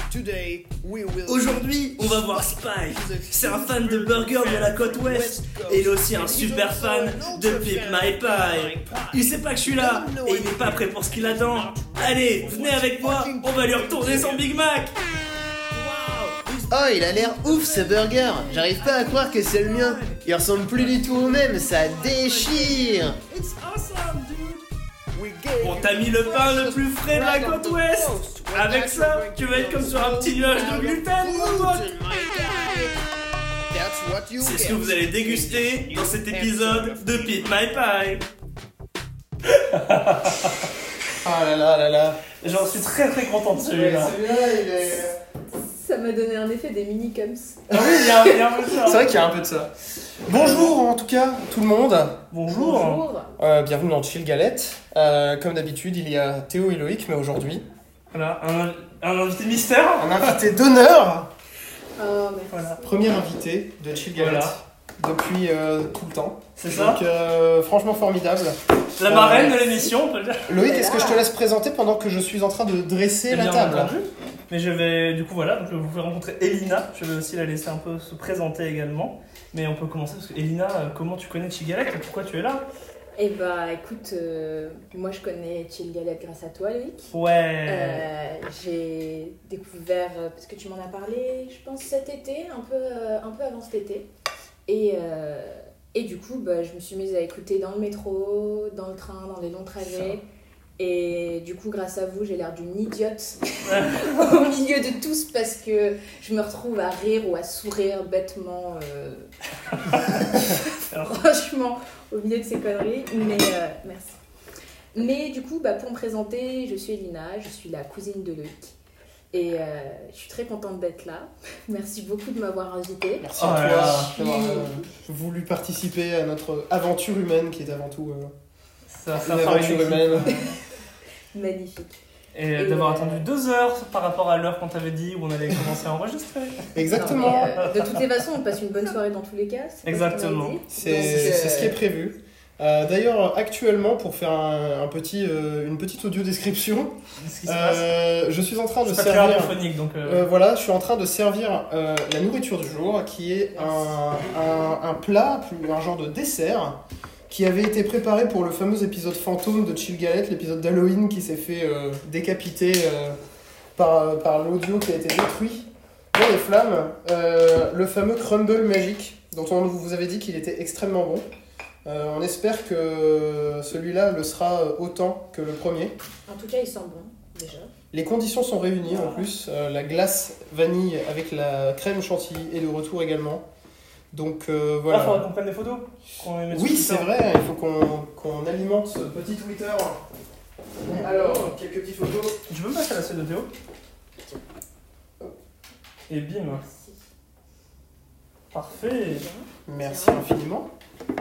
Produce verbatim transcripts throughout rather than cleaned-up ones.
Aujourd'hui, on va voir Spike. C'est un fan de burgers de la côte ouest. Et il est aussi un super fan de Pip My Pie. Il sait pas que je suis là et il n'est pas prêt pour ce qu'il attend. Allez, venez avec moi, on va lui retourner son Big Mac. Oh, il a l'air ouf ce burger. J'arrive pas à croire que c'est le mien. Il ressemble plus du tout au même, ça déchire. On t'a mis le pain le plus frais de la côte ouest. Avec ça, tu vas être comme sur un petit nuage de gluten, mon pote. C'est ce que vous allez déguster dans cet épisode de Pip My Pie. Ah là là là là. J'en suis très très content de celui-là. Celui-là, il est... Ça m'a donné un effet des mini-cums. Ah oui, il y a, il y a un peu de ça. C'est vrai qu'il y a un peu de ça. Bonjour en tout cas, tout le monde. Bonjour. Bonjour. Euh, bienvenue dans Chill Galette. Euh, comme d'habitude, il y a Théo et Loïc, mais aujourd'hui... Voilà, un, un invité mystère. Un invité d'honneur. Oh, mais Voilà. Premier invité de Chill Galette. Voilà. Depuis euh, tout le temps. C'est ça. Donc euh, franchement formidable. La marraine de l'émission, on peut le dire. Loïc, est-ce que je te laisse présenter pendant que je suis en train de dresser Eh la bien table? entendu. Mais je vais, du coup voilà, donc je vais vous faire rencontrer Elina. Je vais aussi la laisser un peu se présenter également. Mais on peut commencer parce que Elina, euh, comment tu connais Chill Galette et pourquoi tu es là? Eh bah écoute, euh, moi je connais Chill Galette grâce à toi, Loïc. Ouais. Euh, j'ai découvert, euh, parce que tu m'en as parlé, je pense cet été, un peu, euh, un peu avant cet été. Et, euh, et du coup, bah, je me suis mise à écouter dans le métro, dans le train, dans les longs trajets. Et du coup, grâce à vous, j'ai l'air d'une idiote au milieu de tous parce que je me retrouve à rire ou à sourire bêtement. Euh... Franchement, au milieu de ces conneries. Mais euh, merci. Mais du coup, bah, pour me présenter, je suis Elina, je suis la cousine de Loïc. Et euh, je suis très contente d'être là. Merci beaucoup de m'avoir invitée. Merci Oh à là toi là. d'avoir euh, voulu participer à notre aventure humaine qui est avant tout euh, Ça, ça une fera aventure une équipe. humaine. Magnifique. Et Et d'avoir euh, attendu deux heures par rapport à l'heure qu'on t'avait dit où on allait commencer à enregistrer. Exactement. Non, mais, euh, de toutes les façons, on passe une bonne soirée dans tous les cas. C'est pas ce qu'on Exactement. avait dit. C'est Donc, euh, c'est ce qui est prévu. Euh, D'ailleurs, actuellement, pour faire un, un petit, euh, une petite audio description, Ce qui se passe. euh, je suis en train de C'est pas très servir. radiophonique donc. euh, Euh, voilà, je suis en train de servir euh, la nourriture du jour, qui est un, un, un plat, plus- un genre de dessert, qui avait été préparé pour le fameux épisode fantôme de Chill Galette, l'épisode d'Halloween qui s'est fait euh, décapiter euh, par, par l'audio qui a été détruit dans les flammes. Euh, le fameux crumble magique, dont on vous avait dit qu'il était extrêmement bon. Euh, on espère que celui-là le sera autant que le premier. En tout cas, il sent bon, déjà. Les conditions sont réunies en plus. Euh, la glace vanille avec la crème chantilly est de retour également. Donc euh, Ah, voilà. faudrait qu'on prenne des photos. qu'on les mette Oui, sur c'est Twitter. vrai, il faut qu'on qu'on alimente ce petit Twitter. Alors, quelques petites photos. Tu peux me passer la suite de Théo? Et bim. Merci. Parfait. Merci infiniment.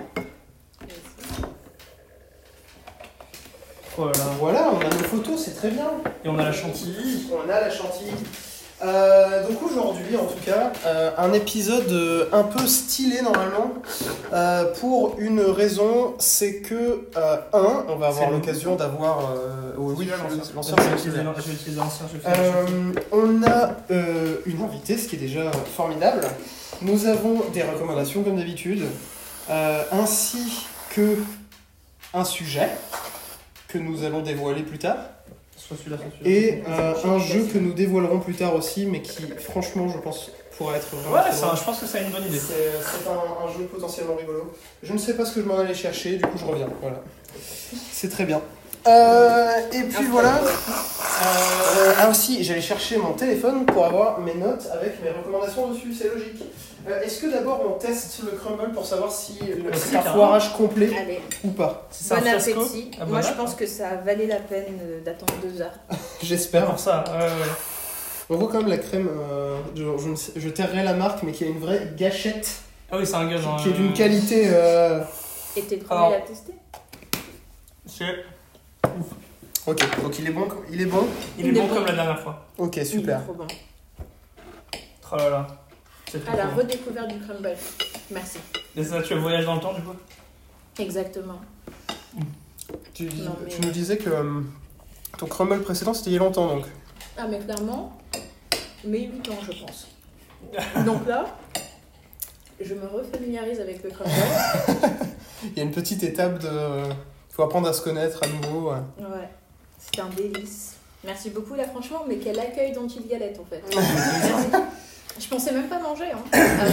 Voilà. Voilà, on a nos photos, c'est très bien. Et on a la chantilly. On a la chantilly. Euh, donc aujourd'hui, en tout cas, euh, un épisode euh, un peu stylé normalement, euh, pour une raison, c'est que, euh, un, on va avoir C'est l'occasion d'avoir... Euh, oh, oui, Celui-là, l'ancien. l'ancien, Je c'est vais utiliser celui-là. l'an- je vais utiliser l'ancien. je vais faire la chantilly. Euh, on a euh, une invitée, ce qui est déjà formidable. Nous avons des recommandations comme d'habitude, euh, ainsi que un sujet que nous allons dévoiler plus tard, Soit celui-là, soit celui-là. et euh, un jeu que nous dévoilerons plus tard aussi, mais qui franchement je pense pourra être vraiment Ouais, très ça, drôle. je pense que c'est une bonne idée. C'est c'est un, un jeu potentiellement rigolo. Je ne sais pas ce que je m'en allais chercher, du coup je reviens. Voilà. C'est très bien. Euh, et puis voilà. Euh, ah aussi, j'allais chercher mon téléphone pour avoir mes notes avec mes recommandations dessus, c'est logique. Euh, Est-ce que d'abord on teste le crumble pour savoir si le- Oui, c'est un carrément. foirage complet Allez, ou pas? Si c'est un bon fiasco, appétit. ah, Moi, bon je app. pense que ça valait la peine euh, d'attendre deux heures. C'est J'espère. pour ça. Ouais, ouais. On voit quand même la crème, euh, je, je, ne sais- je tairai la marque, mais qui a une vraie gâchette, Ah oui, c'est un gage. qui est d'une qualité... euh, Et t'es le premier Alors. à la tester? C'est- Ok, donc il est bon, il est bon. Il est Il est bon bon. comme la dernière fois. Ok, Il est super. trop bon. Oh là là. C'est trop À la cool. redécouverte du crumble. Merci. Et ça, tu voyages dans le temps du coup? Exactement. Tu, dis- Non, mais- tu nous disais que euh, ton crumble précédent c'était il y a longtemps donc. Ah, mais clairement, mes huit ans, je pense. Donc là, je me refamiliarise avec le crumble. Il y a une petite étape de... Il faut apprendre à se connaître à nouveau. Ouais, ouais. C'est un délice. Merci beaucoup là, franchement, mais quel accueil dans une galette en fait. Merci. Je pensais même pas manger, hein.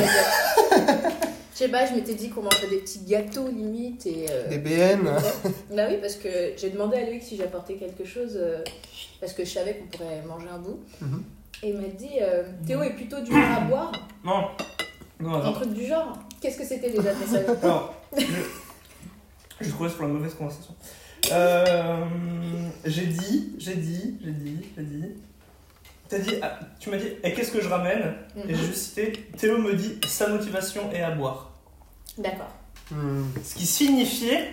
Je sais pas, je m'étais dit qu'on mangerait des petits gâteaux limite et... Euh... Des B N. Bah oui, parce que j'ai demandé à Loïc si j'apportais quelque chose, euh, parce que je savais qu'on pourrait manger un bout. Mm-hmm. Et il m'a dit, euh, Théo est plutôt du genre à boire. Non. Non, un truc du genre. Qu'est-ce que c'était déjà le message? Alors, je... je trouvais c'est pour la mauvaise conversation. Euh... J'ai dit, j'ai dit, j'ai dit, j'ai dit... T'as dit, ah, tu m'as dit, et qu'est-ce que je ramène? Mm-hmm. Et j'ai juste cité, Théo me dit, sa motivation est à boire. D'accord. Mm. Ce qui signifiait...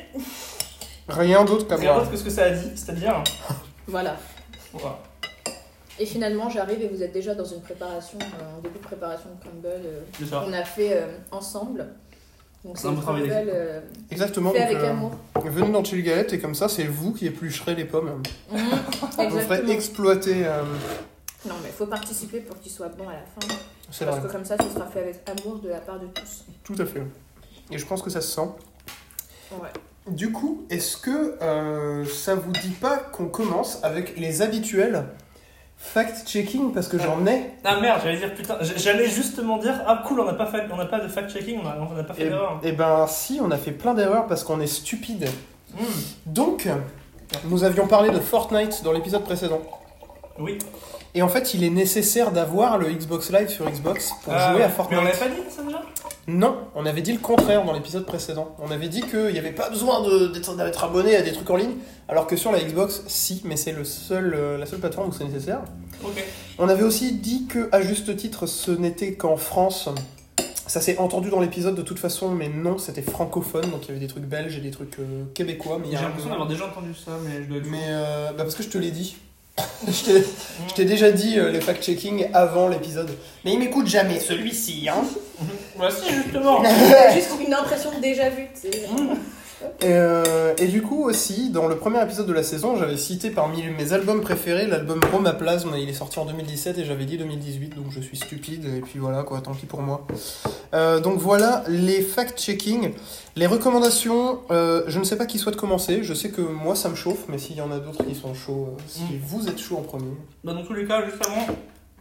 Rien d'autre qu'à boire. Rien d'autre que ce que ça a dit, c'est-à-dire... Voilà. Voilà. Et finalement, j'arrive et vous êtes déjà dans une préparation, euh, un début de préparation de crumble euh, qu'on a fait euh, ensemble. Donc c'est un crumble euh, exactement, fait donc, avec euh, amour. Venez dans Chill Galette et comme ça, c'est vous qui éplucherez les pommes. Mmh, vous ferez exploiter... Euh... Non, mais il faut participer pour qu'il soit bon à la fin. C'est Parce vrai. que comme ça, ce sera fait avec amour de la part de tous. Tout à fait. Et je pense que ça se sent. Ouais. Du coup, est-ce que euh, ça vous dit pas qu'on commence avec les habituels fact-checking, parce que j'en ai. Ah merde, j'allais dire putain, j'allais justement dire ah cool, on n'a pas, fait, on n'a pas de fact-checking, on n'a on a pas fait d'erreur. Eh ben si, on a fait plein d'erreurs parce qu'on est stupide. Mm. Donc, nous avions parlé de Fortnite dans l'épisode précédent. Oui. Et en fait, il est nécessaire d'avoir le Xbox Live sur Xbox pour ah, jouer à Fortnite. Mais on n'avait pas dit ça déjà ? Non, on avait dit le contraire dans l'épisode précédent. On avait dit qu'il n'y avait pas besoin de, d'être, d'être abonné à des trucs en ligne, alors que sur la Xbox, si, mais c'est le seul, euh, la seule plateforme où c'est nécessaire. Okay. On avait aussi dit qu'à juste titre, ce n'était qu'en France. Ça s'est entendu dans l'épisode de toute façon, mais non, c'était francophone, donc il y avait des trucs belges et des trucs euh, québécois. Mais J'ai y a l'impression un... d'avoir déjà entendu ça, mais je dois être Mais euh, bah parce que je te l'ai dit. je, t'ai, je t'ai déjà dit euh, les fact-checking avant l'épisode. Mais il m'écoute jamais, celui-ci, hein. Bah si, justement. Juste une impression de déjà vu, tu sais. Et, euh, et du coup aussi, dans le premier épisode de la saison, j'avais cité parmi mes albums préférés l'album Romaplasme. Il est sorti en deux mille dix-sept et j'avais dit deux mille dix-huit, donc je suis stupide. Et puis voilà, quoi, tant pis pour moi. Euh, donc voilà les fact-checking. Les recommandations, euh, je ne sais pas qui souhaite commencer. Je sais que moi ça me chauffe, mais s'il y en a d'autres qui sont chauds, euh, si mm. vous êtes chaud en premier. Bah dans tous les cas, juste avant,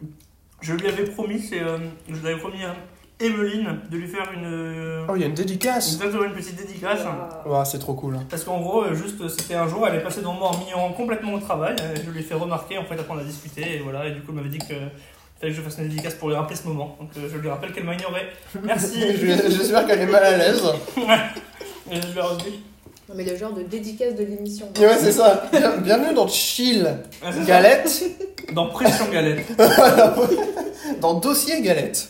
je lui avais promis, c'est, euh, je lui avais promis à Emeline de lui faire une. Oh, il y a une dédicace. Exactement, une petite dédicace. Wow. Ouais, c'est trop cool. Parce qu'en gros, juste c'était un jour, elle est passée devant moi en m'ignorant complètement au travail. Je lui ai fait remarquer, en fait, après on a discuté, et voilà, et du coup elle m'avait dit que. Il fallait que je fasse une dédicace pour lui rappeler ce moment. Donc euh, je lui rappelle qu'elle m'a ignoré. Merci. J'espère qu'elle est mal à l'aise. Et je lui ai redit. Non mais le genre de dédicace de l'émission. Ouais, c'est ça. Bien, bienvenue dans Chill ah, Galette. Ça. Dans Pression Galette. Dans Dossier Galette.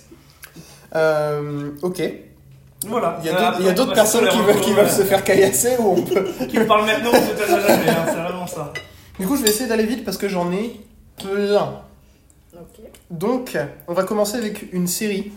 Euh, ok. Voilà. Il y a, il y a d'autres personnes qui veulent, qui veulent se faire caillasser ou on peut... Qui me parlent maintenant ou peut-être jamais, hein, c'est vraiment ça. Du coup, je vais essayer d'aller vite parce que j'en ai plein. Okay. Donc, on va commencer avec une série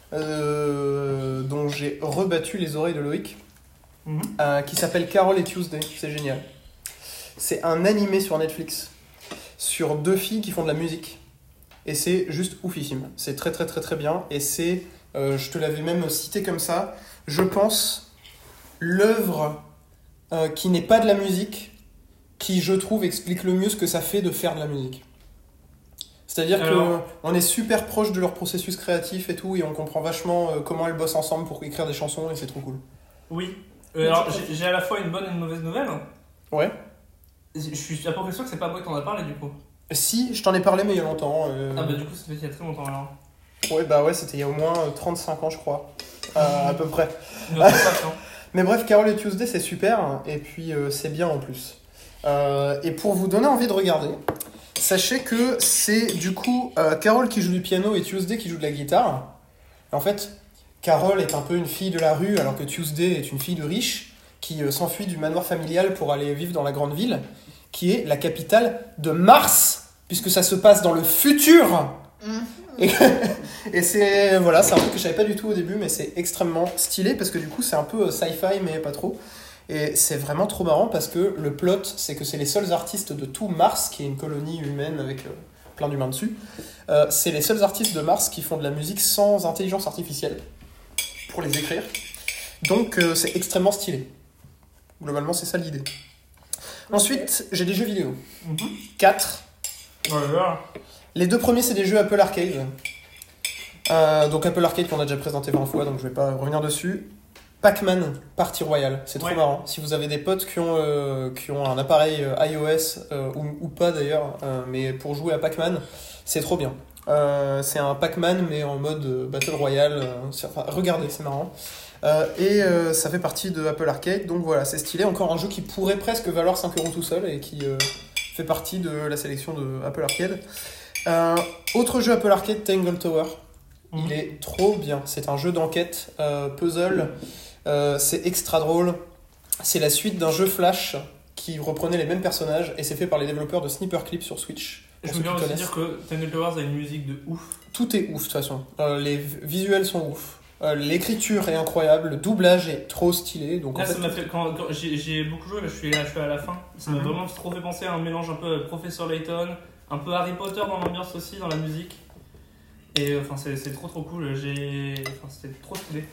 euh, dont j'ai rebattu les oreilles de Loïc, mm-hmm. euh, qui s'appelle Carol et Tuesday. C'est génial. C'est un animé sur Netflix sur deux filles qui font de la musique. Et c'est juste oufissime. C'est très très très très bien. Et c'est, euh, je te l'avais même cité comme ça, je pense, l'œuvre euh, qui n'est pas de la musique, qui je trouve explique le mieux ce que ça fait de faire de la musique. C'est-à-dire Alors... qu'on est super proche de leur processus créatif et tout, et on comprend vachement euh, comment elles bossent ensemble pour écrire des chansons, et c'est trop cool. Oui. Euh, alors, j'ai, j'ai à la fois une bonne et une mauvaise nouvelle. Ouais. Je suis à peu près sûr que c'est pas moi qui t'en a parlé, du coup. Si, je t'en ai parlé, mais il y a longtemps. Euh... Ah bah du coup, ça fait il y a très longtemps, alors. Ouais, bah ouais, c'était il y a au moins trente-cinq ans, je crois. Euh, à peu près. Mais bref, Carol et Tuesday, c'est super, et puis euh, c'est bien en plus. Euh, et pour vous donner envie de regarder... Sachez que c'est du coup euh, Carol qui joue du piano et Tuesday qui joue de la guitare. En fait, Carol est un peu une fille de la rue alors que Tuesday est une fille de riche qui euh, s'enfuit du manoir familial pour aller vivre dans la grande ville, qui est la capitale de Mars, puisque ça se passe dans le futur. Mmh. Et, et c'est, voilà, c'est un truc que je savais pas du tout au début, mais c'est extrêmement stylé parce que du coup c'est un peu sci-fi mais pas trop. Et c'est vraiment trop marrant parce que le plot, c'est que c'est les seuls artistes de tout Mars, qui est une colonie humaine avec euh, plein d'humains dessus. Euh, c'est les seuls artistes de Mars qui font de la musique sans intelligence artificielle pour les écrire. Donc euh, c'est extrêmement stylé. Globalement, c'est ça l'idée. Ensuite, j'ai des jeux vidéo. Mm-hmm. quatre. Voilà. Les deux premiers, c'est des jeux Apple Arcade. Euh, donc Apple Arcade qu'on a déjà présenté vingt fois, donc je vais pas revenir dessus. Pac-Man Party Royale, c'est trop Ouais. marrant. Si vous avez des potes qui ont, euh, qui ont un appareil euh, iOS, euh, ou, ou pas d'ailleurs, euh, mais pour jouer à Pac-Man, c'est trop bien. Euh, c'est un Pac-Man mais en mode euh, Battle Royale. Euh, c'est- enfin, regardez, c'est marrant. Euh, et euh, ça fait partie de Apple Arcade, donc voilà, c'est stylé. Encore un jeu qui pourrait presque valoir cinq euros tout seul et qui euh, fait partie de la sélection de Apple Arcade. Euh, autre jeu Apple Arcade, Tangle Tower. Il Mhm. est trop bien. C'est un jeu d'enquête, euh, puzzle. Euh, c'est extra drôle. C'est la suite d'un jeu Flash qui reprenait les mêmes personnages et c'est fait par les développeurs de Sniper Clip sur Switch. Je Pour veux ceux bien qui aussi connaissent. dire que Tangle Towers a une musique de ouf. Tout est ouf de toute façon. Euh, les v- visuels sont ouf. Euh, l'écriture est incroyable. Le doublage est trop stylé. Donc Là, en fait, ça m'a fait, quand, quand j'ai, j'ai beaucoup joué, là, je suis, là, je suis à la fin. Ça m'a Mhm. vraiment trop fait penser à un mélange un peu euh, Professor Layton, un peu Harry Potter dans l'ambiance aussi, dans la musique. Et euh, enfin, c'est, c'est trop trop cool. J'ai, enfin, c'était trop stylé.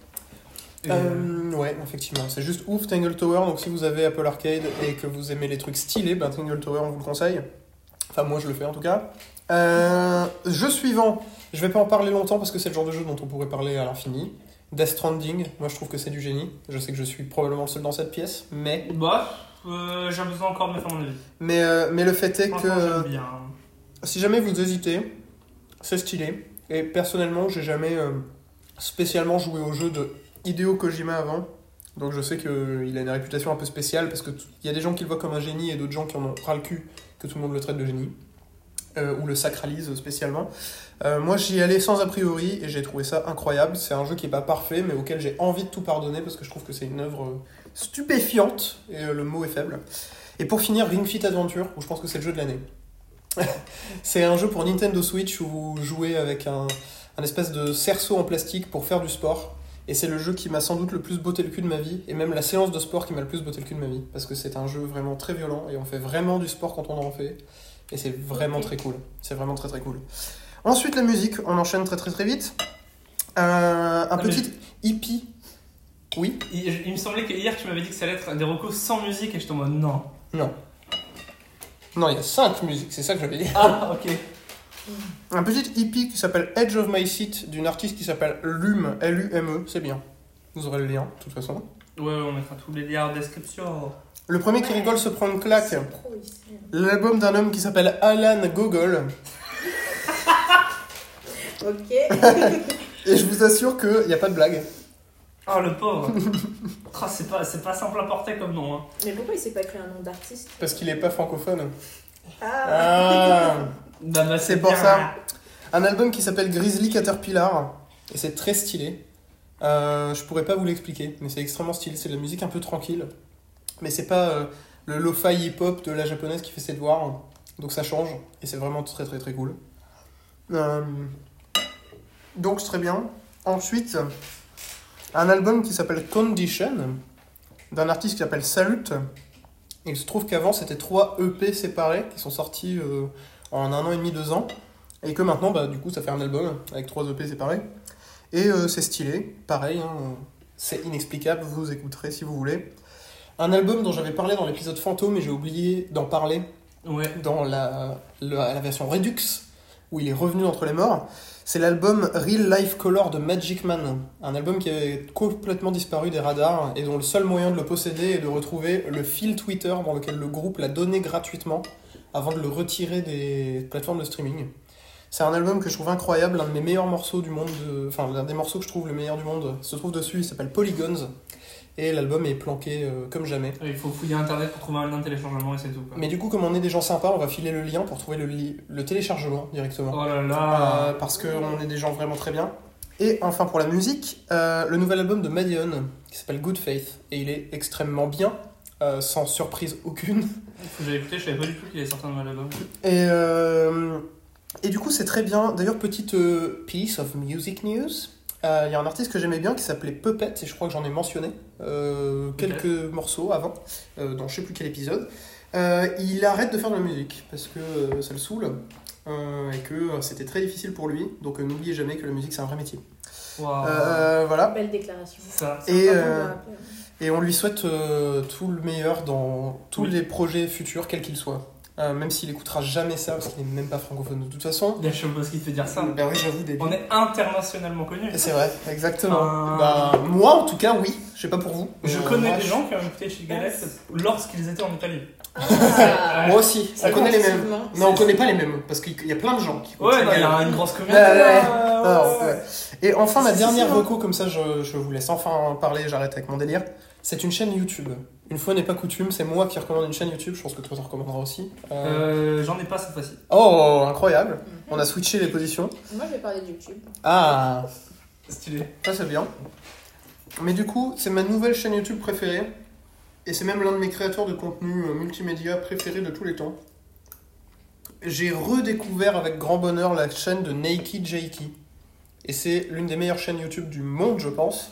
Et, euh, Euh, ouais, effectivement, c'est juste ouf Tangle Tower. Donc si vous avez Apple Arcade et que vous aimez les trucs stylés, ben Tangle Tower, on vous le conseille. Enfin, moi je le fais en tout cas. Euh, jeu suivant, je vais pas en parler longtemps parce que c'est le genre de jeu dont on pourrait parler à l'infini. Death Stranding, moi je trouve que c'est du génie. Je sais que je suis probablement le seul dans cette pièce, mais, Bah, euh, j'ai besoin encore de me faire mon avis. mais, euh, mais le fait est Franchement, que j'aime bien. si jamais vous hésitez, c'est stylé. Et personnellement, j'ai jamais euh, spécialement joué au jeu de Hideo Kojima avant. Donc je sais qu'il a une réputation un peu spéciale parce qu'il y a des gens qui le voient comme un génie et d'autres gens qui en ont ras le cul que tout le monde le traite de génie. Euh, ou le sacralise spécialement. Euh, moi j'y allais sans a priori et j'ai trouvé ça incroyable. C'est un jeu qui est pas parfait mais auquel j'ai envie de tout pardonner parce que je trouve que c'est une œuvre euh, stupéfiante et euh, le mot est faible. Et pour finir, Ring Fit Adventure où je pense que c'est le jeu de l'année. C'est un jeu pour Nintendo Switch où vous jouez avec un, un espèce de cerceau en plastique pour faire du sport. Et c'est le jeu qui m'a sans doute le plus botté le cul de ma vie, et même la séance de sport qui m'a le plus botté le cul de ma vie. Parce que c'est un jeu vraiment très violent, et on fait vraiment du sport quand on en fait. Et c'est vraiment Ok. très cool. C'est vraiment très très cool. Ensuite, la musique, on enchaîne très très très vite. Euh, un mais petit hippie. Oui. Il, il me semblait que hier tu m'avais dit que ça allait être des recos sans musique et j'étais en mode non. Non. Non, il y a cinq musiques, c'est ça que j'avais dit. Ah, ok. Un petit hippie qui s'appelle Edge of My Seat d'une artiste qui s'appelle Lume, L U M E, c'est bien. Vous aurez le lien, de toute façon. Ouais, on mettra tous les liens en description. Le premier qui rigole se prend une claque. C'est pro ici. L'album d'un homme qui s'appelle Alan Gogol. Ok. Et je vous assure qu'il n'y a pas de blague. Oh, le pauvre. Oh, c'est, pas, c'est pas simple à porter comme nom. Hein. Mais pourquoi il s'est pas créé un nom d'artiste? Parce qu'il n'est pas francophone. Ah, Ah. Bah, bah, C'est pour bien. ça. Un album qui s'appelle Grizzly Caterpillar. Et c'est très stylé. Euh, je pourrais pas vous l'expliquer, mais c'est extrêmement stylé. C'est de la musique un peu tranquille. Mais c'est pas euh, le lo-fi hip-hop de la japonaise qui fait ses devoirs. Donc ça change. Et c'est vraiment très très très cool. Euh, donc c'est très bien. Ensuite, un album qui s'appelle Condition, d'un artiste qui s'appelle Salute. Et il se trouve qu'avant c'était trois E P séparés qui sont sortis euh, en un an et demi, deux ans. Et que maintenant, bah, du coup, ça fait un album avec trois E P séparés. Et euh, c'est stylé, pareil, hein, c'est inexplicable, vous écouterez si vous voulez. Un album dont j'avais parlé dans l'épisode Fantôme et j'ai oublié d'en parler Ouais. dans la, la, la version Redux, où il est revenu entre les morts. C'est l'album Real Life Color de Magic Man, un album qui avait complètement disparu des radars et dont le seul moyen de le posséder est de retrouver le fil Twitter dans lequel le groupe l'a donné gratuitement avant de le retirer des plateformes de streaming. C'est un album que je trouve incroyable, l'un de mes meilleurs morceaux du monde, de... enfin l'un des morceaux que je trouve le meilleur du monde se trouve dessus, il s'appelle Polygons, et l'album est planqué euh, comme jamais. Il faut fouiller internet pour trouver un lien de téléchargement et c'est tout. Quoi. Mais du coup, comme on est des gens sympas, on va filer le lien pour trouver le, li- le téléchargement directement. Oh là là. Euh, parce qu'on est des gens vraiment très bien. Et enfin pour la musique, euh, le nouvel album de Madeon qui s'appelle Good Faith, et il est extrêmement bien, euh, sans surprise aucune. Faut que j'avais écouté, je savais pas du tout qu'il allait sortir un nouvel album. Et, euh, et du coup c'est très bien. D'ailleurs, petite euh, piece of music news. Il euh, y a un artiste que j'aimais bien qui s'appelait Puppet, et je crois que j'en ai mentionné euh, quelques morceaux avant, euh, dans je sais plus quel épisode. Euh, il arrête de faire de la musique parce que euh, ça le saoule euh, et que euh, c'était très difficile pour lui. Donc euh, n'oubliez jamais que la musique c'est un vrai métier. Wow. Euh, voilà. Belle déclaration. Ça. Et, Sympa pour euh, le rappeler. et on lui souhaite euh, tout le meilleur dans tous Oui. les projets futurs, quels qu'ils soient. Euh, même s'il écoutera jamais ça parce qu'il n'est même pas francophone de toute façon. Il y a Chomos qui te fait dire ça. Ben oui, j'avoue, débile. On est internationalement connus. C'est vrai, exactement. Euh, Bah, moi en tout cas, oui. Je sais pas pour vous. Je Euh, connais moi, des je- gens qui ont écouté Chill Galette lorsqu'ils étaient en Italie. Ah, Moi aussi, Ça on connaît les mêmes. effectivement. Non, on connaît pas les mêmes parce qu'il y a plein de gens qui écoutent Ouais, Chill non, il y Galette. a une grosse communauté. Ouais, ouais, ouais. là, ouais, Alors, ouais. ouais. Et enfin, ma Si, si, dernière si, hein. reco, comme ça je, je vous laisse enfin parler, j'arrête avec mon délire. C'est une chaîne YouTube. Une fois n'est pas coutume, c'est moi qui recommande une chaîne YouTube, je pense que toi t'en recommanderas aussi. Euh, Euh, J'en ai pas cette fois-ci. Oh, incroyable. Mhm. On a switché les positions. Moi, je vais parler de YouTube. Ah, Stylé. ça c'est bien. Mais du coup, c'est ma nouvelle chaîne YouTube préférée. Et c'est même l'un de mes créateurs de contenu euh, multimédia préférés de tous les temps. J'ai redécouvert avec grand bonheur la chaîne de Nakey Jakey. Et c'est l'une des meilleures chaînes YouTube du monde, je pense.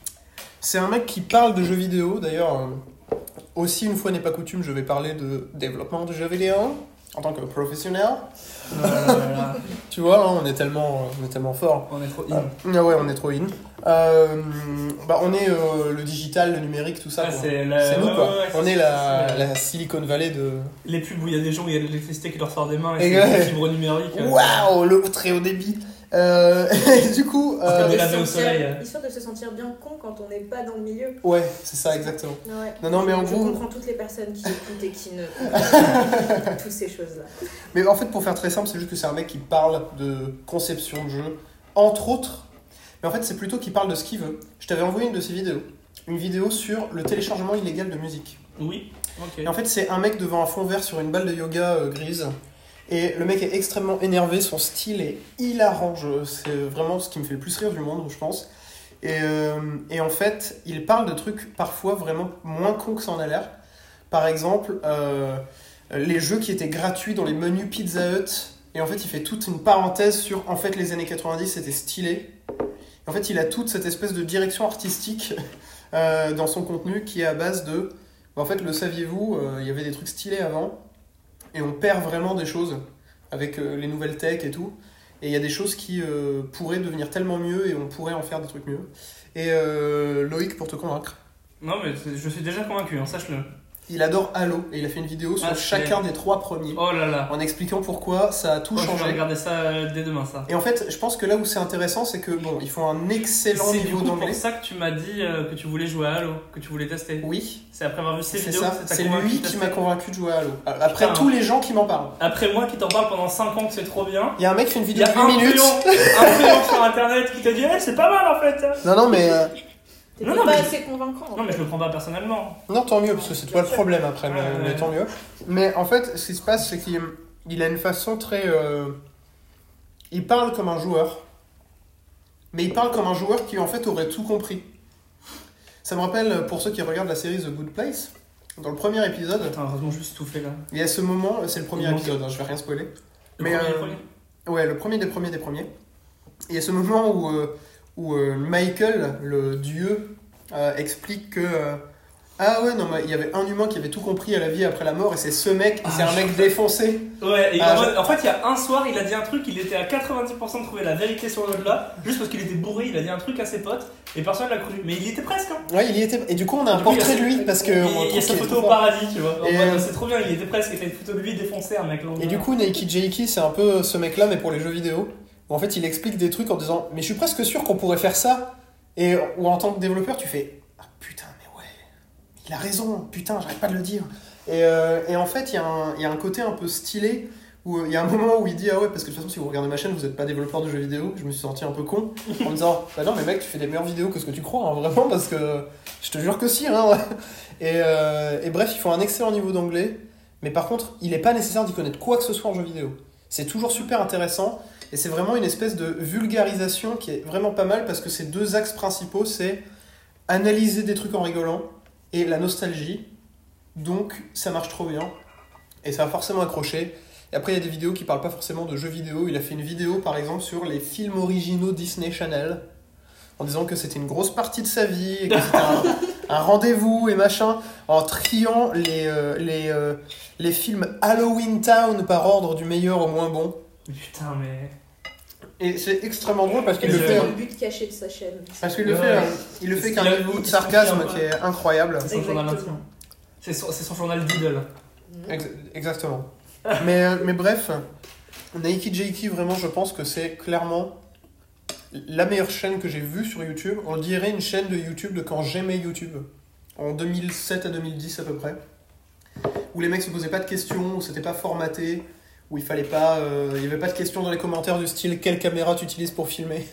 C'est un mec qui parle de jeux vidéo. D'ailleurs, euh, aussi une fois n'est pas coutume, je vais parler de développement de jeux vidéo en tant que professionnel. Non, non, non, non. Tu vois, hein, on est tellement, on est tellement fort. On est trop in. Ah ouais, on est trop in. Euh, bah, on est euh, le digital, le numérique, tout ça. Ah, quoi. c'est la- C'est nous, ouais, quoi. ouais, ouais, on c'est- est la, c'est- la Silicon Valley de... Les pubs où il y a des gens où il y a de l'électricité qui leur sort des mains et, Et c'est ouais. des fibres numériques. euh, Waouh, le très haut débit. Euh, et du coup... euh, Histoire de Et laver au sentir- soleil. Histoire de se sentir bien con quand on n'est pas dans le milieu. ouais, c'est ça, exactement. Ouais. Non, non, mais en je gros- comprends toutes les personnes qui écoutent et qui ne comprennent pas toutes ces choses-là. Mais en fait, pour faire très simple, c'est juste que c'est un mec qui parle de conception de jeu, entre autres. Mais en fait, c'est plutôt qu'il parle de ce qu'il veut. Je t'avais envoyé une de ses vidéos. Une vidéo sur le téléchargement illégal de musique. Oui, ok. Et en fait, c'est un mec devant un fond vert sur une balle de yoga euh, grise. Et le mec est extrêmement énervé, son style est hilarant. Je- C'est vraiment ce qui me fait le plus rire du monde, je pense. Et, euh, et en fait, il parle de trucs parfois vraiment moins cons que ça en a l'air. Par exemple, euh, les jeux qui étaient gratuits dans les menus Pizza Hut. Et en fait, il fait toute une parenthèse sur en fait les années quatre-vingt-dix, c'était stylé. Et en fait, il a toute cette espèce de direction artistique euh, dans son contenu qui est à base de. En fait, le saviez-vous, euh, il y avait des trucs stylés avant. Et on perd vraiment des choses avec euh, les nouvelles tech et tout. Et il y a des choses qui euh, pourraient devenir tellement mieux et on pourrait en faire des trucs mieux. Et euh, Loïc, pour te convaincre, Non, mais c'est- je suis déjà convaincu, hein, sache-le. il adore Halo et il a fait une vidéo sur Ah, chacun c'est- des trois premiers Oh là là. en expliquant pourquoi ça a tout Oh, je vais changé. regarder ça euh, dès demain, ça. Et en fait, je pense que là où c'est intéressant, c'est que bon, ils font un excellent C'est du niveau coup d'anglais. pour ça que tu m'as dit euh, que tu voulais jouer à Halo, que tu voulais tester. Oui, C'est après avoir vu ces c'est vidéos ça. que ça t'a C'est convaincu lui de qui tester. m'a convaincu de jouer à Halo. Après Putain. tous les gens qui m'en parlent. Après moi qui t'en parle pendant cinq ans que c'est trop bien. Il y a un mec qui fait une Il y vidéo a de un huit minutes. million, un million sur internet qui t'a dit eh, c'est pas mal en fait. Non, non, mais euh, T'es Non, pas non, mais- assez convaincant. Non mais je le prends pas personnellement. non, tant mieux, parce que c'est toi le problème après, mais, Ouais, mais ouais. tant mieux. Mais en fait, ce qui se passe, c'est qu'il il a une façon très. euh, Il parle comme un joueur, mais il parle comme un joueur qui en fait aurait tout compris. Ça me rappelle, pour ceux qui regardent la série The Good Place, dans le premier épisode, Attends, heureusement je suis tout fait là. il y a ce moment, c'est le premier Il manque- épisode, hein, je vais rien spoiler. Le Mais, premier, euh, le premier. Ouais, le premier des premiers des premiers. Il y a ce moment où, euh, où euh, Michael, le dieu, euh, explique que. euh, ah ouais, non, mais il y avait un humain qui avait tout compris à la vie après la mort, et c'est ce mec, et c'est Ah, un mec défoncé. Ouais, et Ah, en, je- mode- en fait, il y a un soir, il a dit un truc, il était à quatre-vingt-dix pour cent de trouver la vérité sur l'au-delà, juste parce qu'il était bourré, il a dit un truc à ses potes, et personne l'a cru. Mais il y était presque, hein. Ouais, il y était. Et du coup, on a un Du coup, il y a portrait ce- de lui, parce que. Il, on il y trouve a sa qu'il est photo trop au fort. paradis, tu vois. En Et, mode, euh, c'est trop bien, il était presque, il y a une photo de lui défoncé, un mec long. Et du coup, Nakey Jakey, c'est un peu ce mec-là, mais pour les jeux vidéo. Où en fait, il explique des trucs en disant mais je suis presque sûr qu'on pourrait faire ça. Et où en tant que développeur, tu fais ah putain, mais ouais, il a raison, putain, j'arrête pas de le dire. Et, euh, et en fait, il y, a un- il y a un côté un peu stylé où euh, il y a un moment où il dit ah ouais, parce que de toute façon, si vous regardez ma chaîne, vous n'êtes pas développeur de jeux vidéo. Je me suis senti un peu con en me disant bah non, mais mec, tu fais des meilleures vidéos que ce que tu crois, hein, vraiment, parce que je te jure que si. Hein. Et, euh, et bref, ils font un excellent niveau d'anglais, mais par contre, il n'est pas nécessaire d'y connaître quoi que ce soit en jeu vidéo. C'est toujours super intéressant. Et c'est vraiment une espèce de vulgarisation qui est vraiment pas mal parce que ces deux axes principaux, c'est analyser des trucs en rigolant et la nostalgie. Donc ça marche trop bien. Et ça va forcément accrocher. Et après, il y a des vidéos qui parlent pas forcément de jeux vidéo. Il a fait une vidéo, par exemple, sur les films originaux Disney Channel, en disant que c'était une grosse partie de sa vie et que c'était un, un rendez-vous et machin, en triant les, euh, les, euh, les films Halloween Town par ordre du meilleur au moins bon. Putain, mais. Et c'est extrêmement drôle parce qu'il Et le c'est fait. le but caché de sa chaîne. Parce qu'il le Ouais. fait, euh, il le fait Il qu'un a- niveau de il sarcasme confirme. qui est incroyable. C'est son journal Exactement. intime. C'est son, c'est son journal d'idole. Ex- exactement. mais, euh, mais bref, Nike Jakey, vraiment, je pense que c'est clairement la meilleure chaîne que j'ai vue sur YouTube. On dirait une chaîne de YouTube de quand j'aimais YouTube. En deux mille sept à deux mille dix à peu près. Où les mecs se posaient pas de questions, où c'était pas formaté, où il fallait pas, euh, il y avait pas de questions dans les commentaires du style quelle caméra tu utilises pour filmer.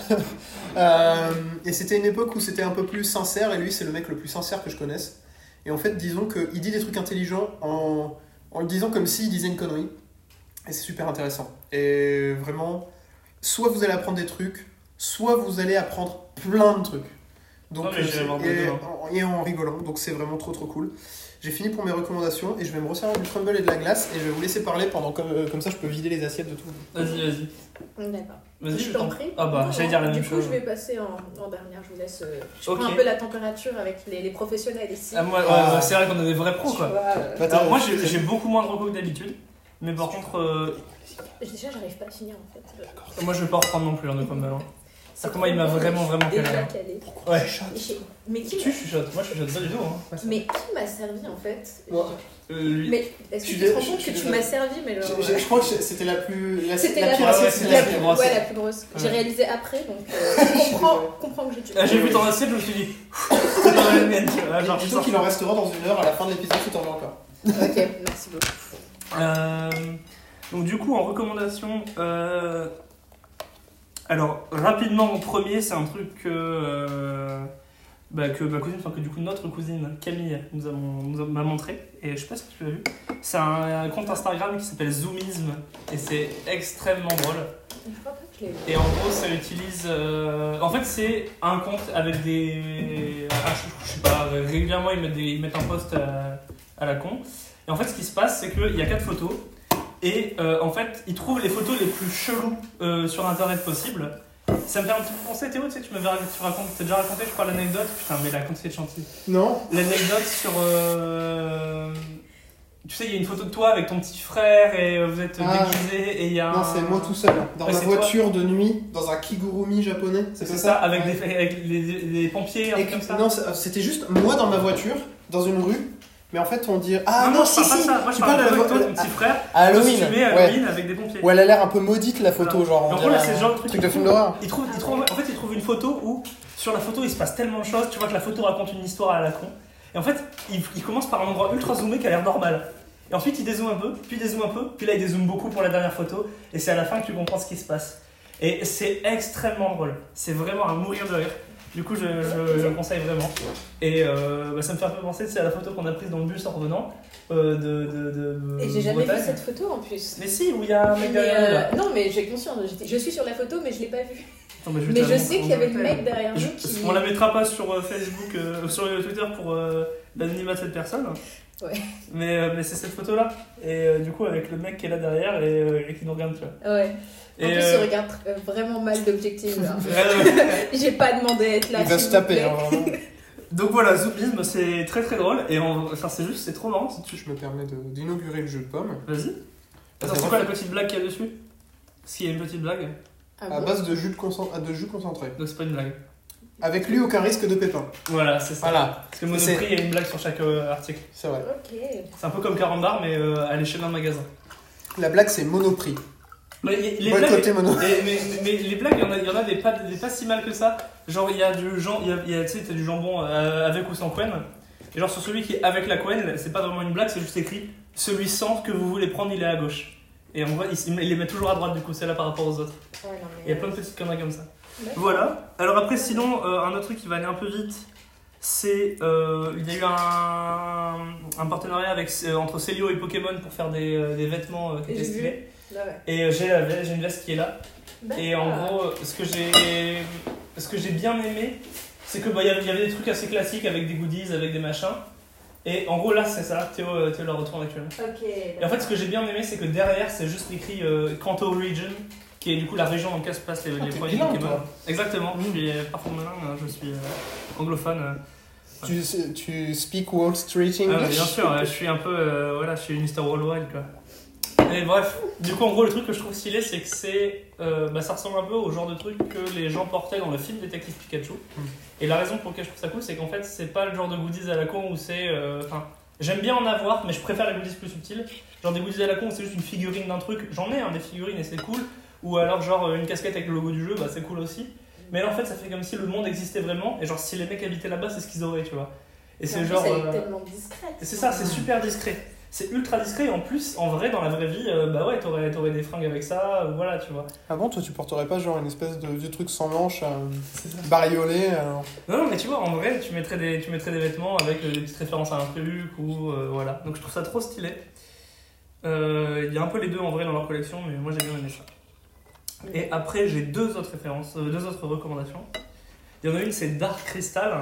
euh, et c'était une époque où c'était un peu plus sincère, et lui c'est le mec le plus sincère que je connaisse. Et en fait, disons qu'il dit des trucs intelligents en, en le disant comme s'il disait une connerie. Et c'est super intéressant. Et vraiment, soit vous allez apprendre des trucs, soit vous allez apprendre plein de trucs. Donc, Non, mais j'irai voir des et, deux, hein. en, et en rigolant, donc c'est vraiment trop trop cool. J'ai fini pour mes recommandations et je vais me resservir du crumble et de la glace et je vais vous laisser parler pendant comme, euh, comme ça je peux vider les assiettes de tout. Vas-y, vas-y. D'accord. Vas-y, Je t'en prie. Ah bah, Non, j'allais dire la du même coup, chose. je vais passer en, en dernière. Je vous laisse. euh, Je Ok. prends un peu la température avec les, les professionnels ici. Ah, moi, ouais, Ah. ouais, c'est vrai qu'on a des vrais pros Tu quoi. vois, euh, Attends, Alors, moi j'ai j'ai beaucoup moins de recos que d'habitude. Mais par contre, euh, déjà, j'arrive pas à finir en fait. moi je vais pas en reprendre non plus, hein, de quoi mal. C'est Ça, comment il m'a trop vraiment, bon, vraiment je suis calé, déjà hein. calé. Ouais. Et j'ai- Mais qui, Tu chuchotes, moi je chuchote pas du tout. Hein. mais qui m'a servi en fait Moi. Euh, lui. Mais est-ce que Je tu suis te rends dé- compte je que suis tu m'as servi mais genre, Je, je- je crois que c'était la plus. La, C'était la, pire Ah ouais, assiette, c'était la la plus plus grosse. grosse. Ouais, la plus grosse. J'ai Ouais. réalisé après, donc euh, je comprends, comprends que j'ai dû. Ah, j'ai vu ton assiette, je me suis dit. C'est pas la mienne, tu vois. Genre, je Plutôt qu'il en restera dans une heure à la fin de l'épisode si t'en veux encore. Ok, merci beaucoup. Euh, donc du coup en recommandation, euh, alors rapidement en premier c'est un truc que, euh, bah, que ma cousine, enfin que du coup notre cousine Camille nous a, nous a- m'a montré et je sais pas si tu l'as vu. C'est un, un compte Instagram qui s'appelle Zoomisme et c'est extrêmement drôle. Je crois pas que je l'ai vu. Et en gros, ça utilise. euh, En fait, c'est un compte avec des. Ah, je, je sais pas, régulièrement ils mettent, des... ils mettent un post à... à la con. Et en fait, ce qui se passe, c'est qu'il y a quatre photos. Et euh, en fait, ils trouvent les photos les plus cheloues euh, sur internet possible. Ça me fait un petit peu penser, Théo, tu sais, tu m'avais tu racontes, t'as déjà raconté, je crois, l'anecdote. Putain, mais la compte, c'est gentil. Non. L'anecdote sur. euh, Tu sais, il y a une photo de toi avec ton petit frère et vous êtes Ah. déguisés et il y a un. Non, c'est moi tout seul. Dans Ouais, ma c'est voiture de nuit, dans un kigurumi japonais. C'est pas ça, avec, Ouais. des, avec les, les pompiers, un Et truc comme ça. non, c'est- c'était juste moi dans ma voiture, dans une rue. Mais en fait, on dit ah non, non, si je parle si. pas de ça. Moi, je tu parle parles de de toi, la ton petit frère. à Halloween. Costumé à Ouais. Halloween avec des pompiers. Où elle a l'air un peu maudite la photo, Voilà. genre. on En gros, là, dirait c'est un le genre de truc truc de qu'ils film trouvent- d'horreur. Ils trouvent, ils trouvent, en fait, ils trouvent une photo où, sur la photo, il se passe tellement de choses. Tu vois que la photo raconte une histoire à la con. Et en fait, il, il commence par un endroit ultra zoomé qui a l'air normal. Et ensuite, il dézoome un peu, puis il dézoome un peu, puis là, il dézoome beaucoup pour la dernière photo. Et c'est à la fin que tu comprends ce qui se passe. Et c'est extrêmement drôle. C'est vraiment à mourir de rire. Du coup, je, je, je le conseille vraiment. Et euh, bah, ça me fait un peu penser à la photo qu'on a prise dans le bus en revenant euh, de, de, de Et j'ai jamais Bretagne. vu cette photo en plus. Mais si, où il y a un mec Mais, derrière nous, là. euh, non, mais j'ai conscience. j'étais- Je suis sur la photo, mais je l'ai pas vue. Attends, mais je, vais Mais te je la sais montrer qu'il y avait en le détail. mec derrière Je- nous qui. On la mettra pas sur euh, Facebook, euh, sur euh, Twitter pour euh, l'anonymat de cette personne. Ouais. Mais, euh, mais c'est cette photo là. Et euh, du coup, avec le mec qui est là derrière et, euh, et qui nous regarde, tu vois. Ouais. En Et, plus, euh, il regarde euh, vraiment mal d'objectif là. ouais, ouais. J'ai pas demandé à être là. Il va s'il se vous taper, plaît. hein, vraiment. Donc voilà, Zoomisme, c'est très très drôle. Et en- enfin, c'est juste, c'est trop marrant. si tu- Je me permets de- d'inaugurer le jeu de pommes. Vas-y. Attends, c'est quoi la petite blague qu'il y a dessus? S'il y a une petite blague, Ah À bon base de jus, de concent- de jus concentré. donc c'est pas une blague. Avec lui, aucun risque de pépin. Voilà, c'est ça. Voilà, Parce que Monoprix, C'est- il y a une blague sur chaque euh, article. c'est vrai. Ok. C'est un peu comme Carambar, mais euh, à l'échelle d'un magasin. La blague, c'est Monoprix. Mais y- les Boycotter blagues, Mono. et- mais, mais- mais les blagues, il y en a, il y en a des, pas, des pas si mal que ça. Genre, il y a du, jam- il y a, il y a, tu sais, t'as du jambon euh, avec ou sans couenne. Et genre, sur celui qui est avec la couenne, c'est pas vraiment une blague, c'est juste écrit celui sans que vous voulez prendre, il est à gauche. Et en vrai, il, il les met toujours à droite, du coup, c'est là par rapport aux autres. Ouais, non, mais... Il y a plein de petites conneries comme ça. D'accord. Voilà. Alors après, sinon, euh, un autre truc qui va aller un peu vite, c'est euh, il y a eu un, un partenariat avec, euh, entre Célio et Pokémon pour faire des, euh, des vêtements euh, qui étaient J'ai vu. stylés. Là, ouais. Et euh, j'ai la veste, j'ai une veste qui est là. Et en D'accord. gros, ce que j'ai, ce que j'ai bien aimé, c'est que bah, il y avait- il y avait des trucs assez classiques avec des goodies, avec des machins. Et en gros, là, c'est ça. Théo, euh, Théo la retourne actuellement. Ok. Et en fait, ce que j'ai bien aimé, c'est que derrière, c'est juste écrit euh, Kanto Region, qui est du coup la région dans laquelle se passent les, Ah, les t'es premiers bilingue, Pokémon. toi. Exactement, je suis euh, parfaitement bilingue, hein, je suis euh, anglophone. euh. Tu, tu speak Wall Street Ah, English? ouais, bien sûr, je suis un peu. Euh, voilà, je suis mister Worldwide quoi. Et bref, du coup, en gros, le truc que je trouve stylé, c'est que c'est. Euh, bah, ça ressemble un peu au genre de truc que les gens portaient dans le film Détective Pikachu. Mm. Et la raison pour laquelle je trouve ça cool, c'est qu'en fait, c'est pas le genre de goodies à la con où c'est. Enfin, euh, j'aime bien en avoir, mais je préfère les goodies plus subtils. Genre des goodies à la con où c'est juste une figurine d'un truc. J'en ai hein, des figurines et c'est cool. Ou alors, genre, une casquette avec le logo du jeu, bah c'est cool aussi. Mais là, en fait, ça fait comme si le monde existait vraiment. Et genre, si les mecs habitaient là-bas, c'est ce qu'ils auraient, tu vois. Et, et c'est genre. C'est euh... tellement discret. C'est ça, c'est super discret. C'est ultra discret et en plus, en vrai, dans la vraie vie, euh, bah ouais, t'aurais, t'aurais des fringues avec ça, euh, voilà, tu vois. Ah bon, toi tu porterais pas genre une espèce de vieux truc sans manches, euh, bariolé alors... Non, non, mais tu vois, en vrai, tu mettrais des, tu mettrais des vêtements avec euh, des petites références à un truc ou euh, voilà. Donc je trouve ça trop stylé. Il euh, y a un peu les deux en vrai dans leur collection, mais moi j'ai bien aimé ça. Et après, j'ai deux autres références, euh, deux autres recommandations. Il y en a une, c'est Dark Crystal.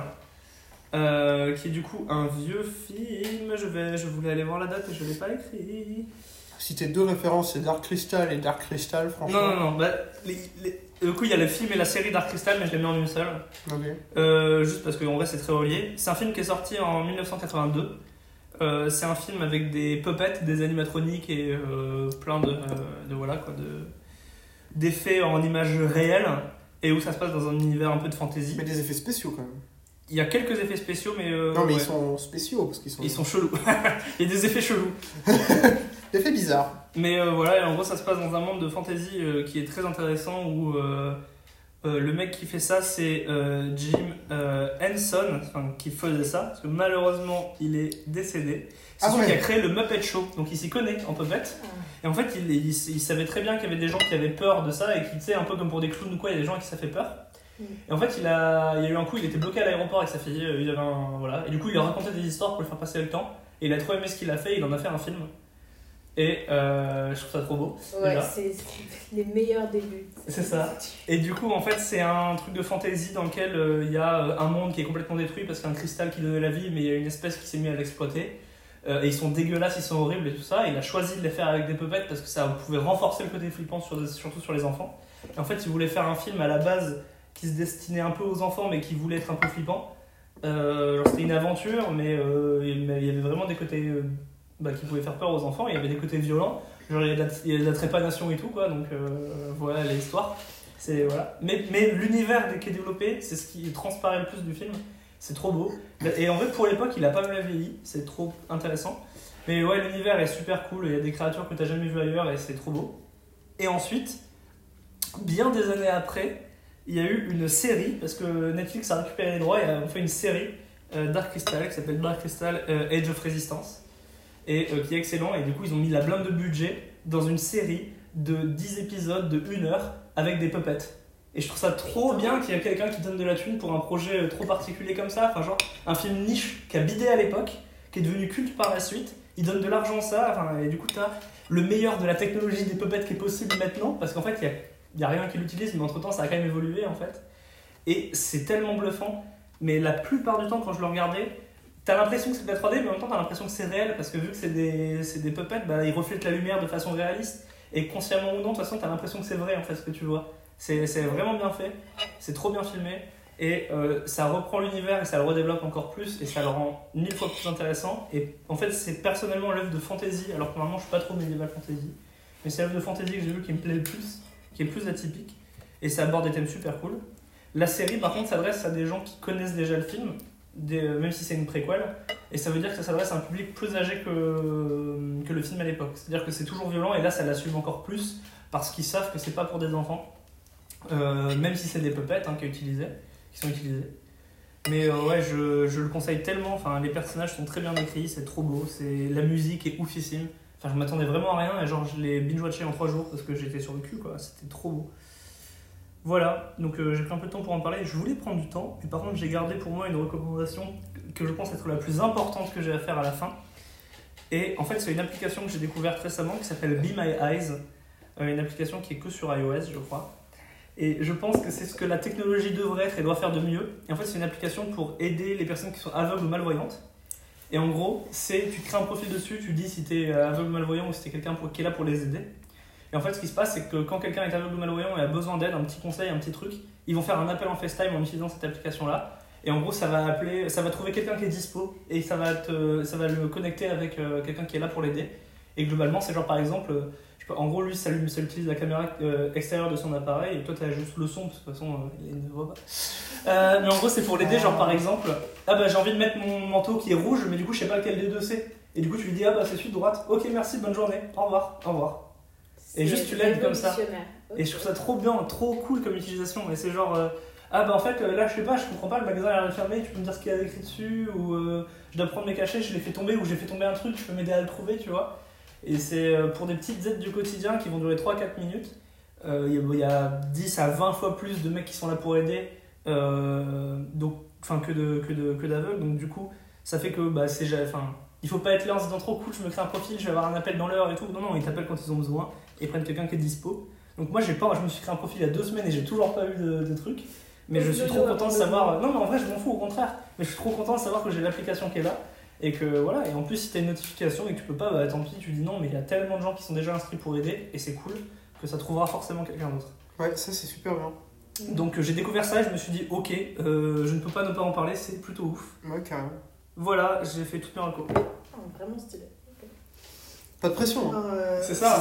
Euh, qui est du coup un vieux film. Je, vais, je voulais aller voir la date et je ne l'ai pas écrit. Si tes deux références, c'est Dark Crystal et Dark Crystal, franchement. Non, non, non. Bah, les, les... Du coup, il y a le film et la série Dark Crystal, mais je les mets en une seule. Ok. Euh, juste parce qu'en vrai, c'est très relié. C'est un film qui est sorti en dix-neuf cent quatre-vingt-deux. Euh, c'est un film avec des puppets, des animatroniques et euh, plein de, euh, de, voilà, quoi, de, d'effets en images réelles. Et où ça se passe dans un univers un peu de fantasy. Mais des effets spéciaux quand même. Il y a quelques effets spéciaux, mais. Euh, non, mais ouais. ils sont spéciaux parce qu'ils sont. Ils sont chelous. Il y a des effets chelous. Des effets bizarres. Mais euh, voilà, en gros, ça se passe dans un monde de fantasy euh, qui est très intéressant où euh, euh, le mec qui fait ça, c'est euh, Jim euh, Henson, enfin, qui faisait ça, parce que malheureusement, il est décédé. C'est ah celui ouais. qui a créé le Muppet Show, donc il s'y connaît en puppet. Et en fait, il, il, il savait très bien qu'il y avait des gens qui avaient peur de ça et qui, tu sais, un peu comme pour des clowns ou quoi, il y a des gens à qui ça fait peur. Et en fait, il a, il y a eu un coup, il était bloqué à l'aéroport avec sa fille, il avait un, voilà. Et du coup, il a raconté des histoires pour lui faire passer le temps. Et il a trop aimé ce qu'il a fait, il en a fait un film. Et euh, je trouve ça trop beau. Ouais, déjà. c'est, c'est les meilleurs débuts. C'est ça. Et du coup, en fait, c'est un truc de fantasy dans lequel il euh, y a un monde qui est complètement détruit parce qu'il y a un cristal qui donnait la vie, mais il y a une espèce qui s'est mise à l'exploiter. Euh, et ils sont dégueulasses, ils sont horribles et tout ça. Et il a choisi de les faire avec des puppets parce que ça pouvait renforcer le côté flippant, sur des, surtout sur les enfants. Et en fait, il voulait faire un film à la base qui se destinait un peu aux enfants mais qui voulait être un peu flippant. Euh, c'était une aventure mais euh, il y avait vraiment des côtés euh, bah, qui pouvaient faire peur aux enfants, il y avait des côtés violents, genre il y a de la, il y a de la trépanation et tout quoi, donc euh, voilà l'histoire. C'est, voilà. mais, mais l'univers qui est développé, c'est ce qui transparaît le plus du film, c'est trop beau. Et en fait pour l'époque il a pas mal vieilli, c'est trop intéressant. Mais ouais, l'univers est super cool, il y a des créatures que t'as jamais vues ailleurs et c'est trop beau. Et ensuite, bien des années après, il y a eu une série, parce que Netflix a récupéré les droits et a fait une série euh, Dark Crystal qui s'appelle Dark Crystal euh, Age of Resistance et euh, qui est excellent. Et du coup, ils ont mis la blinde de budget dans une série de dix épisodes de une heure avec des puppets. Et je trouve ça trop bien qu'il y ait quelqu'un qui donne de la thune pour un projet trop particulier comme ça. Enfin, genre, un film niche qui a bidé à l'époque, qui est devenu culte par la suite. Il donne de l'argent à ça, enfin, et du coup, t'as le meilleur de la technologie des puppets qui est possible maintenant, parce qu'en fait, il y a Il n'y a rien qui l'utilise, mais entre temps ça a quand même évolué en fait. Et c'est tellement bluffant, mais la plupart du temps quand je le regardais, t'as l'impression que c'est de la trois D, mais en même temps t'as l'impression que c'est réel, parce que vu que c'est des, c'est des puppets, bah, ils reflètent la lumière de façon réaliste, et consciemment ou non, de toute façon t'as l'impression que c'est vrai en fait ce que tu vois. C'est, c'est vraiment bien fait, c'est trop bien filmé, et euh, ça reprend l'univers et ça le redéveloppe encore plus, et ça le rend mille fois plus intéressant. Et en fait c'est personnellement l'œuvre de fantasy, alors que normalement je suis pas trop médiéval fantasy, mais c'est l'œuvre de fantasy que j'ai vu qui me plaît le plus, qui est plus atypique, et ça aborde des thèmes super cool. La série par contre s'adresse à des gens qui connaissent déjà le film, des, même si c'est une préquelle, et ça veut dire que ça s'adresse à un public plus âgé que, que le film à l'époque. C'est-à-dire que c'est toujours violent, et là ça l'assume encore plus, parce qu'ils savent que c'est pas pour des enfants, euh, même si c'est des puppets hein, qui, utilisés, qui sont utilisés. Mais euh, ouais, je, je le conseille tellement, enfin, les personnages sont très bien écrits, c'est trop beau, c'est, la musique est oufissime. Enfin, je m'attendais vraiment à rien et genre je l'ai binge-watché en trois jours parce que j'étais sur le cul quoi, c'était trop beau. Voilà, donc euh, j'ai pris un peu de temps pour en parler. Je voulais prendre du temps, mais par contre j'ai gardé pour moi une recommandation que je pense être la plus importante que j'ai à faire à la fin. Et en fait c'est une application que j'ai découverte récemment qui s'appelle Be My Eyes, euh, une application qui est que sur iOS je crois. Et je pense que c'est ce que la technologie devrait être et doit faire de mieux. Et en fait c'est une application pour aider les personnes qui sont aveugles ou malvoyantes. Et en gros, c'est, tu crées un profil dessus, tu dis si t'es aveugle ou malvoyant ou si t'es quelqu'un pour, qui est là pour les aider. Et en fait, ce qui se passe, c'est que quand quelqu'un est aveugle ou malvoyant et a besoin d'aide, un petit conseil, un petit truc, ils vont faire un appel en FaceTime en utilisant cette application-là. Et en gros, ça va appeler, ça va trouver quelqu'un qui est dispo et ça va, te, ça va le connecter avec euh, quelqu'un qui est là pour l'aider. Et globalement, c'est genre par exemple, euh, je sais pas, en gros, lui, ça, lui, ça utilise la caméra euh, extérieure de son appareil et toi, tu as juste le son, parce que de toute façon, euh, il ne voit pas. Euh, mais en gros, c'est pour l'aider, genre par exemple, ah bah j'ai envie de mettre mon manteau qui est rouge, mais du coup, je sais pas lequel des deux c'est. Et du coup, tu lui dis, ah bah c'est celui de droite, ok, merci, bonne journée, au revoir, au revoir. C'est Et juste tu l'aides comme ça. Okay. Et je trouve ça trop bien, trop cool comme utilisation. Et c'est genre, euh, ah bah en fait, là je sais pas, je comprends pas, le magasin a fermé, tu peux me dire ce qu'il y a écrit dessus, ou euh, je dois prendre mes cachets, je l'ai fait tomber, ou j'ai fait tomber un truc, tu peux m'aider à le trouver, tu vois. Et c'est euh, pour des petites aides du quotidien qui vont durer trois à quatre minutes. Il euh, y, y a dix à vingt fois plus de mecs qui sont là pour aider euh, donc, que, de, que, de, que d'aveugles. Donc du coup, ça fait que bah, c'est, il faut pas être là en se disant trop cool, je me crée un profil, je vais avoir un appel dans l'heure et tout. Non, non, ils t'appellent quand ils ont besoin et ils prennent quelqu'un qui est dispo. Donc moi, j'ai pas, je me suis créé un profil il y a deux semaines et j'ai toujours pas eu de, de trucs. Mais je suis trop content de savoir. Non, mais en vrai, je m'en fous, au contraire. Mais je suis trop content de savoir que j'ai l'application qui est là. Et que voilà, et en plus, si t'as une notification et que tu peux pas, bah tant pis, tu dis non, mais il y a tellement de gens qui sont déjà inscrits pour aider, et c'est cool, que ça trouvera forcément quelqu'un d'autre. Ouais, ça c'est super bien. Donc euh, j'ai découvert ça et je me suis dit, ok, euh, je ne peux pas ne pas en parler, c'est plutôt ouf. Ouais, carrément. Voilà, j'ai fait toutes mes recos. Oh, vraiment stylé. Okay. Pas de pression, hein. Euh... C'est ça.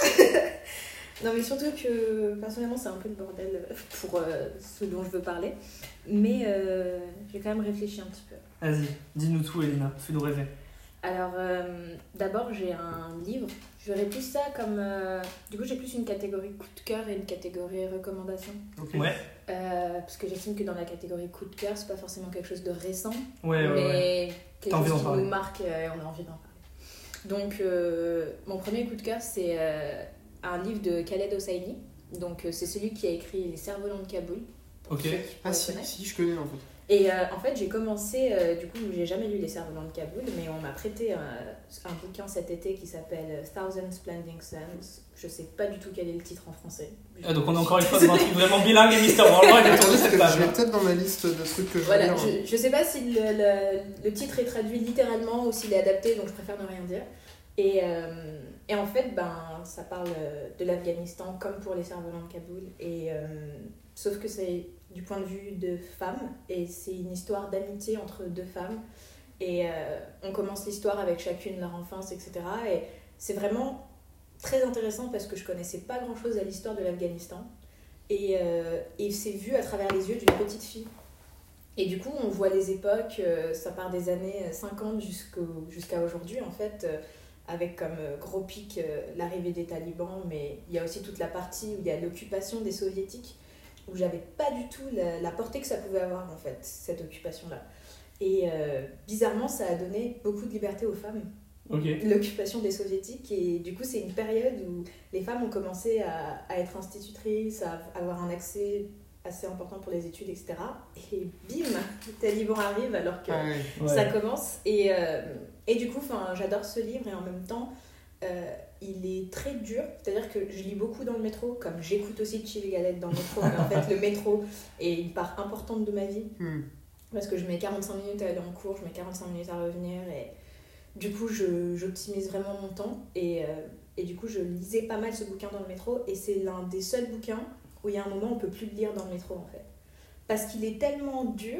Non, mais surtout que personnellement, c'est un peu le bordel pour euh, ce dont je veux parler. Mais euh, j'ai quand même réfléchi un petit peu. Vas-y, dis-nous tout, Elina, fais-nous rêver. Alors, euh, d'abord, j'ai un livre. Je verrais plus ça comme. Euh, du coup, j'ai plus une catégorie coup de cœur et une catégorie recommandation. Okay. Ouais. Euh, parce que j'estime que dans la catégorie coup de cœur, c'est pas forcément quelque chose de récent. Ouais, ouais, mais ouais. quelque chose qui nous marque et on a envie d'en parler. Donc, euh, mon premier coup de cœur, c'est euh, un livre de Khaled Hosseini. Donc, euh, c'est celui qui a écrit Les Cerfs-volants de Kaboul. Ok. Ah, si, si, je connais en fait. Et euh, en fait, j'ai commencé, euh, du coup, j'ai jamais lu Les Cerfs-volants de Kaboul, mais on m'a prêté un, un bouquin cet été qui s'appelle Thousand Splendid Suns. Je sais pas du tout quel est le titre en français. Ah, donc on est encore une fois dans un truc vraiment bilingue et Mister Worldwide est autour de cette page. Je l'ai peut-être dans ma liste de trucs que je voilà, veux lire. Je, je sais pas si le, le, le titre est traduit littéralement ou s'il est adapté, donc je préfère ne rien dire. Et, euh, et en fait, ben, ça parle de l'Afghanistan comme pour Les Cerfs-volants de Kaboul. Et, euh, sauf que c'est du point de vue de femmes et c'est une histoire d'amitié entre deux femmes. Et euh, on commence l'histoire avec chacune leur enfance, et cetera. Et c'est vraiment très intéressant parce que je connaissais pas grand chose à l'histoire de l'Afghanistan. Et, euh, et c'est vu à travers les yeux d'une petite fille. Et du coup, on voit les époques, euh, ça part des années cinquante jusqu'au, jusqu'à aujourd'hui en fait. Euh, avec comme gros pic euh, l'arrivée des talibans, mais il y a aussi toute la partie où il y a l'occupation des soviétiques, où j'avais pas du tout la, la portée que ça pouvait avoir en fait, cette occupation-là. Et euh, bizarrement, ça a donné beaucoup de liberté aux femmes, okay. L'occupation des soviétiques, et du coup c'est une période où les femmes ont commencé à, à être institutrices, à avoir un accès assez important pour les études, et cetera. Et bim, les talibans arrivent alors que ah ouais. ça commence. Et, euh, et du coup, j'adore ce livre et en même temps, euh, il est très dur. C'est-à-dire que je lis beaucoup dans le métro, comme j'écoute aussi Chill Galette dans le métro. Mais en fait, le métro est une part importante de ma vie. Mm. Parce que je mets quarante-cinq minutes à aller en cours, je mets quarante-cinq minutes à revenir. Et du coup, je, j'optimise vraiment mon temps. Et, euh, et du coup, je lisais pas mal ce bouquin dans le métro. Et c'est l'un des seuls bouquins où il y a un moment où on ne peut plus le lire dans le métro en fait. Parce qu'il est tellement dur,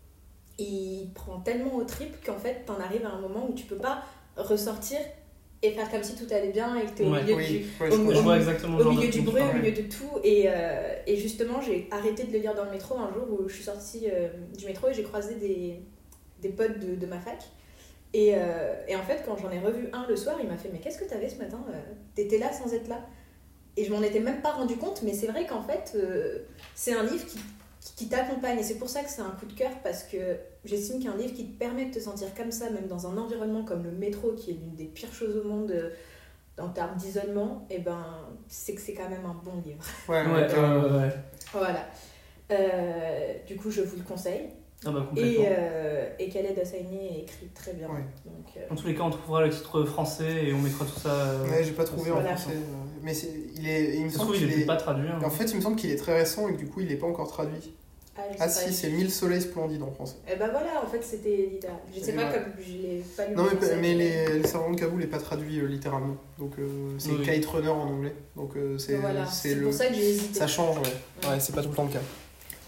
il prend tellement aux tripes qu'en fait t'en arrives à un moment où tu peux pas ressortir et faire comme si tout allait bien et que t'es ouais, au milieu oui, du, ouais, au, je au, vois exactement au milieu du bruit, au milieu de tout. Et, euh, et justement j'ai arrêté de le lire dans le métro un jour où je suis sortie euh, du métro et j'ai croisé des, des potes de, de ma fac. Et, euh, et en fait quand j'en ai revu un le soir, il m'a fait « mais qu'est-ce que t'avais ce matin euh, t'étais là sans être là ?» Et je m'en étais même pas rendu compte, mais c'est vrai qu'en fait, euh, c'est un livre qui, qui t'accompagne. Et c'est pour ça que c'est un coup de cœur, parce que j'estime qu'un livre qui te permet de te sentir comme ça, même dans un environnement comme le métro, qui est l'une des pires choses au monde euh, en termes d'isolement, et ben, c'est que c'est quand même un bon livre. Ouais, ouais, euh, ouais. Voilà. Euh, du coup, je vous le conseille. Ah bah complètement. Et, euh, et Khaled Hosseini écrit très bien. Ouais. Donc, euh... En tous les cas, on trouvera le titre français et on mettra tout ça. Euh, ouais, j'ai pas trouvé voilà. en français. Mais c'est, il est. Il me semble trouve, qu'il il est est pas traduit. Hein. En fait, il me semble qu'il est très récent et que du coup, il est pas encore traduit. Ah, ah si, c'est Mille soleils splendides en français. Et bah voilà, en fait, c'était littéral. Je sais et pas ouais. Comme je l'ai pas lu. Non, mais, français, mais, mais les, les Cerfs-volants de Kaboul n'est pas traduit euh, littéralement. Donc euh, c'est oui. Kite Runner en anglais. Donc euh, c'est, voilà. c'est, c'est le... pour ça que j'ai hésité. Ça change, ouais. Ouais, c'est pas tout le temps le cas.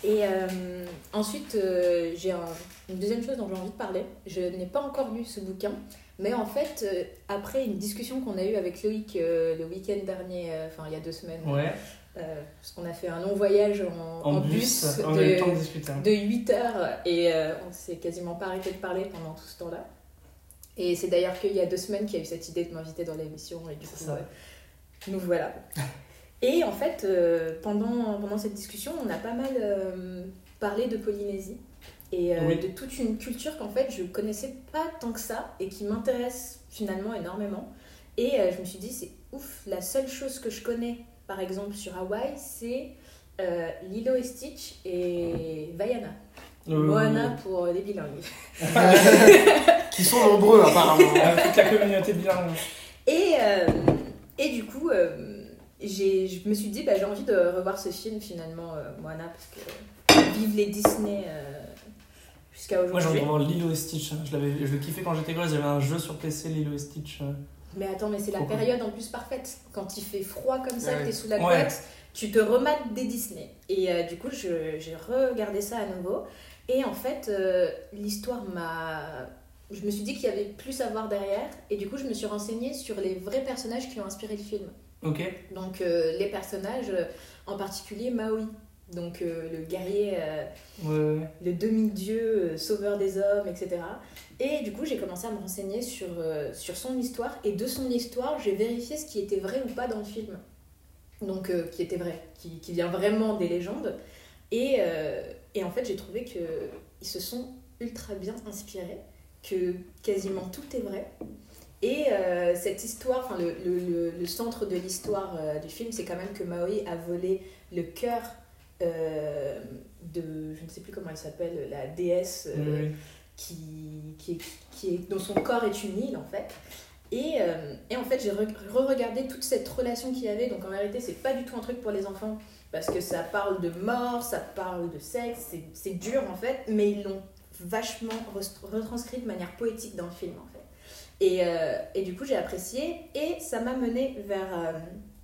Et euh, ensuite, euh, j'ai un, une deuxième chose dont j'ai envie de parler. Je n'ai pas encore lu ce bouquin, mais en fait, euh, après une discussion qu'on a eue avec Loïc euh, le week-end dernier, euh, enfin il y a deux semaines, Ouais. euh, parce qu'on a fait un long voyage en, En, en bus, bus, on a eu le temps de de, discuter. de huit heures et euh, on s'est quasiment pas arrêté de parler pendant tout ce temps-là. Et c'est d'ailleurs qu'il y a deux semaines qu'il y a eu cette idée de m'inviter dans l'émission et du coup, ça. euh, nous voilà. Et en fait, euh, pendant, pendant cette discussion, on a pas mal euh, parlé de Polynésie et euh, Oui. de toute une culture qu'en fait je connaissais pas tant que ça et qui m'intéresse finalement énormément. Et euh, je me suis dit, c'est ouf, la seule chose que je connais par exemple sur Hawaï, c'est euh, Lilo et Stitch et Vaiana. Euh, Moana pour les bilingues. Qui sont nombreux apparemment. Avec toute la communauté bilingue. Et, euh, et du coup, euh, j'ai, je me suis dit, bah, j'ai envie de revoir ce film finalement, euh, Moana, parce que vive les Disney euh, jusqu'à Moi j'ai envie aujourd'hui. de revoir Lilo et Stitch. Je, l'avais, je le kiffais quand j'étais gosse, j'avais un jeu sur P C, Lilo et Stitch. Mais attends, mais c'est la Trop cool. période en plus parfaite. Quand il fait froid comme ça, Ouais. que t'es sous la Ouais. couette, tu te remates des Disney. Et euh, du coup, je, j'ai regardé ça à nouveau. Et en fait, euh, l'histoire m'a... Je me suis dit qu'il y avait plus à voir derrière. Et du coup, je me suis renseignée sur les vrais personnages qui ont inspiré le film. Ok. Donc, euh, les personnages, euh, en particulier Maui. Donc, euh, le guerrier, euh, Ouais, ouais. le demi-dieu, euh, sauveur des hommes, et cetera. Et du coup, j'ai commencé à me renseigner sur, euh, sur son histoire. Et de son histoire, j'ai vérifié ce qui était vrai ou pas dans le film. Donc, euh, qui était vrai, qui, qui vient vraiment des légendes. Et, euh, et en fait, j'ai trouvé qu'ils se sont ultra bien inspirés, que quasiment tout est vrai. Et euh, cette histoire, enfin, le, le, le, le centre de l'histoire euh, du film, c'est quand même que Maui a volé le cœur euh, de, je ne sais plus comment elle s'appelle, la déesse euh, Oui, oui. qui, qui, est, qui est, dont son corps est une île en fait. Et, euh, et en fait, j'ai re- re-regardé toute cette relation qu'il y avait. Donc en vérité, c'est pas du tout un truc pour les enfants parce que ça parle de mort, ça parle de sexe, c'est, c'est dur en fait, mais ils l'ont vachement re- retranscrit de manière poétique dans le film en fait. Et, euh, et du coup, j'ai apprécié et ça m'a mené vers euh,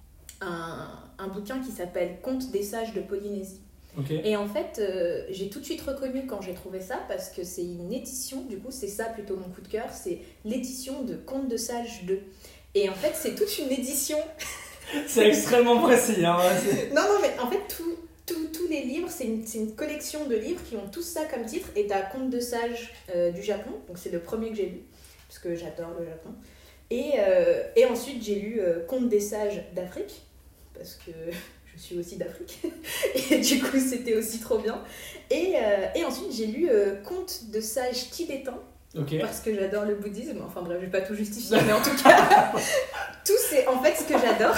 un, un bouquin qui s'appelle Contes des sages de Polynésie. Ok. Et en fait, euh, j'ai tout de suite reconnu quand j'ai trouvé ça, parce que c'est une édition, du coup, c'est ça plutôt mon coup de cœur, c'est l'édition de Contes de Sages deux. Et en fait, c'est toute une édition. C'est extrêmement précis. Hein. C'est... Non, non, mais en fait, tout, tout, tous les livres, c'est une, c'est une collection de livres qui ont tous ça comme titre. Et t'as Contes de Sages euh, du Japon, donc c'est le premier que j'ai lu, parce que j'adore le Japon. Et, euh, et ensuite, j'ai lu euh, Contes des Sages d'Afrique, parce que je suis aussi d'Afrique. Et du coup, c'était aussi trop bien. Et, euh, et ensuite, j'ai lu euh, Contes de Sages tibétains, Ok. parce que j'adore le bouddhisme. Enfin bref, je vais pas tout justifier, mais en tout cas, tout c'est en fait ce que j'adore.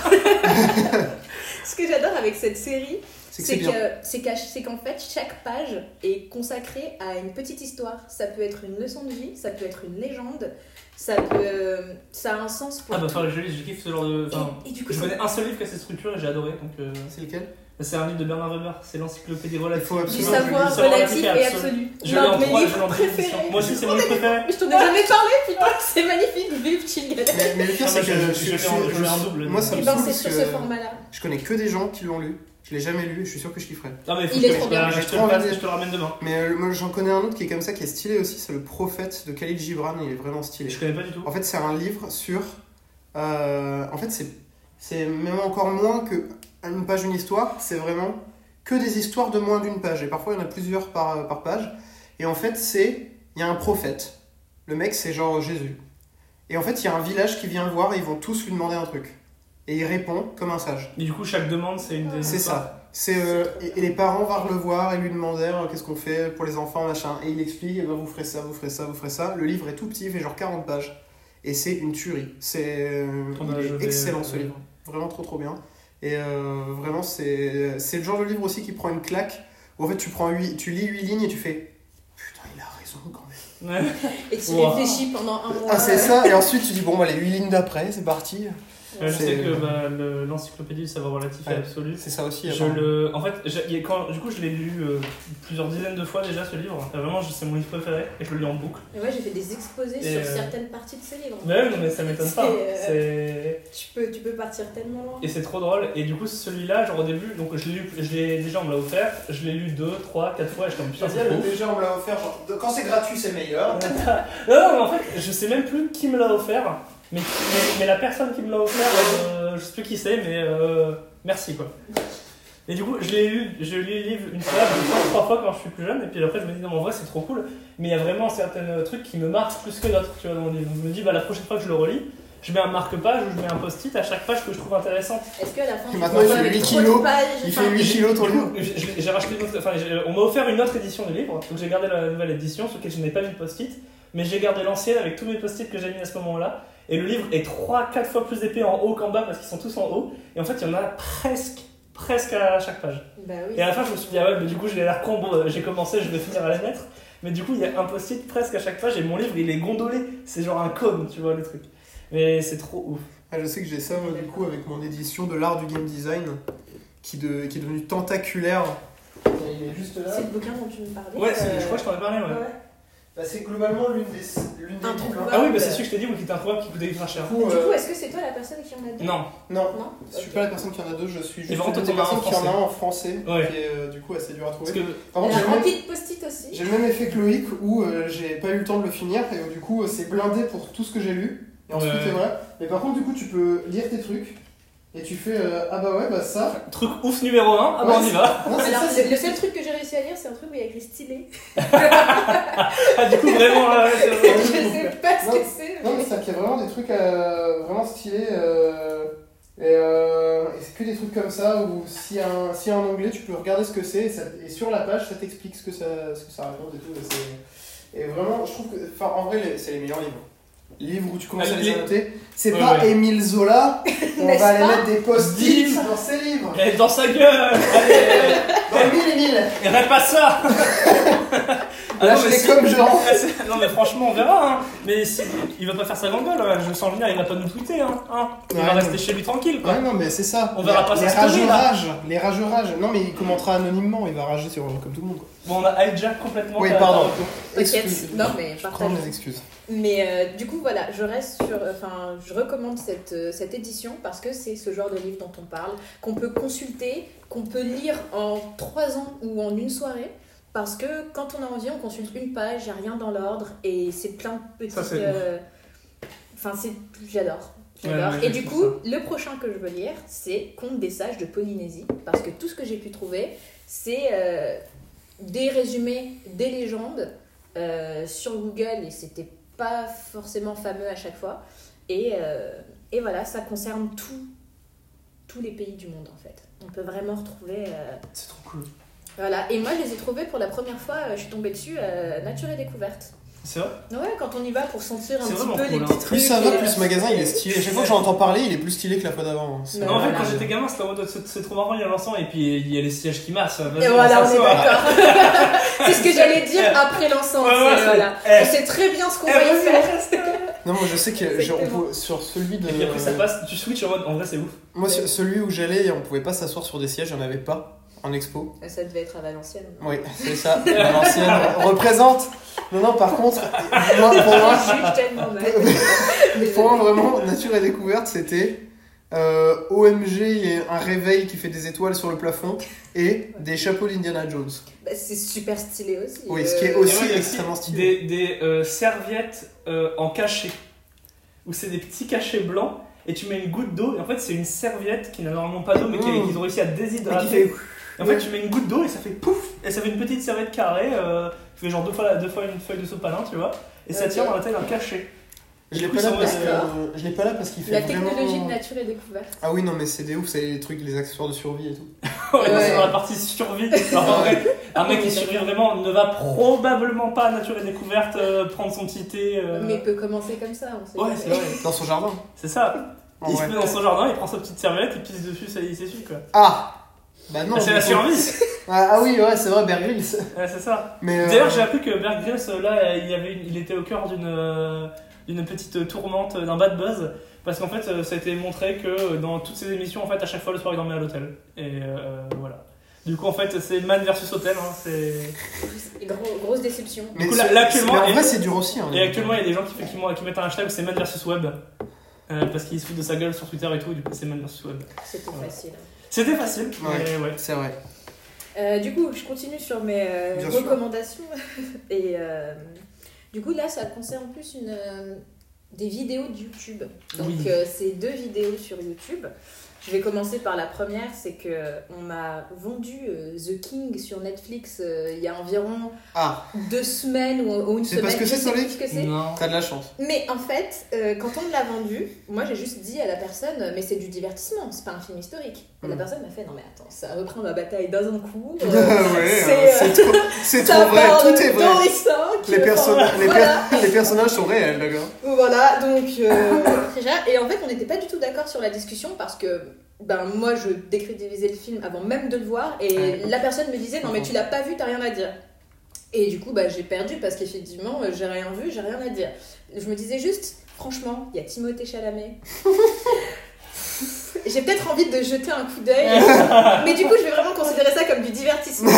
Ce que j'adore avec cette série, C'est que c'est, c'est bien. que, c'est, qu'à- c'est qu'en fait, chaque page est consacrée à une petite histoire. Ça peut être une leçon de vie, ça peut être une légende, ça peut, ça a un sens pour Ah bah tout. enfin, je, je kiffe ce genre de... Enfin, Et, et du coup, je c'est- connais un seul livre qui a cette structure et j'ai adoré. Donc, euh, C'est lequel? c'est un livre de Bernard Weber, c'est l'encyclopédie relative. Il faut du absolument savoir le savoir relatif relatif et et absolu. Je L'un l'ai en de mes trois, je livres l'ai en trois éditions. préférés. Moi aussi, c'est mon livre préféré. Mais je t'en ai jamais parlé, putain, c'est magnifique, vive Chilgal. Mais, mais le pire, Ah, c'est moi, que je- je, je je, fais en- je fais un double. moi, ça Et me ben saoule c'est parce sur que ce format-là. je connais que des gens qui l'ont lu. Je l'ai jamais lu, je suis sûr que je kifferais. Non, mais faut Il que est je- trop je- bien. Je, J'ai te trop le envie passe de- et je te le ramène demain. Mais euh, moi, j'en connais un autre qui est comme ça, qui est stylé aussi, c'est Le Prophète de Khalil Gibran, il est vraiment stylé. Je connais pas du tout. En fait, c'est un livre sur. euh, en fait, c'est, c'est même encore moins qu'une page d'une histoire, c'est vraiment que des histoires de moins d'une page. Et parfois, il y en a plusieurs par, par page. Et en fait, c'est. Il y a un prophète. Le mec, c'est genre Jésus. Et en fait, il y a un village qui vient le voir et ils vont tous lui demander un truc. Et il répond comme un sage. Et du coup, chaque demande, c'est une des. C'est ça. C'est, euh, et, et les parents vinrent le voir et lui demandèrent euh, qu'est-ce qu'on fait pour les enfants, machin. Et il explique, eh ben, vous ferez ça, vous ferez ça, vous ferez ça. Le livre est tout petit, il fait genre quarante pages. Et c'est une tuerie. C'est, euh, Attends, il bah, est je vais- excellent ce livre. Vraiment trop trop bien. Et euh, vraiment, c'est, c'est le genre de livre aussi qui prend une claque. Où en fait, tu, prends huit, tu lis huit lignes et tu fais putain, il a raison quand même. Ouais. Et tu Wow. réfléchis pendant un mois. Ah, c'est ça. Et ensuite, tu dis bon, bah, les huit lignes d'après, c'est parti. Ouais, je C'est- sais que bah, le- l'encyclopédie du savoir relatif Ouais, et absolu. C'est ça aussi. Je apparemment. le, en fait, j'ai- il y a- quand, du coup, je l'ai lu euh, plusieurs dizaines de fois déjà ce livre. Et vraiment, je- c'est mon livre préféré et je le lis en boucle. Et moi, j'ai fait des exposés Et, sur euh, certaines parties de ce livre. Mais ouais, non, mais ça m'étonne pas. C'est, euh, C'est Tu peux, tu peux partir tellement loin. et c'est trop drôle. Et du coup, celui-là, genre au début, donc je l'ai lu, je l'ai déjà on me l'a offert. Je l'ai lu deux, trois, quatre fois. Et j'étais en putain, c'est le trop. déjà on me l'a offert. Genre, de- quand c'est gratuit, c'est meilleur. Non, non, mais en fait, je sais même plus qui me l'a offert. Mais, mais, mais la personne qui me l'a offert, euh, je sais plus qui c'est, mais euh, merci quoi. Et du coup, je l'ai lu, je lis le livre une fois, deux fois, trois fois quand je suis plus jeune, et puis après je me dis non, mais en vrai c'est trop cool, mais il y a vraiment certains trucs qui me marquent plus que d'autres, tu vois, dans mon livre. Donc je me dis, bah la prochaine fois que je le relis, je mets un marque-page ou je mets un post-it à chaque page que je trouve intéressante. Est-ce qu'à la fin, tu Maintenant, te il retrouves fait avec huit trop de kilos. pages, Il enfin, fait huit kilos ton Du livre. coup, j'ai j'ai racheté une autre, enfin, j'ai- on m'a offert une autre édition du livre, donc j'ai gardé la nouvelle édition sur laquelle je n'ai pas mis de post-it, mais j'ai gardé l'ancienne avec tous mes post-it que j'ai mis à ce moment-là. Et le livre est trois quatre fois plus épais en haut qu'en bas parce qu'ils sont tous en haut. Et en fait, il y en a presque, presque à chaque page. Bah oui. Et à la fin, je me suis dit, ah ouais, mais du coup, j'ai l'air con, bon, j'ai commencé, je vais finir à les mettre. Mais du coup, il y a un post-it presque à chaque page et mon livre, il est gondolé. C'est genre un cône, tu vois, le truc. Mais c'est trop ouf. Ah, je sais que j'ai ça moi, du coup avec mon édition de l'art du game design qui, de, qui est devenu tentaculaire. Il est juste là. C'est le bouquin dont tu me parlais. Ouais, c'est- euh, je crois que je t'en ai parlé, ouais. ouais. Bah, c'est globalement l'une des, l'une des Un livres, trou. hein. Ah oui, bah c'est celui que je t'ai dit, oui, qui était incroyable, qui coûtait hyper cher. Du coup, Du euh, coup, est-ce que c'est toi la personne qui en a deux? Non, non, Non. je suis Ok. pas la personne qui en a deux, je suis Et juste par contre, une t'en as un personne qui en a français. un en français, Ouais. qui est euh, du coup assez dur à trouver. parce que Par Elle contre, a j'ai le, rempli même, de post-it aussi. j'ai le même effet que Loïc où euh, j'ai pas eu le temps de le finir et où, du coup euh, c'est blindé pour tout ce que j'ai lu. Et ensuite, Ouais. c'est vrai. Mais par contre, du coup, tu peux lire tes trucs et tu fais euh, ah bah ouais, bah ça. truc ouf numéro un, ah bah on y va. Non, c'est Alors, ça, c'est le, le seul truc que j'ai réussi à lire, c'est un truc où il y a écrit stylé. Ah, du coup, vraiment, euh, c'est Je vraiment- sais pas ce Non. que c'est. Non, mais ça qu'il y a vraiment des trucs euh, vraiment stylés. euh, et euh, et c'est que des trucs comme ça où s'il y, a un- s'il y a un onglet, tu peux regarder ce que c'est et, ça- et sur la page, ça t'explique ce, que ça- ce que ça raconte et tout. Et, c'est- et vraiment, je trouve que. Enfin, en vrai, les- c'est les meilleurs livres. Livres où tu commences Ah, à les les- annoter. C'est Ouais, pas ouais. Émile Zola, on N'est-ce va aller pas mettre des post-it Dis- dans ses livres. Eh, dans sa gueule. Allez, Dans mille et mille. et rêve pas ça. Ah, non, mais Lâche-les si- comme Jean. Ah, c'est- non mais franchement on verra hein. Mais si, il va pas faire sa grande gueule, hein. Je sens venir, il va pas nous tweeter hein. hein. Il Ouais, va non. rester chez lui tranquille quoi. Ouais, non, mais c'est ça. On verra Les- pas sa les story, rageux là. rage. Les rageux rage. Non, mais il commentera anonymement, il va rager sur, comme tout le monde. Quoi. Bon on a hijack complètement. Oui, ta- pardon. ta reco. T'inquiète. Excuse- Non, mais Je partage. prends mes excuses. Mais euh, du coup, voilà, je reste sur. Enfin, je recommande cette, euh, cette édition parce que c'est ce genre de livre dont on parle, qu'on peut consulter, qu'on peut lire en trois ans ou en une soirée. Parce que quand on a envie, on consulte une page, il n'y a rien dans l'ordre et c'est plein de petits. Ça, c'est euh, Enfin, c'est. J'adore. J'adore. Ouais, ouais, et du je coup, trouve le prochain que je veux lire, c'est Contes des sages de Polynésie. Parce que tout ce que j'ai pu trouver, c'est euh, des résumés, des légendes euh, sur Google et c'était pas forcément fameux à chaque fois. Et, euh, et voilà, ça concerne tout, tous les pays du monde en fait. On peut vraiment retrouver. euh, C'est trop cool. Voilà, et moi je les ai trouvés pour la première fois, euh, je suis tombée dessus à Nature et Découverte. C'est vrai. Ouais, quand on y va pour sentir un C'est petit vraiment peu cool, les hein. petits trucs. Plus ça va, et, plus euh, ce magasin il est stylé. À chaque fois que j'en entends parler, il est plus stylé que la fois d'avant. hein. C'est- Ouais, Non, en fait, voilà. quand j'étais gamin, c'était en mode c'est c'est trop marrant, il y a l'encens et puis il y a les sièges qui marchent. vas-y, Et voilà, on est s'assoit. d'accord. C'est ce que j'allais dire après l'encens. Ouais, ouais, c'est- c'est- voilà. eh. On sait très bien ce qu'on Eh, va y vas-y, faire. reste. Non, moi je sais que j'ai- on Exactement. peut- sur celui de. Et puis après ça passe, tu switches en mode en vrai c'est ouf. Moi, sur celui où j'allais, on pouvait pas s'asseoir sur des sièges, il n'y en avait pas en expo. Ça devait être à Valenciennes. Oui, c'est ça, à l'ancienne. Représente. Non, non, par contre, moi, pour moi, Je juge tellement mal. pour moi, vraiment, Nature et Découverte, c'était euh, O M G, il y a un réveil qui fait des étoiles sur le plafond et des chapeaux d'Indiana Jones. Bah, c'est super stylé aussi. Oui, ce qui est Euh, aussi Et ouais, il y a extrêmement stylé. Des, des euh, serviettes euh, en cachet. Où c'est des petits cachets blancs et tu mets une goutte d'eau et en fait c'est une serviette qui n'a normalement pas d'eau mais qui- Mmh. qu'ils ont réussi à Et qui déshydrater. fait- Et en fait tu mets une goutte d'eau et ça fait pouf et ça fait une petite serviette carrée euh, qui fait genre deux fois, la- deux fois une feuille de sopalin tu vois et ça Ok. tient dans la taille d'un cachet. Je l'ai Du coup, pas là ils sont parce en que mode, D'accord. je l'ai pas là parce qu'il fait La vraiment. technologie de Nature et Découverte. Ah oui non mais c'est des ouf, c'est les trucs, les accessoires de survie et tout. Ouais, Ouais. c'est dans la partie survie. Alors, en vrai, un mec qui survit vraiment ne va probablement pas à Nature et Découverte euh, prendre son petit thé. euh, Mais il peut commencer comme ça, on sait Ouais, jamais. c'est vrai. Dans son jardin. C'est ça. En Il vrai. se met dans son jardin, il prend sa petite serviette, il pisse dessus, ça y est, il s'essuie quoi. Ah bah non. Ah, c'est du la coup. survie. Ah, ah oui ouais c'est vrai Bear Grylls. Ouais, c'est ça. Mais euh, D'ailleurs, j'ai appris que Bear Grylls, là, il, y avait une- il était au cœur d'une euh, d'une petite tourmente, d'un bad buzz, Parce qu'en fait, euh, ça a été montré que dans toutes ces émissions, en fait, à chaque fois, le soir, il dormait à l'hôtel. Et euh, voilà. Du coup, en fait, c'est Man versus Hôtel. Hein, c'est... Gros, grosse déception. Mais, Du coup, là, là, actuellement, mais en et- vrai, c'est dur aussi. Hein, Et actuellement, il y a des gens qui, qui, qui mettent un hashtag où c'est Man versus Web. Euh, parce qu'ils se foutent de sa gueule sur Twitter et tout. Du coup, c'est Man versus Web. C'était Ouais. facile. C'était facile. Ouais. Mais ouais. C'est vrai. Euh, du coup, je continue sur mes euh, Bien sûr. recommandations. Et euh, du coup, là, ça concerne plus une, euh, des vidéos de YouTube. Donc, Oui. euh, c'est deux vidéos sur YouTube. Je vais commencer par la première, c'est que on m'a vendu euh, The King sur Netflix euh, il y a environ Ah, deux semaines ou, ou une C'est semaine. parce que je c'est sais Solé plus ce que c'est. Non. t'as de la chance. Mais en fait, euh, quand on me l'a vendu, moi j'ai juste dit à la personne, mais c'est du divertissement, c'est pas un film historique. Et la Mm. personne m'a fait, non mais attends, ça reprend ma bataille d'un un coup. euh, ouais, c'est, euh, c'est trop, c'est ça trop vrai, parle tout est vrai. d'Henri cinq. Les, perso- enfin, les, per- voilà. les personnages sont réels, d'accord. Voilà, donc euh, déjà, et en fait on n'était pas du tout d'accord sur la discussion parce que ben moi je décrédibilisais le film avant même de le voir et Ouais. la personne me disait non mais tu l'as pas vu, t'as rien à dire. Et du coup bah j'ai perdu parce qu'effectivement euh, j'ai rien vu, j'ai rien à dire. Je me disais juste, franchement, il y a Timothée Chalamet. J'ai peut-être envie de jeter un coup d'œil, mais du coup je vais vraiment considérer ça comme du divertissement.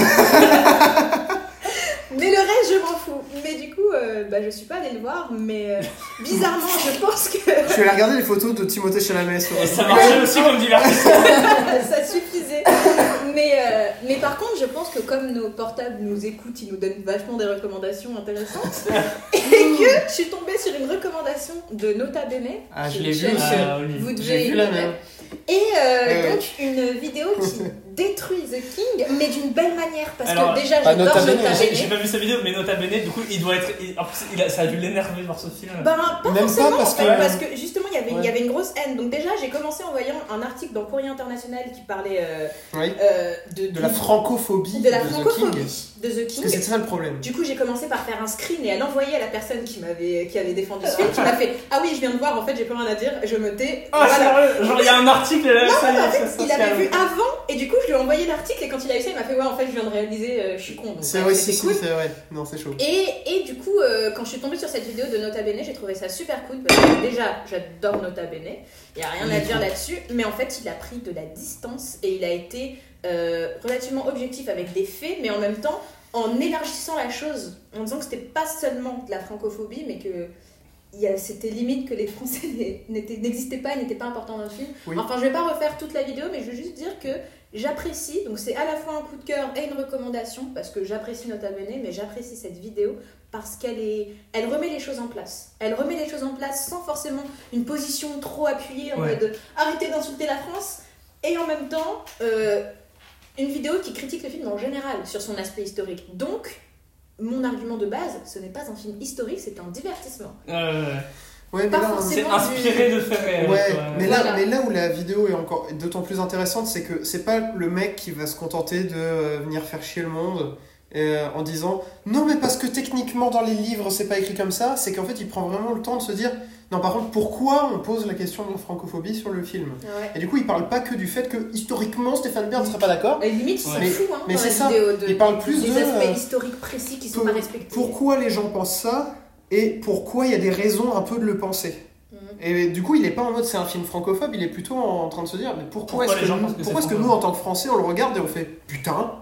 Mais le reste, je m'en fous. Mais du coup, euh, bah, je suis pas allée le voir, mais euh, bizarrement, je pense que Je suis allé regarder les photos de Timothée Chalamet sur. Et ça marchait aussi comme divertissement. ça suffisait. Mais, euh, mais par contre, je pense que comme nos portables nous écoutent, ils nous donnent vachement des recommandations intéressantes. Et que je suis tombée sur une recommandation de Nota Bene. Ah, je que l'ai vu que aussi. Ah, oui. Vous J'ai devez vu la connaître. même. Et euh, Ouais. donc une vidéo qui détruit The King, mais d'une belle manière. Parce Alors, que déjà, ah, j'adore Nota Nota Bene, J'ai j'ai Bene. pas vu sa vidéo, mais Nota Bene, du coup, il doit être. il- En plus, il a- ça a dû l'énerver de voir ce film. Ben, pas Même forcément, pas parce en fait, que- parce que justement, il y avait- Ouais. il y avait une grosse haine. Donc déjà, j'ai commencé en voyant un article dans Courrier International qui parlait euh, Oui. euh, de, De la francophobie de la The King. francophobie de The Parce que King. c'est ça le problème. Du coup, j'ai commencé par faire un screen et à l'envoyer à la personne qui m'avait qui avait défendu ce film, qui m'a fait ah oui, je viens de voir, en fait, j'ai plus rien à dire, je me tais. Ah, Voilà. sérieux? Genre, il y a un article là, Non, ça y mais en est, fait, ça, ça il se avait calme. vu avant et du coup, je lui ai envoyé l'article et quand il a eu ça, il m'a fait ouais, en fait, je viens de réaliser, euh, je suis con. Donc, C'est ouais, vrai, c'était si, si, cool. c'est vrai. Non, c'est chaud. Et, et du coup, euh, quand je suis tombée sur cette vidéo de Nota Bene, j'ai trouvé ça super cool parce que déjà, j'adore Nota Bene, il n'y a rien Il à est dire cool. là-dessus, mais en fait, il a pris de la distance et il a été euh, relativement objectif avec des faits, mais en même temps, en élargissant la chose, en disant que c'était pas seulement de la francophobie, mais que il y a- c'était limite que les Français n'étaient- n'existaient pas et n'étaient pas importants dans le film. Oui. Enfin, je vais pas refaire toute la vidéo, mais je veux juste dire que j'apprécie, donc c'est à la fois un coup de cœur et une recommandation, parce que j'apprécie Nota Bene, mais j'apprécie cette vidéo parce qu'elle est, elle remet les choses en place. Elle remet les choses en place sans forcément une position trop appuyée en Ouais. mode arrêtez d'insulter la France, et en même temps, euh, une vidéo qui critique le film en général sur son aspect historique. Donc, mon argument de base, ce n'est pas un film historique, c'est un divertissement. Euh, Ouais, mais Pas là, forcément. c'est inspiré de faits réels. Ouais, quoi. mais là, Voilà. mais là où la vidéo est encore d'autant plus intéressante, c'est que c'est pas le mec qui va se contenter de euh, venir faire chier le monde euh, en disant non, mais parce que techniquement dans les livres c'est pas écrit comme ça, c'est qu'en fait il prend vraiment le temps de se dire non, par contre, pourquoi on pose la question de la francophobie sur le film. Et du coup, il parle pas que du fait que historiquement Stéphane Bern ne serait pas d'accord. Et limite, il s'en Ouais. fout hein, Mais dans c'est la ça. vidéo de, Il parle plus des de, aspects euh, historiques précis qui sont pour- pas respectés. Pourquoi les gens pensent ça et pourquoi il y a des raisons un peu de le penser. Mhm. Et du coup, il est pas en mode c'est un film francophobe, il est plutôt en train de se dire mais pourquoi, Pourquoi est-ce les que, gens nous, pensent que pourquoi c'est est-ce que nous, francophobe en tant que Français, on le regarde et on fait putain.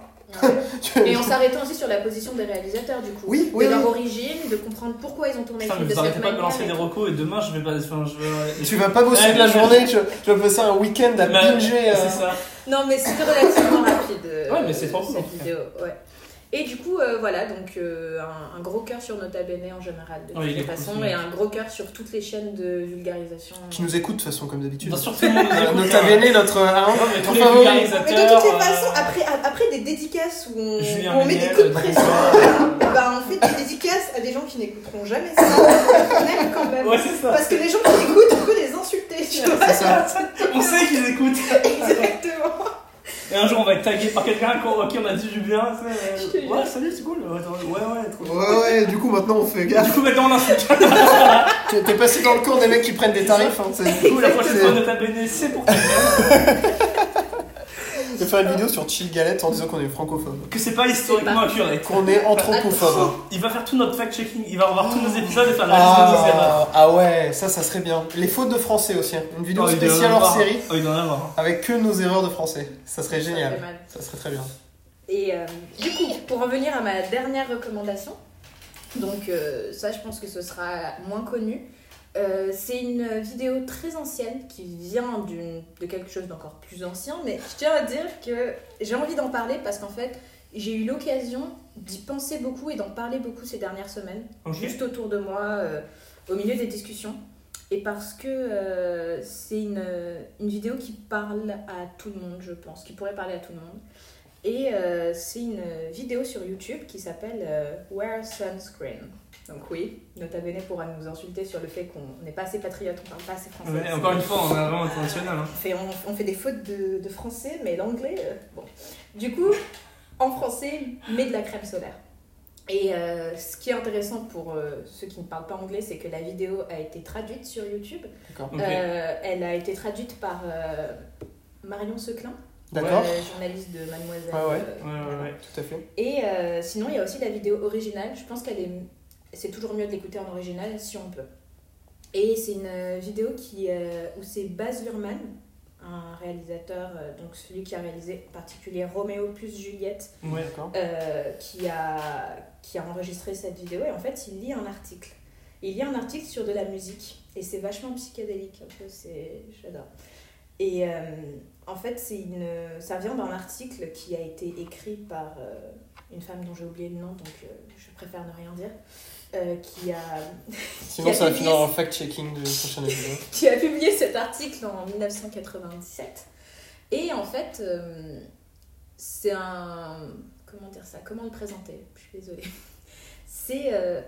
Et en s'arrêtant aussi sur la position des réalisateurs, du coup. Oui, de oui, leur oui. origine, de comprendre pourquoi ils ont tourné le Putain, film mais de vous arrêtez cette pas de me manière. lancer des recos et demain je vais pas. Enfin, je vais. Tu vas pas bosser Ouais, de la mais- journée, tu, tu vas passer un week-end à Bah, binger. euh, C'est ça. Non, mais c'était relativement rapide. euh, Ouais, mais c'est trop cool, en cette tout cas. vidéo. Ouais. Et du coup, euh, voilà, donc euh, un, un gros cœur sur Nota Bene en général, de Ouais, toutes il les est cool, façon, ce mec. et un gros cœur sur toutes les chaînes de vulgarisation. Qui nous écoute de toute façon, comme d'habitude. Bien sûr, tout le monde nous Euh, écoute, Nota hein. Bene, notre. hein, Non, mais tous les enfin, oui. Mais de vulgarisateurs. toutes les euh, façons, après, a- après des dédicaces où on, Julien où on met des Méniel, coups de euh, pression, bah, on fait des dédicaces à des gens qui n'écouteront jamais ça, on aime quand même. Ouais, c'est ça. Parce que les gens qui écoutent, on peut les insulter, tu vois. C'est ça. On sait qu'ils écoutent. Exactement. Et un jour on va être tagué par quelqu'un à qui on a dit du bien. Je te tu sais, jure. euh, Ouais, salut, c'est cool. Ouais, ouais, ouais, trop cool. Ouais, ouais, du coup, maintenant on fait Du gaffe. coup, maintenant on insulte. Tu- T'es passé dans le camp des mecs qui prennent des tarifs. Hein, c'est- Du coup, la prochaine c'est- fois, Nota Bene, c'est pour ta gueule. de faire une vidéo sur Chill Galette en disant qu'on est francophobe. Que c'est pas historiquement accuré. Qu'on est anthropophobe. Il va faire tout notre fact-checking, il va revoir tous nos épisodes et faire la liste de nos erreurs. Ah, ah ouais, ça, ça serait bien. Les fautes de français aussi. Hein. Une vidéo Oh, il doit y en spéciale hors avoir. série Oh, il doit en avoir. avec que nos erreurs de français. Ça serait Ça génial. fait mal. Ça serait très bien. Et euh, du coup, pour revenir à ma dernière recommandation, donc euh, ça je pense que ce sera moins connu, euh, c'est une vidéo très ancienne qui vient d'une, de quelque chose d'encore plus ancien, mais je tiens à dire que j'ai envie d'en parler parce qu'en fait j'ai eu l'occasion d'y penser beaucoup et d'en parler beaucoup ces dernières semaines, Okay. juste autour de moi, euh, au milieu des discussions. Et parce que euh, c'est une, une vidéo qui parle à tout le monde, je pense, qui pourrait parler à tout le monde. Et euh, c'est une vidéo sur YouTube qui s'appelle euh, Wear Sunscreen. Donc oui, Nota Bene pourra nous insulter sur le fait qu'on n'est pas assez patriote, on parle pas assez français. Ouais, encore une fois, on est vraiment international. Hein. On fait, on, on fait des fautes de, de français, mais l'anglais, euh, bon. Du coup, en français, mets de la crème solaire. Et euh, ce qui est intéressant pour euh, ceux qui ne parlent pas anglais, c'est que la vidéo a été traduite sur YouTube. D'accord. Ok. Euh, elle a été traduite par euh, Marion Seclin, D'accord. euh, journaliste de Mademoiselle. Ouais, ouais. euh, Ouais, ouais, voilà. ouais. Tout à fait. Et euh, sinon, il y a aussi la vidéo originale. Je pense qu'elle est... C'est toujours mieux de l'écouter en original si on peut. Et c'est une euh, vidéo qui, euh, où c'est Baz Luhrmann, un réalisateur, euh, donc celui qui a réalisé en particulier Roméo plus Juliette, Ouais. D'accord. euh, qui, a, qui a enregistré cette vidéo. Et en fait, il lit un article. Il lit un article sur de la musique. Et c'est vachement psychédélique. Un peu, c'est... J'adore. Et euh, en fait, c'est une... ça vient d'un article qui a été écrit par euh, une femme dont j'ai oublié le nom, donc euh, je préfère ne rien dire, euh, qui, a... Sinon, qui a ça va publié- finir en fact-checking de prochaine vidéo. qui a publié cet article en dix-neuf cent quatre-vingt-dix-sept. Et en fait, euh, c'est un... Comment dire ça? Comment le présenter? Je suis désolée. C'est euh,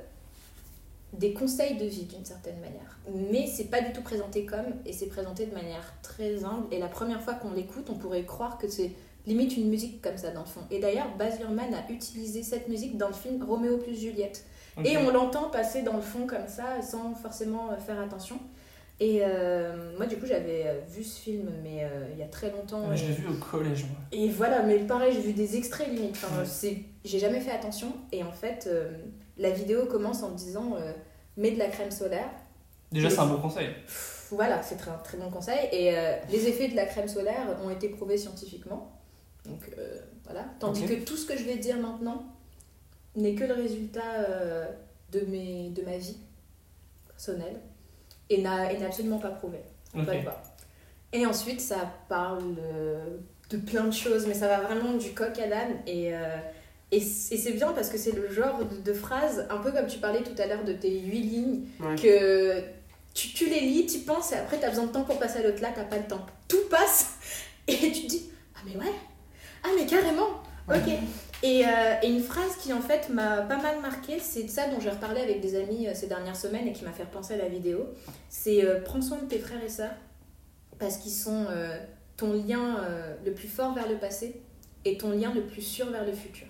des conseils de vie d'une certaine manière. Mais c'est pas du tout présenté comme, et c'est présenté de manière très humble. Et la première fois qu'on l'écoute, on pourrait croire que c'est limite une musique comme ça dans le fond. Et d'ailleurs, Baz Luhrmann a utilisé cette musique dans le film Roméo plus Juliette. Ok. Et on l'entend passer dans le fond comme ça, sans forcément euh, faire attention. Et euh, moi, du coup, j'avais euh, vu ce film, mais euh, il y a très longtemps. Ouais, je et- l'ai vu au collège, moi. et voilà, mais pareil, j'ai vu des extraits limite. Enfin, Ouais. c'est... J'ai jamais fait attention. Et en fait, euh, la vidéo commence en disant euh, mets de la crème solaire. Déjà, c'est un bon conseil. Pff, Voilà, c'est très, un très bon conseil. Et euh, les effets de la crème solaire ont été prouvés scientifiquement. Donc euh, voilà. Tandis Ok. que tout ce que je vais dire maintenant n'est que le résultat euh, de, mes, de ma vie personnelle et n'a, et n'est absolument pas prouvé. On peut Ok. le voir. Et ensuite, ça parle euh, de plein de choses, mais ça va vraiment du coq à l'âne. Et, euh, et, c- et c'est bien parce que c'est le genre de, de phrase, un peu comme tu parlais tout à l'heure de tes huit lignes, Ouais. que tu, tu les lis, tu penses, et après tu as besoin de temps pour passer à l'autre là, t'as pas le temps. Tout passe, et tu te dis, ah mais ouais, ah mais carrément, ok. Et, euh, et une phrase qui en fait m'a pas mal marquée, c'est de ça dont j'ai reparlé avec des amis euh, ces dernières semaines et qui m'a fait repenser à la vidéo, c'est euh, prends soin de tes frères et sœurs, parce qu'ils sont euh, ton lien euh, le plus fort vers le passé et ton lien le plus sûr vers le futur.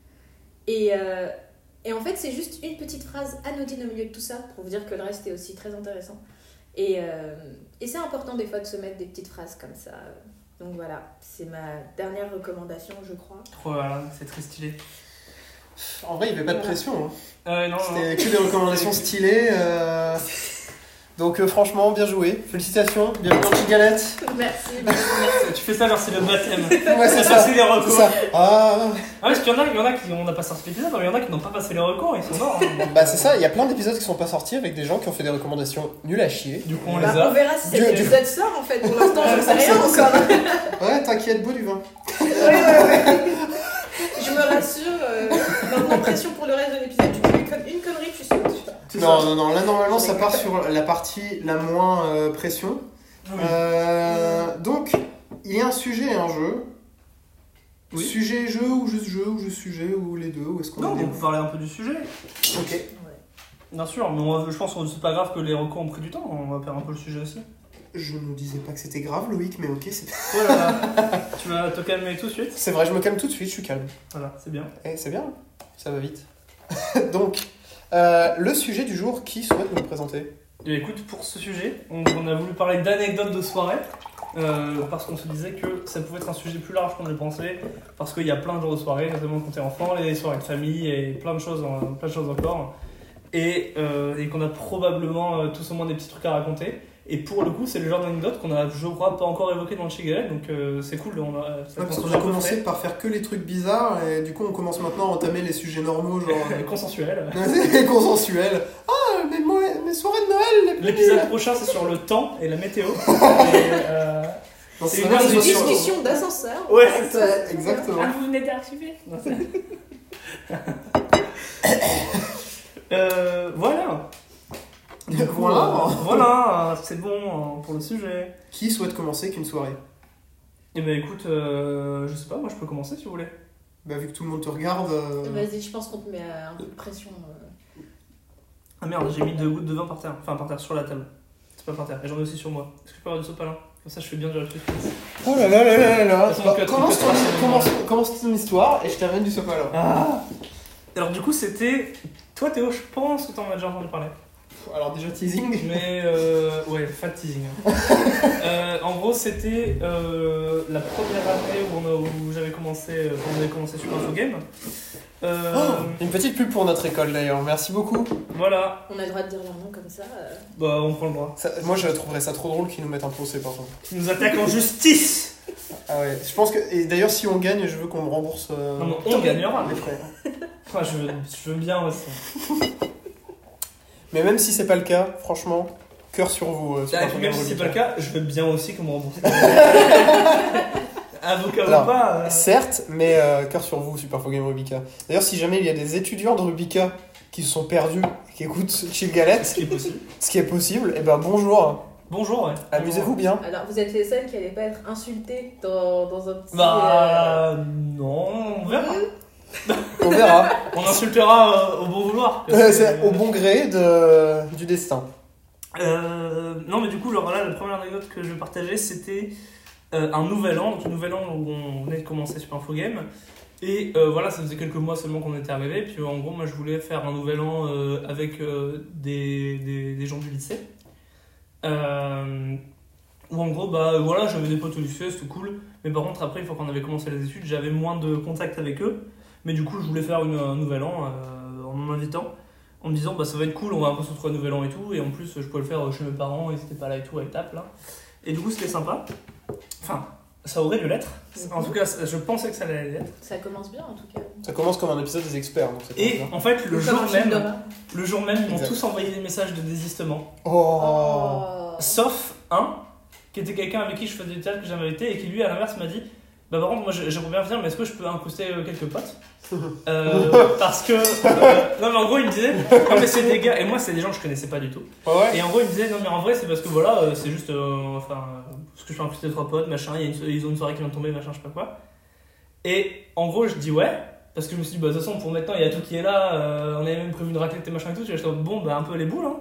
Et, euh, et en fait, c'est juste une petite phrase anodine au milieu de tout ça pour vous dire que le reste est aussi très intéressant. Et, euh, et c'est important des fois de se mettre des petites phrases comme ça. Donc voilà, c'est ma dernière recommandation, je crois. Oh là là, c'est très stylé. En vrai, il n'y avait pas de pression. Hein. Ah ouais, non, non. C'était que des recommandations stylées. euh, Donc, euh, franchement, bien joué. Félicitations. Bienvenue dans Chill Galette. Merci, merci, merci. Tu fais ça vers c'est le baptême. Ouais, c'est T'as ça. passé les C'est recours. ça. Ah, Ah, parce qu'il y en a, il y en a qui, on n'a pas sorti l'épisode, mais il y en a qui n'ont pas passé les recours, ils sont morts. hein. bah, c'est ça. Il y a plein d'épisodes qui sont pas sortis avec des gens qui ont fait des recommandations nulles à chier. Du coup, on Bah, les on a. verra si Du- cet du- épisode sort en fait. Pour l'instant, je ne sais rien C'est encore. Ouais, t'inquiète, bois du vin. Ouais, ouais, ouais. Je me rassure. euh, Maintenant, pression pour le reste de l'épisode. Tu fais une, con- une connerie, tu sautes. C'est Non, ça. non, non. Là, normalement, ça part sur la partie la moins euh, pression. Oui. Euh, donc, il y a un sujet et un jeu. Oui. Sujet jeu ou juste jeu ou juste sujet ou les deux, ou est-ce qu'on Non, a mais des... on peut parler un peu du sujet. Ok. Bien sûr, mais on va- je pense que c'est pas grave que les recours ont pris du temps, on va faire un peu le sujet aussi. Je ne disais pas que c'était grave, Loïc, mais ok, c'est... Oh là là. Tu vas te calmer tout de suite. C'est vrai, je me calme tout de suite, je suis calme. Voilà, c'est bien. Eh, c'est bien, ça va vite. Donc, euh, le sujet du jour, qui souhaite nous le présenter? Et écoute, pour ce sujet, on, on a voulu parler d'anecdotes de soirée. Euh, parce qu'on se disait que ça pouvait être un sujet plus large qu'on ne le pensait, parce qu'il y a plein de genres de soirées, notamment quand t'es enfant, les soirées de famille et plein de choses, en- plein de choses encore, et, euh, et qu'on a probablement euh, tous au moins des petits trucs à raconter. Et pour le coup, c'est le genre d'anecdote qu'on a, je crois, pas encore évoqué dans le Chigalette, donc euh, c'est cool. On a, ça Ouais, parce commence qu'on déjà a à peu commencé près. par faire que les trucs bizarres et du coup on commence maintenant à entamer les sujets normaux genre Consensuel. euh, consensuels. Ah mais moi mes soirées de Noël les plus L'épisode prochain, c'est sur le temps et la météo. Et, euh, Non, c'est c'est une bien, heure c'est de sur- Discussion d'ascenseur. Ouais, en fait, c'est euh, exactement. Ah, vous venez d'arriver. euh, Voilà. Du coup, Voilà. euh, voilà, euh, c'est bon euh, pour le sujet. Qui souhaite commencer qu'une soirée? Eh ben écoute, euh, je sais pas, moi je peux commencer si vous voulez. Bah vu que tout le monde te regarde. euh, Vas-y, je pense qu'on te met euh, un peu de pression. euh. Ah merde, j'ai mis deux gouttes de vin par terre. Enfin, par terre sur la table. C'est pas par terre. Et j'en ai aussi sur moi. Est-ce que je peux avoir du sopalin? Comme ça, je fais bien du suspense. Oh là là là là là là. De toute façon, Bah, quatre- commence, quatre- ton, quatre- commence, commence ton histoire et je t'amène du sopalin. Ah. Alors du coup, c'était... Toi Théo, je pense que t'en as déjà entendu parler. Alors déjà teasing. Mais euh, ouais, fat teasing. euh, en gros, c'était euh, la première année où, on a- où j'avais commencé, euh, quand on avait commencé sur Infogame. Euh, Oh, une petite pub pour notre école d'ailleurs, merci beaucoup. Voilà, On a le droit de dire leur nom comme ça. euh. bah on prend le droit. Ça- moi je trouverais ça trop drôle qu'ils nous mettent un procès par contre. Qui nous attaque en justice. Ah ouais, je pense que. Et d'ailleurs si on gagne, je veux qu'on me rembourse. euh, Non, mais on gagnera. mes frais. Enfin, je, veux, je veux bien aussi. Mais même si c'est pas le cas, franchement, cœur sur vous. euh, sur Ah, et un puis même si c'est pas le Rubicon. cas, je veux bien aussi qu'on me rembourse. Avocat Alors, ou pas. euh, Certes, mais euh, cœur sur vous, Super Faux Game Rubica. D'ailleurs, si jamais il y a des étudiants de Rubica qui se sont perdus, qui écoutent Chill Ce Galette, qui est possible. ce qui est possible, et ben bonjour, Bonjour, ouais. amusez-vous bien. Alors, vous êtes les seuls qui n'allaient pas être insultés dans, dans un petit. euh, Bah non, on verra. On verra. On insultera euh, au bon vouloir. parce Euh, que- c'est au bon gré de, du destin. Euh, non, mais du coup, genre là, la première anecdote que je vais partager, c'était euh, un nouvel an, donc un nouvel an où on venait de commencer sur Infogame. Et euh, voilà, ça faisait quelques mois seulement qu'on était arrivé. Puis en gros, moi, je voulais faire un nouvel an euh, avec euh, des, des, des gens du lycée. Euh, où en gros, bah voilà, j'avais des potes au lycée, c'était cool. Mais par contre, après, une fois qu'on avait commencé les études, j'avais moins de contact avec eux. Mais du coup, je voulais faire une, un nouvel an euh, en m'invitant. En me disant, bah ça va être cool, on va un peu se retrouver à nouvel an et tout. Et en plus, je pouvais le faire chez mes parents, ils étaient pas là et tout, à étape là. Et du coup, c'était sympa. Enfin, ça aurait dû l'être. En tout cas, je pensais que ça allait l'être. Ça commence bien en tout cas. Ça commence comme un épisode des experts. Donc c'est Et pas en fait, le Comme jour un film même, d'horreur. le jour même, ils m'ont Exact. tous envoyé des messages de désistement. bien. Oh. Oh. Sauf un, qui était quelqu'un avec qui je faisais du théâtre, que j'avais été, et qui lui, à l'inverse, m'a dit bah par contre, moi j'aimerais bien venir, mais est-ce que je peux incruster euh, quelques potes euh, Parce que. euh, non, mais en gros, il me disait non, mais c'est des gars, et moi, c'est des gens que je connaissais pas du tout. Ouais, ouais. Et en gros, il me disait non, mais en vrai, c'est parce que voilà, euh, c'est juste. euh, enfin, euh, parce que je peux incruster trois potes, machin, il y a une- ils ont une soirée qui vient de tomber, machin, je sais pas quoi. Et en gros, je dis ouais, parce que je me suis dit, bah de toute façon, pour maintenant, il y a tout qui est là, euh, on avait même prévu une raclette et machin et tout, j'étais bon, bah un peu les boules, hein.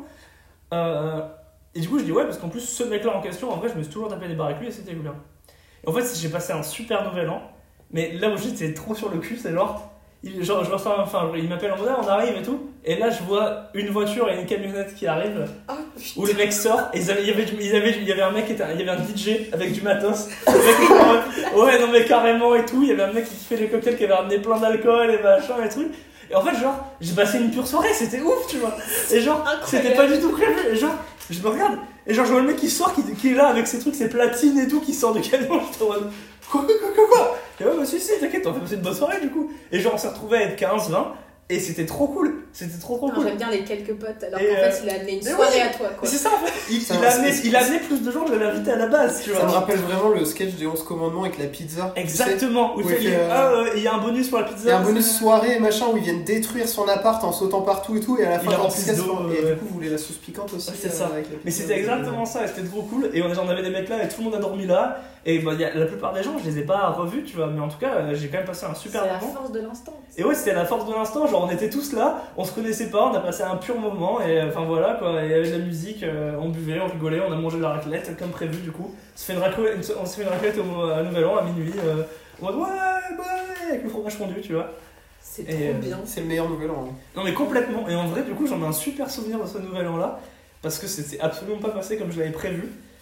Euh, et du coup, je dis ouais, parce qu'en plus, ce mec-là en question, en vrai, je me suis toujours tapé des barres avec lui et c'était bien. Et en fait, j'ai passé un super nouvel an, mais là où j'étais trop sur le cul, c'est genre, il, genre je reçois, enfin, il m'appelle en mode ah, on arrive et tout, et là je vois une voiture et une camionnette qui arrivent, Ah, où le mec sort, et ils avaient, il, y avait du- ils avaient, il y avait un mec, qui était, il y avait un D J avec du matos, le mec, genre, ouais, non mais carrément et tout, il y avait un mec qui fait les cocktails qui avait ramené plein d'alcool et machin et trucs. Et en fait, genre, j'ai passé une pure soirée, c'était ouf, tu vois. Et genre, Incroyable. c'était pas du tout prévu. Et genre, je me regarde, et genre, je vois le mec qui sort, qui, qui est là avec ses trucs, ses platines et tout, qui sort du camion. J'étais en mode, quoi, quoi, quoi, quoi, quoi. Et ouais, bah si, si, t'inquiète, on fait passer une bonne soirée du coup. Et genre, on s'est retrouvés à être quinze, vingt, et c'était trop cool. C'était trop, trop Non, cool. j'aime bien les quelques potes, alors Et qu'en euh, fait, il a amené une mais soirée oui. à toi, Et quoi. c'est ça en fait, il, Ça, il a c'est- amené, c'est- il a amené plus de gens que je l'avais invité à la base, tu vois. Ça me rappelle vraiment le sketch des onze commandements avec la pizza. tu sais. Exactement, où il où fait, il fait, euh, ah, euh, il y a un bonus pour la pizza. Il y a un bonus c'est- soirée et machin où ils viennent détruire son appart en sautant partout et tout, et à la fin Il a quand rempli se casse, d'eau, et ouais. du coup vous voulez la sauce piquante aussi. Ouais, c'est euh, ça. avec la Mais pizza. c'était exactement ça, et c'était trop cool. Et on on avait des mecs là, et tout le monde a dormi là. Et bah, y a, la plupart des gens, je les ai pas revus, tu vois. Mais en tout cas, euh, j'ai quand même passé un super C'est la moment. force de l'instant. Et ouais, c'était la force de l'instant. Genre, on était tous là, on se connaissait pas, on a passé un pur moment. Et euh, enfin voilà quoi, il y avait de la musique, euh, on buvait, on rigolait, on a mangé de la raclette comme prévu du coup. On s'est fait une raclette, une- on s'est fait une raclette au, à Nouvel An à minuit. Euh, en mode ouais, ouais, avec le fromage fondu, tu vois. C'est Et, trop euh, bien. C'est le meilleur nouvel an. hein. Non mais complètement, et en vrai du coup j'en ai un super souvenir de ce nouvel an là, parce que c'était absolument pas passé comme je l'avais prévu.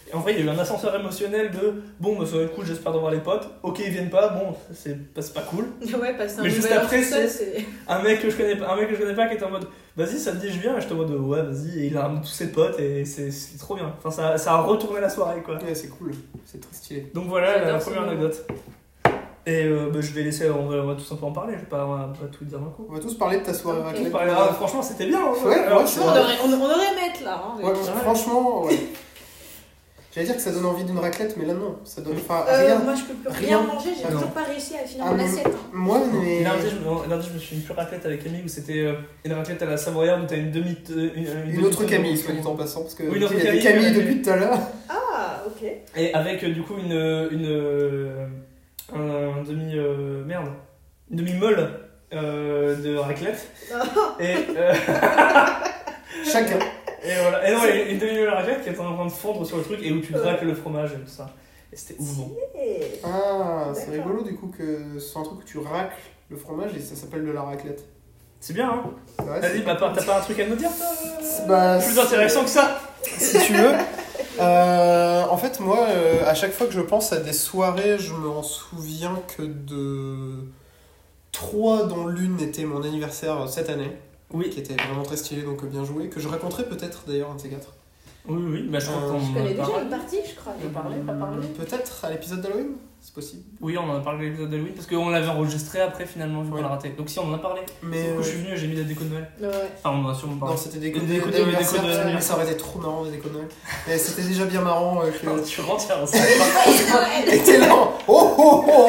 Et en vrai, il y a eu un ascenseur émotionnel de bon, bah, ça va être cool, j'espère d'avoir les potes. Ok, ils viennent pas, bon, c'est, bah, c'est pas cool. Ouais, passer un Mais juste nouvel an après, tout seul, c'est- c'est. Un mec que je connais pas, un mec que je connais pas qui était en mode vas-y, ça te dit, je viens. Et j'étais en mode ouais, vas-y. Et il a ramené tous ses potes et c'est, c'est trop bien. Enfin, ça, ça a retourné la soirée quoi. Ouais, c'est cool, c'est très stylé. Donc voilà la J'adore ce première moment. anecdote. Et euh, bah, je vais laisser, on va, on va tout simplement en parler, je vais pas, on va pas tout dire d'un coup. On va tous parler de ta soirée Ok. raclette. Parler- ah, franchement, c'était bien. hein. Ouais, Alors, ouais, c'est On vrai. aurait, on, on aurait aimé être là. Hein, mais- Ouais, franchement, ouais. J'allais dire que ça donne envie d'une raclette, mais là non, ça donne. Enfin, Euh, rien. moi, je peux plus rien, rien. manger, j'ai Ah non. toujours pas réussi à finir Ah mon non. assiette. hein. Moi, mais. Lundi je, me, lundi, je me suis fait une pure raclette avec Camille où c'était euh, une raclette à la savoyarde où t'as une demi. euh, Une, une Une autre demi- Camille, soit dit en passant, parce que Oui, une il y a autre des Camille, Camilles ouais. depuis tout à l'heure. Ah, ok. Et avec euh, du coup une. une euh, un, un demi. Euh, merde. Une demi-molle euh, de raclette. Et. Euh, Chacun. et voilà. Et non, et une demi-molle de raclette qui est en train de fondre sur le truc et où tu craques le fromage et tout ça. Et c'était ouf bon. Et- Ah, c'est D'accord. rigolo du coup que c'est un truc où tu racles le fromage et ça s'appelle de la raclette. C'est bien, hein. Ouais, Vas-y, c'est- bah, t'as pas un truc à nous dire, toi Bah, Plus intéressant que ça. si tu veux. Euh, en fait, moi, euh, à chaque fois que je pense à des soirées, je m'en souviens que de trois, dont l'une était mon anniversaire cette année, Oui. qui était vraiment très stylé, donc bien joué, que je raconterai peut-être d'ailleurs un de ces quatre. Oui, oui, bah je crois Euh, qu'on Je en a connais déjà parlé. une partie, je crois. On a parlé, pas parlé. Peut-être à l'épisode d'Halloween, c'est possible. Oui, on en a parlé à l'épisode d'Halloween parce qu'on l'avait enregistré après finalement vu Ouais. qu'on l'a raté. Donc si on en a parlé. Mais Sauf que euh, je suis venu et j'ai mis des décos de Noël. Ouais. Enfin, on en a sûrement parlé. non, c'était des Des décos décos de- d'anniversaire, des décos de- mais ça aurait été trop marrant des décos de Noël. Mais c'était déjà bien marrant euh, que. Non, tu retiens, on Et t'es là, oh oh oh.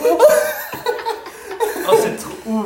Oh, c'est trop ouf.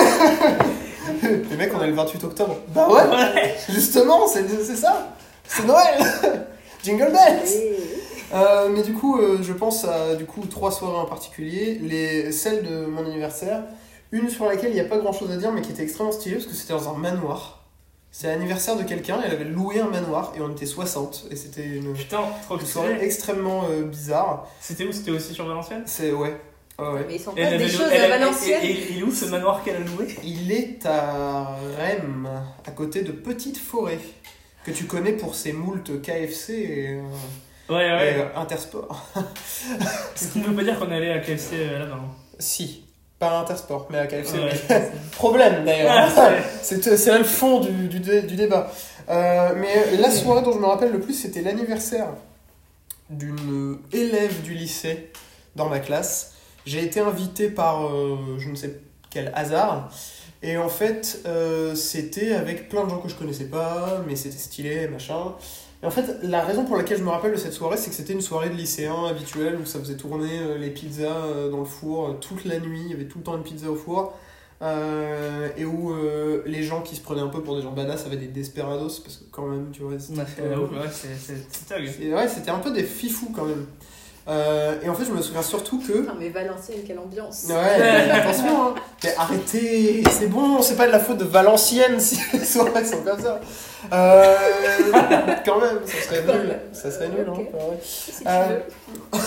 Les mecs, on est le vingt-huit octobre. Bah ouais, Ouais. justement, c'est c'est ça. C'est Noël. Jingle bells. Et- Euh, mais du coup, euh, je pense à du coup trois soirées en particulier, les celles de mon anniversaire, une sur laquelle il n'y a pas grand chose à dire, mais qui était extrêmement stylée parce que c'était dans un manoir. C'est l'anniversaire de quelqu'un, elle avait loué un manoir et on était soixante et c'était une, Putain, trop une soirée stylé. extrêmement euh, bizarre. C'était où? C'était aussi sur Valenciennes? C'est ouais, ouais, ouais. Mais ils sont Et pas elle des avait choses loué- elle à avait- Valenciennes. Et, et- il est où ce manoir qu'elle a loué? Il est à Rem, à côté de Petite Forêt, que tu connais pour ses moultes K F C et, euh, Ouais, et, ouais. euh, Intersport. Ce qui ne veut pas dire qu'on est allé à K F C euh, là-bas. hein. Si, pas Intersport, mais à K F C. Ouais, oui. c'est- Problème d'ailleurs. Ouais, c'est c'est là le fond du, du, dé- du débat. Euh, mais la soirée dont je me rappelle le plus, c'était l'anniversaire d'une élève du lycée dans ma classe. J'ai été invité par euh, je ne sais quel hasard. Et en fait, euh, c'était avec plein de gens que je connaissais pas, mais c'était stylé, machin. Et en fait, la raison pour laquelle je me rappelle de cette soirée, c'est que c'était une soirée de lycéens habituelle où ça faisait tourner euh, les pizzas euh, dans le four euh, toute la nuit. Il y avait tout le temps une pizza au four. Euh, et où euh, les gens qui se prenaient un peu pour des gens badass avaient des desperados, parce que quand même, tu vois, c'était On a fait la ouf, ouais, c'est c'est- c'est dingue. et ouais, c'était un peu des fifous quand même. Euh, et en fait, je me souviens surtout que. Putain, mais Valenciennes, quelle ambiance. Ouais, mais attention, hein. Mais arrêtez, c'est bon, c'est pas de la faute de Valenciennes si les soirées sont comme ça. Euh, quand même, ça serait Quand nul. même. Ça serait nul, Ok. hein. Ouais. Si tu Euh, veux.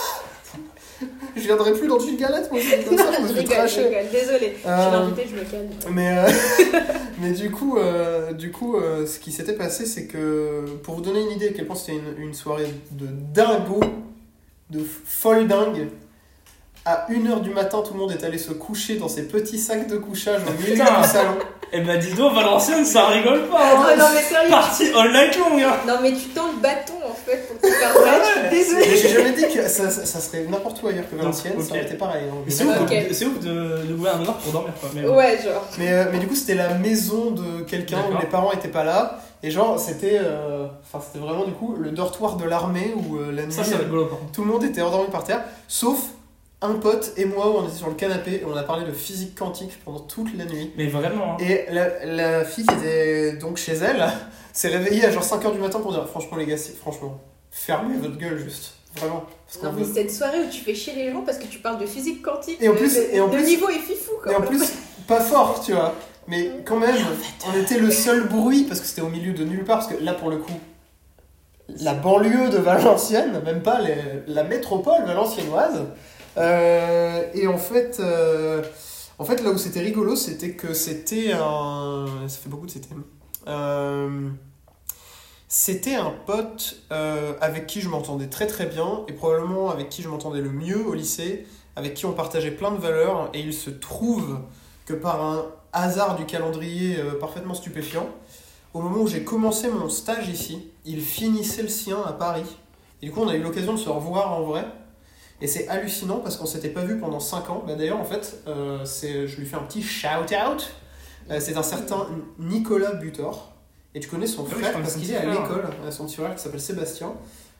Je viendrai plus dans une galette, moi, c'est comme ça, je me je fais rigole, je cracher. rigole. Désolée. Je Euh, suis l'invité, je me calme. Mais, euh, mais du coup, euh, du coup euh, ce qui s'était passé, c'est que, pour vous donner une idée à quel point c'était une, une soirée de dingo, de folle dingue, à une heure du matin, tout le monde est allé se coucher dans ses petits sacs de couchage au milieu Putain. du salon. Eh ben dis donc, Valenciennes, ça rigole pas. Oh Hein. non, mais sérieux. Parti all night long. Hein. Non, mais tu tends le bâton en fait pour te faire battre. Je suis Mais désolée. j'ai jamais dit que ça, ça, ça serait n'importe où ailleurs que Valenciennes, Ok. ça aurait été pareil. hein. Mais c'est ouf, Ok. de- c'est ouf de, de louer un manoir pour dormir quoi. Mais, bon. Ouais, genre. Mais, euh, mais du coup, c'était la maison de quelqu'un où D'accord. les parents étaient pas là. Et genre, c'était euh, enfin, c'était vraiment du coup le dortoir de l'armée où euh, la nuit, Ça c'est rigolo par contre. tout le monde était endormi par terre, sauf un pote et moi où on était sur le canapé et on a parlé de physique quantique pendant toute la nuit. Mais vraiment. Hein. Et la, la fille qui était donc chez elle s'est réveillée à genre cinq heures du matin pour dire franchement les gars, c'est- franchement, fermez votre gueule juste. Vraiment. Parce Non, qu'on mais veut- cette soirée où tu fais chier les gens parce que tu parles de physique quantique. Et en le- plus- le, et en le plus- niveau est fifou quoi. Et en plus, pas fort, tu vois. Mais quand même, on était le seul bruit, parce que c'était au milieu de nulle part, parce que là, pour le coup, la banlieue de Valenciennes, même pas les- la métropole valenciennoise. Euh, et en fait, euh, en fait, là où c'était rigolo, c'était que c'était un... Ça fait beaucoup de ces thèmes. Euh, C'était un pote euh, avec qui je m'entendais très très bien et probablement avec qui je m'entendais le mieux au lycée, avec qui on partageait plein de valeurs et il se trouve que par un hasard du calendrier euh, parfaitement stupéfiant, au moment où j'ai commencé mon stage ici, il finissait le sien à Paris. Et du coup, on a eu l'occasion de se revoir en vrai. Et c'est hallucinant parce qu'on s'était pas vu pendant cinq ans. Bah, d'ailleurs, en fait, euh, c'est, je lui fais un petit shout-out. Euh, c'est un certain Nicolas Butor. Et tu connais son Oui, frère je parce son qu'il est à frère. l'école. Euh, Son petit frère qui s'appelle Sébastien.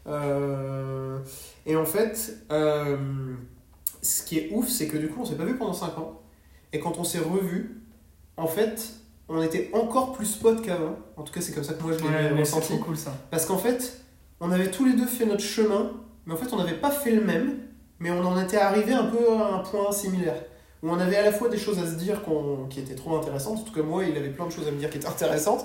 Euh, et en fait, euh, ce qui est ouf, c'est que du coup, on s'est pas vu pendant cinq ans. Et quand on s'est revus, en fait, on était encore plus potes qu'avant. En tout cas, c'est comme ça que moi je l'ai Ouais, mais c'est ressenti. trop cool ça. Parce qu'en fait, on avait tous les deux fait notre chemin, mais en fait, on n'avait pas fait le même, mais on en était arrivé un peu à un point similaire. Où on avait à la fois des choses à se dire qu'on, qui étaient trop intéressantes, en tout cas moi, il avait plein de choses à me dire qui étaient intéressantes,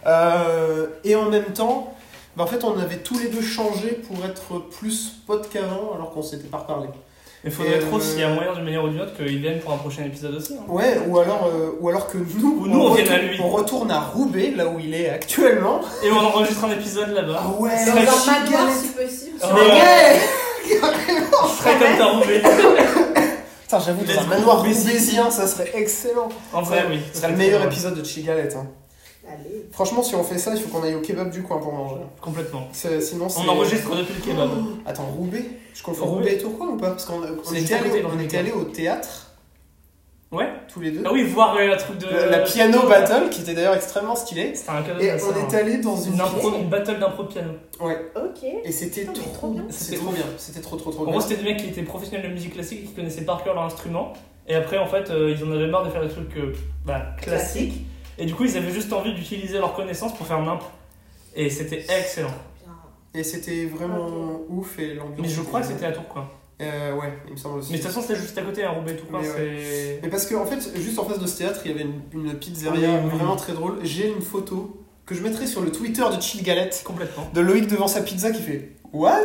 euh, et en même temps, bah, en fait, on avait tous les deux changé pour être plus potes qu'avant, alors qu'on s'était pas reparlé. Il faudrait Et, trop, euh, s'il y a moyen d'une manière ou d'une autre, qu'ils viennent pour un prochain épisode aussi. Hein. Ouais, ou alors, euh, ou alors que nous, Ou nous, on vienne à retourne, lui. on retourne à Roubaix, là où il est actuellement. Et on enregistre un épisode là-bas. Ah ouais, Dans serait un Chil manoir Galette. si possible. Ah sur- ouais. Ouais. On serait comme t'as roulé. Putain, j'avoue, dans Let's un go, manoir Roubaix. roubaisien, ça serait excellent. En vrai, oui. Ce serait le meilleur épisode de Chigalette. Hein. Allez. Franchement, si on fait ça, il faut qu'on aille au kebab du coin pour manger. Complètement. C'est- Sinon, c'est... On enregistre depuis le kebab. Attends, Roubaix Je confonds Roubaix. Roubaix et Tourcoing ou pas? Parce qu'on on C'est était juste à côté, allés dans on le était week-end. allés au théâtre, Ouais. tous les deux. Ah oui, voir euh, un truc de. La, la piano battle, qui était d'ailleurs extrêmement stylée. C'était un cadeau Et de ça, on hein. est allés dans C'est une... une, impro, une battle d'impro de piano. Ouais. Ok. Et c'était Putain, mais trop, trop bien. C'était C'était trop ouf. bien. C'était trop, trop, trop En bien. gros, c'était des mecs qui étaient professionnels de musique classique, qui connaissaient par cœur leur instrument. Et après, en fait, euh, ils en avaient marre de faire des trucs euh, bah, classiques. Et du coup, ils avaient juste envie d'utiliser leurs connaissances pour faire n'importe. Et c'était excellent. Bien. Et c'était vraiment ouf et l'ambiance... Mais je crois que c'était à Tourcoing. Euh, ouais, il me semble aussi. Mais de toute façon, c'était juste à côté, à Roubaix, Tourcoing. Mais C'est. Mais parce qu'en en fait, juste en face de ce théâtre, il y avait une, une pizzeria Oui, oui. vraiment très drôle. J'ai une photo que je mettrai sur le Twitter de Chill Galette Complètement. de Loïc devant sa pizza qui fait What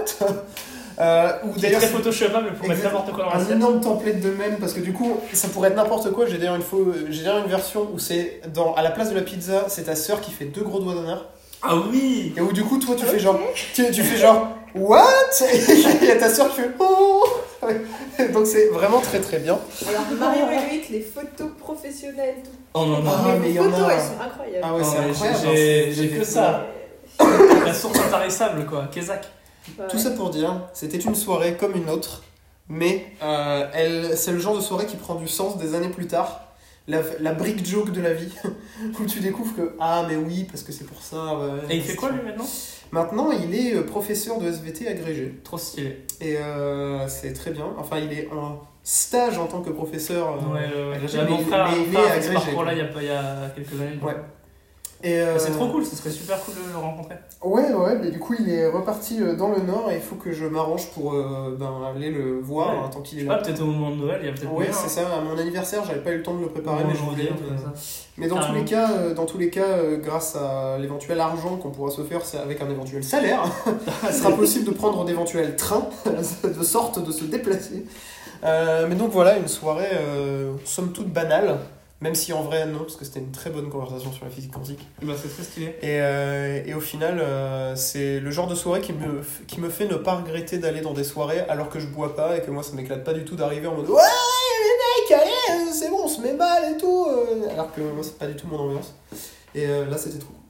euh, Ou Qui est d'ailleurs, très c'est photoshopable pour mettre Exact. n'importe quoi dans un l'assiette. énorme template de même parce que du coup, ça pourrait être n'importe quoi. J'ai d'ailleurs une, faux- j'ai d'ailleurs une version où c'est dans, à la place de la pizza, c'est ta sœur qui fait deux gros doigts d'honneur. Ah oui. Et où du coup, toi, tu fais genre, tu, tu fais genre What Et il y a ta sœur qui fait Oh Donc c'est vraiment très très bien. Alors, Marion et Loïc, les photos professionnelles, tout. Oh non, non. Ah, mais mais il y les en photos, a. elles sont incroyables. Ah ouais, Ah c'est ouais, incroyable. j'ai- hein, c'est- j'ai c'est- que ça. La source intarissable, quoi. Kezak. Ouais. Tout ça pour dire, c'était une soirée comme une autre, mais euh, elle, c'est le genre de soirée qui prend du sens des années plus tard. La, la brick joke de la vie, où tu découvres que, ah mais oui, parce que c'est pour ça. Ouais, Et il fait quoi lui maintenant? Maintenant, il est euh, professeur de S V T agrégé. Trop stylé. Et euh, c'est très bien. Enfin, il est en stage en tant que professeur euh, Ouais, ouais, ouais. agrégé, J'ai mais, mon il- frère, mais mon il frère est a fait ce agrégé. parcours-là il y a, pas- il y a quelques années. donc. Ouais. Et, euh, Bah, c'est trop cool, ce serait super cool de le rencontrer. Ouais, ouais, mais du coup, il est reparti euh, dans le Nord et il faut que je m'arrange pour euh, ben, aller le voir Ouais. hein, tant qu'il est Je sais là. pas, peut-être au moment de Noël, il y a peut-être Ouais, moyen, c'est hein. ça. À mon anniversaire, j'avais pas eu le temps de le préparer, Ou en mais je janvier, reviens. un truc comme ça. Mais dans tous Carrément. les cas, euh, dans tous les cas, euh, grâce à l'éventuel argent qu'on pourra se faire, c'est avec un éventuel salaire, il sera possible de prendre d'éventuels trains, de sorte de se déplacer. Euh, mais donc voilà, une soirée euh, somme toute banale, même si en vrai non, parce que c'était une très bonne conversation sur la physique quantique. Bah, c'est très stylé. Et, euh, et au final, euh, c'est le genre de soirée qui me, qui me fait ne pas regretter d'aller dans des soirées alors que je bois pas et que moi ça m'éclate pas du tout d'arriver en mode ouais les mecs, allez, c'est bon, on se met mal et tout. euh, Alors que moi c'est pas du tout mon ambiance. Et euh, là c'était trop.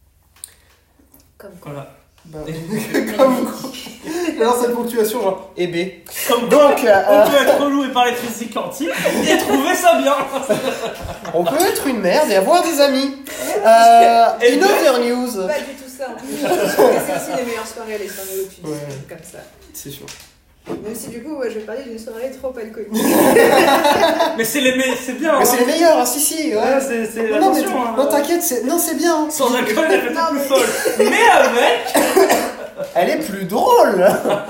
Comme Voilà. Bah, comme quoi. Alors cette ponctuation genre et B. Comme Donc on euh, peut être relou et parler de physique quantique et trouver ça bien. on peut être une merde et avoir des amis. Euh, Et in B. other news. Pas du tout ça. Je trouve que c'est aussi les meilleures soirées, les soirées où tu discutes Ouais. comme ça. C'est sûr. Même si du coup, ouais, je vais parler d'une soirée trop alcoolique. Mais c'est les me- c'est bien. Mais hein. c'est les meilleurs, hein, si si. Ouais. Ouais, c'est c'est Non, mais attention. hein. non t'inquiète, c'est non c'est bien. Sans alcool, elle fait Non, plus mais- folle. Mais avec. Elle est plus drôle.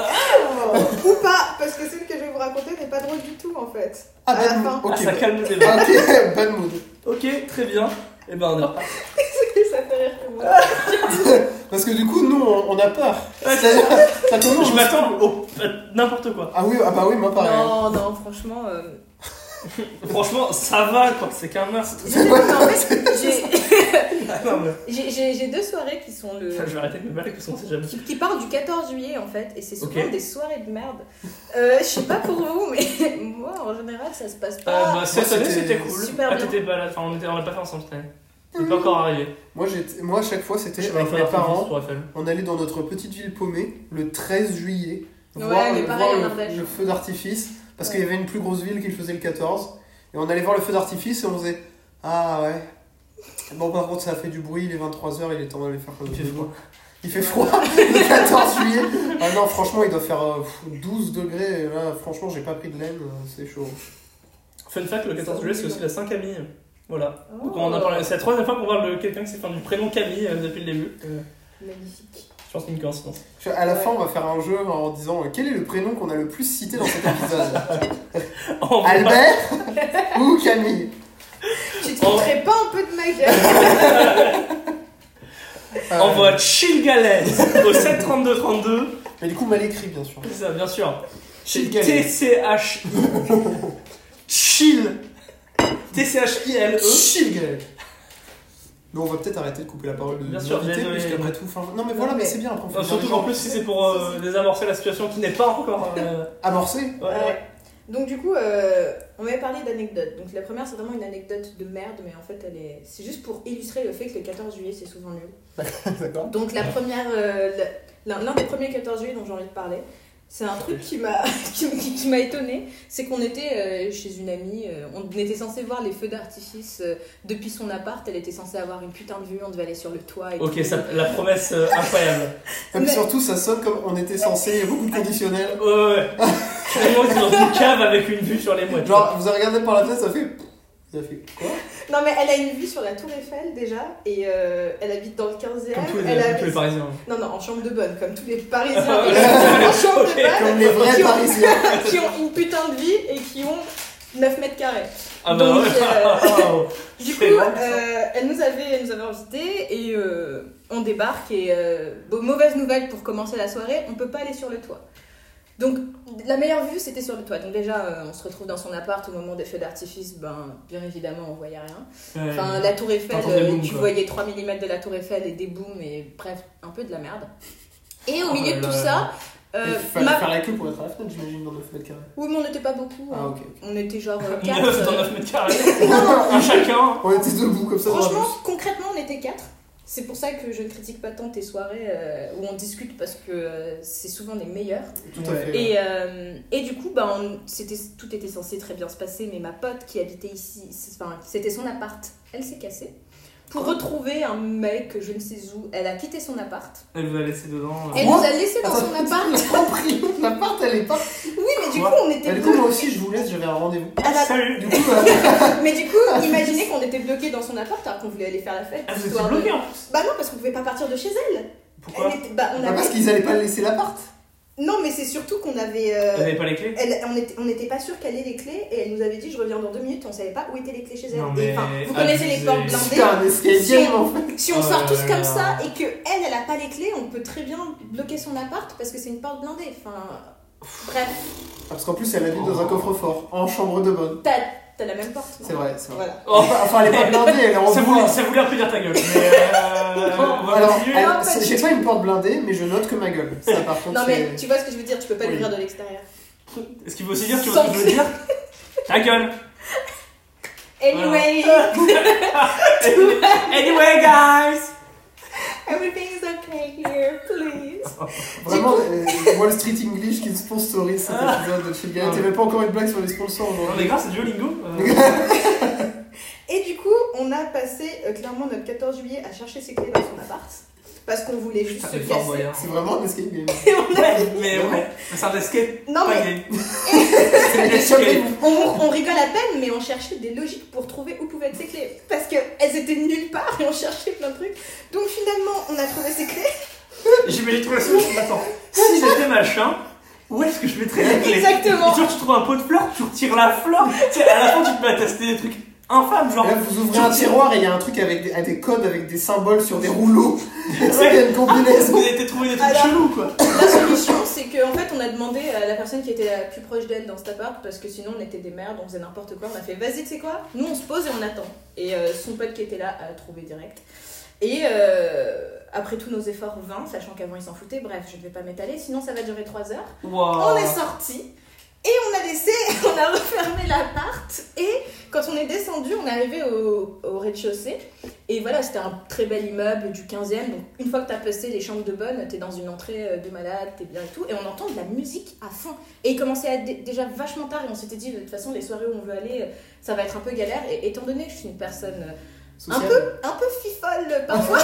Ou pas, parce que celle que je vais vous raconter n'est pas drôle du tout en fait. Ah, à la bad fin. mood. Ok, Ah, ça bah- calme le débat. ok, bad mood. Ok, très bien. Et ben on est reparti. Ça fait rire que moi. Parce que du coup, nous, on, on a peur. Ouais, Ça, ça commence- Je m'attends au n'importe quoi. Ah oui, ah bah oui, moi pareil. Non, non, franchement. Euh... Franchement, ça va quoi, c'est qu'un meurtre. Je sais pas, mais en fait, j'ai. Ah, non, mais... j'ai, j'ai, j'ai deux soirées qui sont le... Enfin, je vais arrêter de me battre parce qu'on sait jamais. Qui, qui parlent du quatorze juillet en fait, et c'est souvent Ok. des soirées de merde. Euh, je sais pas pour vous, mais moi en général ça se passe pas. Euh, bah, cette Moi, année c'était c'était cool. super Ah, bien. t'étais pas là, enfin on, était, on l'a pas fait ensemble cette année. C'est pas encore arrivé. Moi, j'étais- moi, à chaque fois, c'était Je avec vais mes faire parents. pour Eiffel. On allait dans notre petite ville paumée le treize juillet Ouais, voir, mais le, pareil, voir en le- Ardèche. le feu d'artifice parce Ouais. qu'il y avait une plus grosse ville qui le faisait le quatorze et on allait voir le feu d'artifice et on faisait ah ouais bon par contre ça a fait du bruit, il est vingt-trois heures, il est temps d'aller faire quelque Il fait chose. froid. Il fait froid le quatorze juillet. Ah non franchement il doit faire euh, douze degrés et là franchement j'ai pas pris de laine, euh, c'est chaud. Fun fact, le quatorze juillet c'est aussi la Saint-Camille. Voilà. Oh. Donc on en a parlé. C'est la troisième fois qu'on parle de quelqu'un qui s'est fait du prénom Camille euh, depuis le début. Euh, Magnifique. je pense que c'est une coïncidence. À la Ouais. fin on va faire un jeu en disant euh, quel est le prénom qu'on a le plus cité dans cet épisode. En vrai, Albert ou Camille. Tu te Oh. foutrais pas un peu de ma gueule? Euh, envoie Chill Galette au sept trente-deux trente-deux. Mais du coup mal écrit bien sûr. C'est ça, bien sûr. Chill T Galette. C H I. Chill. T C H I L E. Chill Galette. Mais on va peut-être arrêter de couper la parole de Bien de sûr, l'invité, désolé. puisqu'après tout. Enfin, non mais voilà, Non, mais mais- c'est bien. Après, on fait Enfin, surtout bien en les plus gens. si c'est pour euh, désamorcer la situation qui n'est pas encore. euh, Amorcé. Ouais, Ouais. ouais. Donc du coup, euh, on m'avait parlé d'anecdotes. Donc la première, c'est vraiment une anecdote de merde, mais en fait, elle est, c'est juste pour illustrer le fait que le quatorze juillet, c'est souvent nul. D'accord. Donc la première, euh, l'un l'un des premiers quatorze juillet dont j'ai envie de parler, c'est un truc qui m'a qui, qui- qui m'a étonnée, c'est qu'on était euh, chez une amie, euh, on était censé voir les feux d'artifice euh, depuis son appart, elle était censée avoir une putain de vue, on devait aller sur le toit et Ok, tout. ça, la promesse euh, incroyable. Et puis Mais- surtout, ça sonne comme on était censé. Il y a beaucoup de conditionnels. Ouais, ouais, ouais. Finalement, c'est dans une cave avec une vue sur les mouettes. Genre, vous avez regardé par la fenêtre, ça fait. Ça fait quoi? Non mais elle a une vue sur la tour Eiffel déjà, et euh, elle habite dans le quinzième. Comme tous les, elle comme habite- tous les Parisiens. Non, non, en chambre de bonne, comme tous les Parisiens. Ah, et ouais. en chambre Ok, de bonne, Comme les vrais qui ont- Parisiens. qui ont une putain de vie et qui ont neuf mètres carrés. Ah bah Donc, ouais. euh, Du C'est coup, bon, ça. euh, elle, nous avait, elle nous avait invités et euh, on débarque et euh, bon, mauvaise nouvelle pour commencer la soirée, on peut pas aller sur le toit. Donc la meilleure vue c'était sur le toit. Donc déjà euh, on se retrouve dans son appart au moment des feux d'artifice, ben bien évidemment on voyait rien. Ouais. Enfin la tour Eiffel, T'entends des euh, booms, tu quoi. voyais trois millimètres de la tour Eiffel et des booms et bref un peu de la merde. Et au Oh milieu de là tout là. ça, Il euh, fallait ma- faire la queue pour être à la fenêtre, j'imagine, dans neuf mètres carrés. oui mais on n'était pas beaucoup. Ah, hein. ok. ok. On était genre neuf quatre. dans neuf mètres carrés. Un chacun. On était debout comme ça dans la Franchement, bus. concrètement, on était quatre. C'est pour ça que je ne critique pas tant tes soirées euh, où on discute parce que euh, c'est souvent les meilleures. Tout à Ouais. fait. Et, euh, et du coup, bah, on- c'était, tout était censé très bien se passer, mais ma pote qui habitait ici, c'est- enfin, c'était son appart, elle s'est cassée. Pour retrouver un mec, je ne sais où, elle a quitté son appart. Elle vous a laissé dedans. euh. Elle Quoi nous a laissé dans Attends, son appart. j'ai compris. L'appart, elle est pas. Oui, mais du Quoi coup, on était Et du coup, bloqués. moi aussi, je vous laisse, j'avais un rendez-vous. Elle a- Salut. Du coup, euh, Mais du coup, imaginez qu'on était bloqués dans son appart alors qu'on voulait aller faire la fête. Ah, vous étiez histoire de- bloqué en plus. Bah non, parce qu'on pouvait pas partir de chez elle. Pourquoi Elle était- bah, on bah, avait- parce qu'ils allaient pas laisser l'appart. Non, mais c'est surtout qu'on avait. euh, Vous n'avez pas les clés elle- on était- on n'était pas sûr qu'elle ait les clés et elle nous avait dit je reviens dans deux minutes, on savait pas où étaient les clés chez elle. Non, Et, mais enfin, vous connaissez les abusé. portes blindées. C'était un escape Si game on- en fait. Si on Oh sort là tous là comme là. ça et que elle, elle a pas les clés, on peut très bien bloquer son appart parce que c'est une porte blindée. Enfin, bref, Ah, parce qu'en plus, elle habite dans un coffre-fort, en chambre de bonne. t'as t'as la même porte. non C'est vrai, c'est vrai. Voilà. Oh. Enfin, elle est pas blindée, elle est en Ça bois. voulait, ça voulait un peu dire ta gueule. Mais euh, on va Alors, continuer. elle- Non, pas c'est- du j'ai tout. pas une porte blindée, mais je note que ma gueule. Ça, par contre, Non, mais c'est- tu vois ce que je veux dire, tu peux pas Oui. l'ouvrir de l'extérieur. Est-ce qu'il veut aussi dire, tu vois ce que je veux dire Ta gueule. Anyway, Anyway, guys. everything's okay here, please. Vraiment, euh, Wall Street English qui sponsorise cet épisode de Chill Galette. Ah. Il n'y avait pas encore une blague sur les sponsors Non, mais aujourd'hui. grâce à Duolingo. euh, Et du coup, on a passé euh, clairement notre quatorze juillet à chercher ses clés dans son appart. Parce qu'on voulait juste se Putain, mais Fort casser. Boyard. C'est vraiment un escape game. Et on a- Ouais, mais ouais. C'est un escape. Non, pas mais game. C'est un escape game. on, on rigole à peine, mais on cherchait des logiques pour trouver où pouvaient être ses clés. Parce qu'elles étaient nulle part et on cherchait plein de trucs. Donc finalement, on a trouvé ses clés. J'imagine trop la solution. Attends, si j'étais machin, où est-ce que je mettrais les clés Exactement. Et tu vois, tu trouves un pot de fleurs, tu retires la fleur. Tu sais, à la fin, tu te mets à tester des trucs infâmes, genre. Et là, vous ouvrez un tiroir et il y a un truc avec des, avec des codes, avec des symboles sur des rouleaux. C'est une Vous combinaison. avez été trouver des trucs Alors- chelous, quoi. la solution, c'est qu'en fait, on a demandé à la personne qui était la plus proche d'elle dans cet appart, parce que sinon on était des merdes, on faisait n'importe quoi. On a fait, vas-y, tu sais quoi, nous on se pose et on attend. Et euh, son pote qui était là a trouvé direct. Et euh, après tous nos efforts vains, sachant qu'avant il s'en foutait, bref, je ne vais pas m'étaler, sinon ça va durer trois heures. Wow. On est sortis. Et on a laissé, on a refermé l'appart et quand on est descendu, on est arrivé au, au rez-de-chaussée et voilà, c'était un très bel immeuble du quinzième, donc une fois que t'as passé les chambres de bonne, t'es dans une entrée de malade, t'es bien et tout, et on entend de la musique à fond. Et il commençait à être d- déjà vachement tard et on s'était dit, de toute façon, les soirées où on veut aller, ça va être un peu galère, et étant donné que je suis une personne un peu, un peu fifole parfois,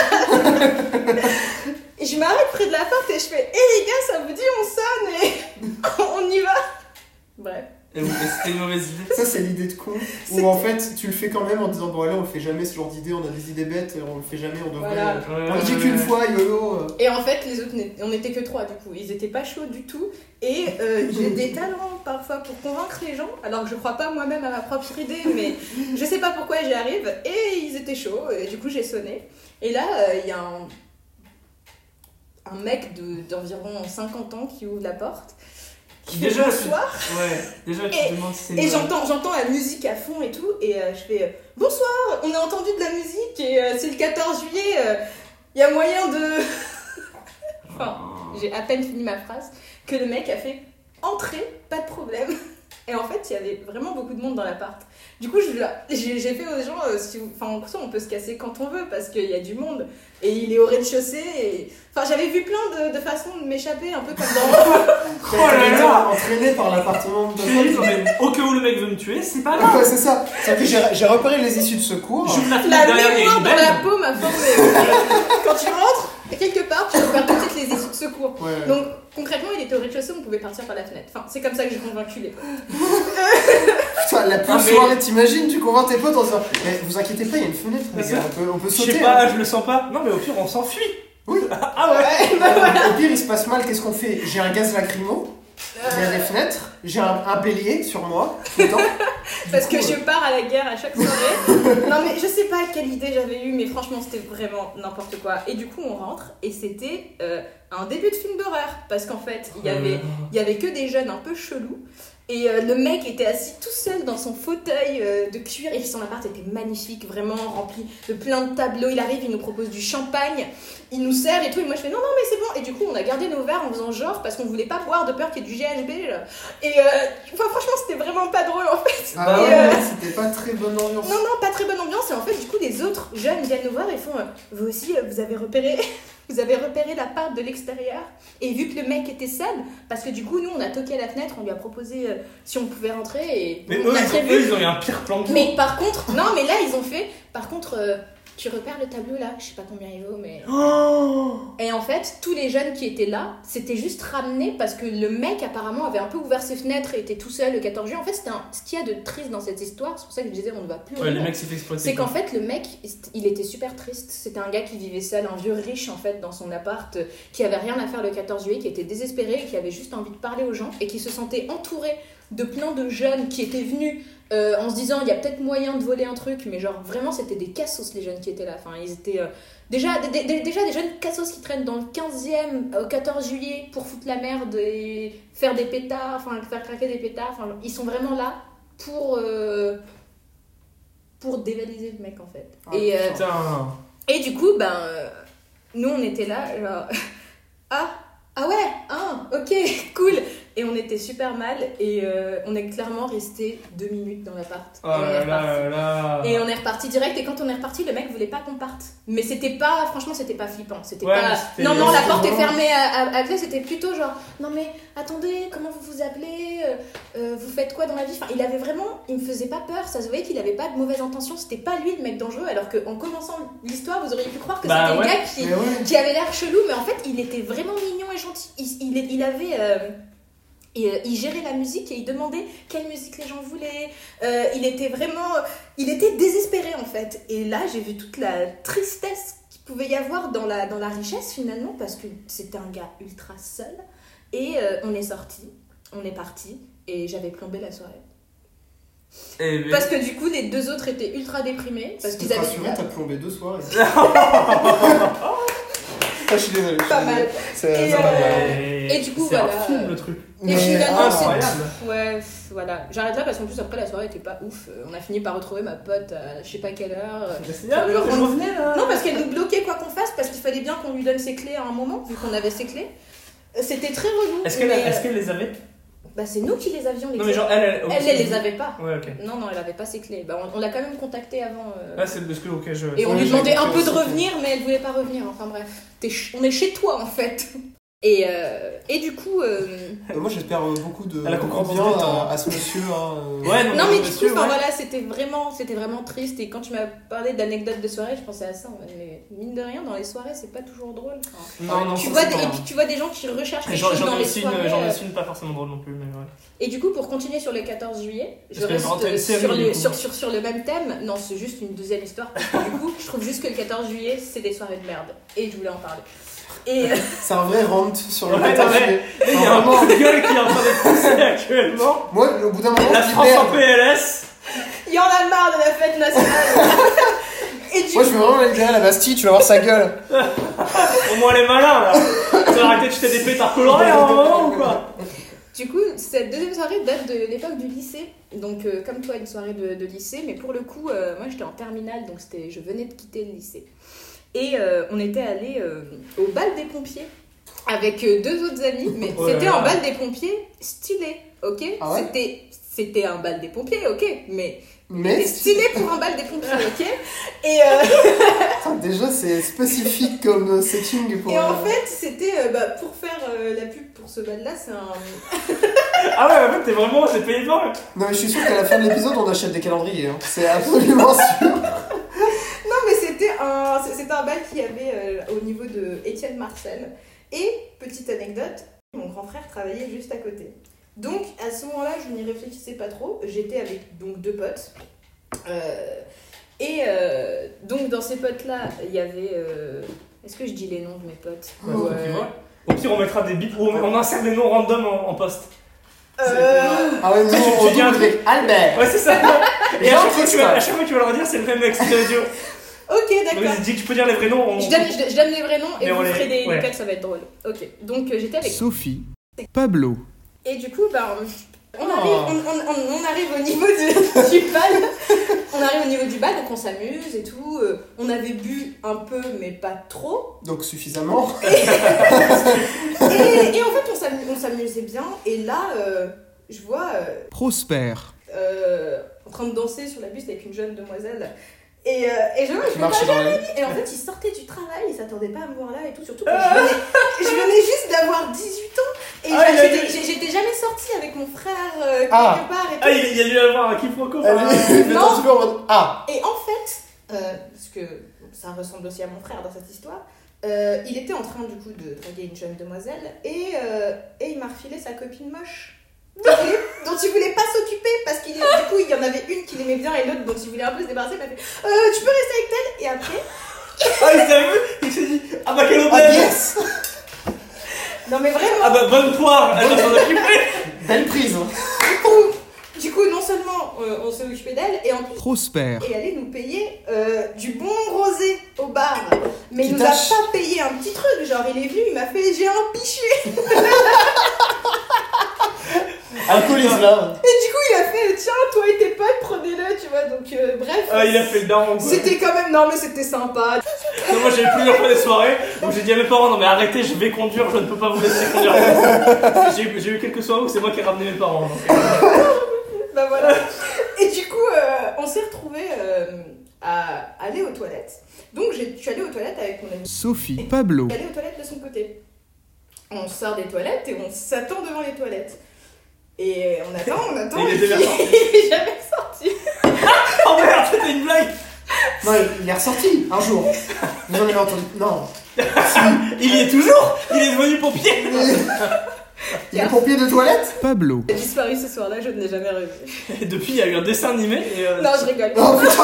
et je m'arrête près de la porte et je fais, hé hey, les gars, ça vous dit on sonne et on y va. Bref. Et vous, c'était une mauvaise idée. Ça, c'est l'idée de con. Ou en fait, tu le fais quand même en disant, bon, allez, on le fait jamais ce genre d'idée, on a des idées bêtes, on le fait jamais, on devrait. Voilà. On le dit qu'une fois, YOLO. Et en fait, les autres, on n'était que trois du coup. Ils étaient pas chauds du tout. Et euh, j'ai des talents parfois pour convaincre les gens. Alors que je crois pas moi-même à ma propre idée, mais je sais pas pourquoi j'y arrive. Et ils étaient chauds. Et du coup, j'ai sonné. Et là, il euh, y a un, un mec de, d'environ cinquante ans qui ouvre la porte. Qui déjà, fait bonsoir. Ouais, déjà tu et, te demandes si c'est. Et une... j'entends, j'entends la musique à fond et tout. Et euh, je fais euh, bonsoir, on a entendu de la musique. Et euh, c'est le quatorze juillet. Il euh, y a moyen de. Enfin, j'ai à peine fini ma phrase que le mec a fait entrer, pas de problème. Et en fait, il y avait vraiment beaucoup de monde dans l'appart. Du coup, je, j'ai, j'ai fait aux gens, euh, si vous, enfin, on peut se casser quand on veut parce qu'il y a du monde. Et il est au rez-de-chaussée. Et... Enfin, j'avais vu plein de, de façons de m'échapper, un peu comme dans. Oh là là, entraîné par l'appartement de mais au cas où le mec veut me tuer, c'est pas grave. Ouais, c'est ça. C'est que j'ai, j'ai repéré les issues de secours. J'ouvre la La fenêtre derrière, il y a mémoire une dans belle. la peau m'a formé. Quand tu rentres, quelque part, tu repères peut-être les issues de secours. Ouais, ouais. Donc, concrètement, il était au rez-de-chaussée, on pouvait partir par la fenêtre. Enfin, c'est comme ça que j'ai convaincu les potes. Putain, la pire Ah, mais- soirée, t'imagines, tu convaincs tes potes en disant, mais vous inquiétez pas, il y a une fenêtre, les C'est gars, ça. on peut, on peut Je sauter. sais pas, hein. je le sens pas. Non, mais au pire, on s'enfuit. Oui. Ah ouais. Ouais, bah voilà. Au pire, il se passe mal, qu'est-ce qu'on fait? J'ai un gaz lacrymo, il y a des fenêtres, j'ai un, un bélier sur moi, tout le temps. Du Parce coup, que je euh, pars à la guerre à chaque soirée. Non mais je sais pas quelle idée j'avais eue, mais franchement c'était vraiment n'importe quoi. Et du coup on rentre et c'était euh, un début de film d'horreur. Parce qu'en fait il y avait, il y avait que des jeunes un peu chelous. Et euh, le mec était assis tout seul dans son fauteuil euh, de cuir. Et son appart était magnifique, vraiment rempli de plein de tableaux. Il arrive, il nous propose du champagne, il nous sert et tout. Et moi je fais non, non, mais c'est bon. Et du coup, on a gardé nos verres en faisant genre parce qu'on voulait pas boire de peur qu'il y ait du G H B. Là. Et euh, enfin, franchement, c'était vraiment pas drôle en fait. Ah Et, ouais, euh, c'était pas très bonne ambiance. non, non, pas très bonne ambiance. Et en fait, du coup, les autres jeunes viennent nous voir et font euh, vous aussi, euh, vous avez repéré. Vous avez repéré l'appart de l'extérieur et vu que le mec était seul, parce que du coup nous on a toqué à la fenêtre, on lui a proposé euh, si on pouvait rentrer et Mais on eux, a ils ont, prévu. eux, ils ont eu un pire plan que Mais par contre, non mais là ils ont fait, par contre euh, tu repères le tableau là, je sais pas combien il vaut mais... Oh. Et en fait tous les jeunes qui étaient là, c'était juste ramené parce que le mec apparemment avait un peu ouvert ses fenêtres et était tout seul le quatorze juillet. En fait c'était un... ce qu'il y a de triste dans cette histoire, c'est pour ça que je disais on ne va plus... Ouais, rire. le mec s'est fait exploiter. C'est quoi. qu'en fait, le mec, il était super triste. C'était un gars qui vivait seul, un vieux riche en fait, dans son appart, euh, qui avait rien à faire le quatorze juillet, qui était désespéré et qui avait juste envie de parler aux gens et qui se sentait entouré de plein de jeunes qui étaient venus euh, en se disant il y a peut-être moyen de voler un truc, mais genre vraiment c'était des cassos les jeunes qui étaient là. Enfin, ils étaient euh, déjà, d- d- déjà des jeunes cassos qui traînent dans le quinzième au quatorze juillet pour foutre la merde et faire des pétards, enfin faire craquer des pétards. Enfin, ils sont vraiment là pour. Euh, pour dévaliser le mec en fait. Ah, et, euh, Putain. et du coup, ben, euh, nous on était là, genre, ah, ah ouais, ah, ok, cool. Et on était super mal et euh, on est clairement resté deux minutes dans l'appart. Oh Et on est là là reparti. là là. Et on est reparti direct et quand on est reparti, le mec voulait pas qu'on parte. Mais c'était pas, franchement, c'était pas flippant. C'était Ouais, pas. mais c'était- Non, non, la c'était porte est vraiment- fermée à, à, à clé. C'était plutôt genre, non mais attendez, comment vous vous appelez euh, euh, Vous faites quoi dans la vie Enfin, il avait vraiment, il me faisait pas peur. Ça se voyait qu'il avait pas de mauvaises intentions. C'était pas lui le mec dangereux. Alors qu'en commençant l'histoire, vous auriez pu croire que Bah c'était ouais. le gars qui, Mais ouais. qui avait l'air chelou, mais en fait, il était vraiment mignon et gentil. Il, il, il avait. Euh, Et euh, il gérait la musique et il demandait quelle musique les gens voulaient. Euh, il était vraiment... Il était désespéré en fait. Et là, j'ai vu toute la tristesse qu'il pouvait y avoir dans la, dans la richesse finalement, parce que c'était un gars ultra seul. Et euh, on est sorti, on est parti, et j'avais plombé la soirée. Eh ben, Parce que du coup, les deux autres étaient ultra déprimés. Parce Si qu'ils t'es avaient... rassuré, t'as plombé deux soirées. Ah, je suis désolé. Pas mal. C'est Et, c'est pas euh, mal. Et du coup, c'est voilà. un film, le truc. Et Mais- finalement, ah, c'est. incroyable. Ouais, voilà. J'arrête là parce qu'en plus, après, la soirée était pas ouf. On a fini par retrouver ma pote à je sais pas quelle heure. C'est bien, je revenais là. Non, parce qu'elle nous bloquait quoi qu'on fasse, parce qu'il fallait bien qu'on lui donne ses clés à un moment, vu qu'on avait ses clés. C'était très relou. Est-ce qu'elle mais, est-ce qu'elle les avait? Bah, c'est nous qui les avions, les Non, mais clés. genre, elle, elle. Elle, elle les avait pas. Ouais, ok. Non, non, elle avait pas ses clés. Bah, on, on l'a quand même contactée avant. euh, Ah, c'est parce que, ok, je. Et on Oui, lui j'ai demandait un compris peu de aussi. revenir, mais elle voulait pas revenir. Enfin bref, T'es ch- on est chez toi en fait. Et, euh, et du coup. Euh... Euh, moi j'espère euh, beaucoup de À la concurrence bien des temps, à, à ce monsieur. Hein, euh. Ouais, Non, mais du coup, monsieur, enfin ouais. voilà, c'était vraiment, c'était vraiment triste. Et quand tu m'as parlé d'anecdotes de soirée, je pensais à ça. En mode, mais mine de rien, dans les soirées, c'est pas toujours drôle. Enfin, Non, non, tu ça, vois c'est des, pas- et puis tu vois des gens qui recherchent Et quelque J'en chose j'en dans ai les aussi soirées. une, j'en ai euh, aussi une pas forcément drôle non plus, mais ouais. Et du coup, pour continuer sur le quatorze juillet, je Parce que reste c'est une euh, série, sur, du le, coup. sur, sur, sur le même thème. Non, c'est juste une deuxième histoire. Parce que du coup, je trouve juste que le quatorze juillet, c'est des soirées de merde. Et je voulais en parler. Et euh, C'est un vrai rant sur le Ouais, quatorze ouais. juillet. Il y a un coup de gueule qui est en train d'être poussé actuellement. Moi, au bout d'un moment, La je dis France en merde. P L S. il y en a marre de la fête nationale. Et du Moi, je veux vraiment aller libérer la Bastille, tu vas voir sa gueule. Au moins les malins là. Tu vas arrêter de jeter des pétards colorés à un moment ou quoi? Du coup, cette deuxième soirée date de l'époque du lycée. Donc, euh, comme toi, une soirée de, de lycée. Mais pour le coup, euh, moi, j'étais en terminale, donc c'était, je venais de quitter le lycée. Et euh, on était allé euh, au bal des pompiers avec euh, deux autres amis. Mais Ouais, c'était ouais. un bal des pompiers stylé, ok Ah ouais c'était, c'était un bal des pompiers, ok Mais Mais c'était stylé pour un bal des pompiers, ok Et... Euh, putain, déjà, c'est spécifique comme setting pour. Et en euh, fait, c'était euh, bah, pour faire euh, la pub pour ce bal-là, c'est un. Ah ouais, en fait, t'es vraiment, c'est payé dedans. Non, mais je suis sûr qu'à la fin de l'épisode, on achète des calendriers. Hein. C'est absolument sûr. Non, mais c'était un, c'était un bal qu'il y avait euh, au niveau de Étienne Marcel. Et, petite anecdote, mon grand frère travaillait juste à côté. Donc, à ce moment-là, je n'y réfléchissais pas trop. J'étais avec donc deux potes. Euh, et euh, donc, dans ces potes-là, il y avait. euh, Est-ce que je dis les noms de mes potes Ouais, tu vois. Au pire, on mettra des bips ou on, on insère des noms random en, en post. Euh, Ah ouais, nous, Tu- tu on dis un double avec Albert. Ouais, c'est ça. Et à Jean chaque, fois que tu vas, à Christophe. chaque fois que tu vas leur dire, c'est le même extrait audio. Ok, Donc, d'accord. vas-y, dis que tu peux dire les vrais noms. On... Je donne, je, je donne les vrais noms et Mais on vous les- ferez des, ouais. des cuts, ça va être drôle. Ok, donc euh, j'étais avec. Sophie, Pablo, Et du coup, bah, on, on, Oh. arrive, on, on, on, on arrive au niveau du, du bal. On arrive au niveau du bal, donc on s'amuse et tout. Euh, on avait bu un peu, mais pas trop. Donc suffisamment. Et, et en fait, on s'amu- on s'amusait bien. Et là, euh, je vois euh, Prosper, euh, en train de danser sur la buste avec une jeune demoiselle. Et, euh, et je vois, je Qui fais pas marchait dans la vie. Et en fait, il sortait du travail, il s'attendait pas à me voir là et tout, surtout que je venais, je venais juste d'avoir dix-huit ans et Ah, il a j'étais, dit- j'ai- j'étais jamais sortie avec mon frère euh, quelque Ah. part et tout. Ah, il il y a dû avoir un quiproquo. Elle enfin, est Non. un petit peu en mode Ah. Et en fait, euh, parce que ça ressemble aussi à mon frère dans cette histoire, euh, il était en train du coup de draguer une jeune demoiselle et, euh, et il m'a refilé sa copine moche. Dont il, dont il voulait pas s'occuper parce qu'il du coup il y en avait une qu'il aimait bien et l'autre dont il voulait un peu se débarrasser. Il m'a fait euh, tu peux rester avec elle. Et après Ah, il t'a vu? Il s'est dit, ah bah quelle Ah aubaine! yes. non mais vraiment. Ah bah bonne poire, elle va s'en occuper! Belle prise. Du coup, du coup, non seulement euh, on s'est occupé d'elle, et en plus, Prosper, elle allait nous payer euh, du bon rosé au bar. Mais Qui il nous a tâche. pas payé un petit truc, genre il est venu, il m'a fait j'ai un pichet. Alcoolise là. Et du coup, il a fait tiens, toi et tes potes, prenez-le, tu vois. Donc, euh, bref. Ah, il a fait le daron, quoi. C'était quand même, non mais c'était sympa. Non, moi j'ai eu plusieurs fois des soirées où j'ai dit à mes parents non mais arrêtez, je vais conduire, je ne peux pas vous laisser conduire. J'ai eu, j'ai eu quelques soirées où c'est moi qui ai ramené mes parents. Donc, euh, Bah voilà. Et du coup, euh, on s'est retrouvés euh, à aller aux toilettes. Donc, j'ai- je suis allée aux toilettes avec mon ami. Sophie, Pablo, Aller aux toilettes de son côté. On sort des toilettes et on s'attend devant les toilettes. Et on attend, on attend. Et il et est déjà puis- sorti. il est jamais sorti. Oh merde, c'était une blague. Non, il est ressorti un jour. Vous en avez entendu. Non. Il y est toujours. Il est devenu pompier. Il est pompier de toilette. Pablo, J'ai disparu ce soir-là, je ne l'ai jamais revu. Et depuis, il y a eu un dessin animé. Et, euh, Non, je rigole. Oh putain.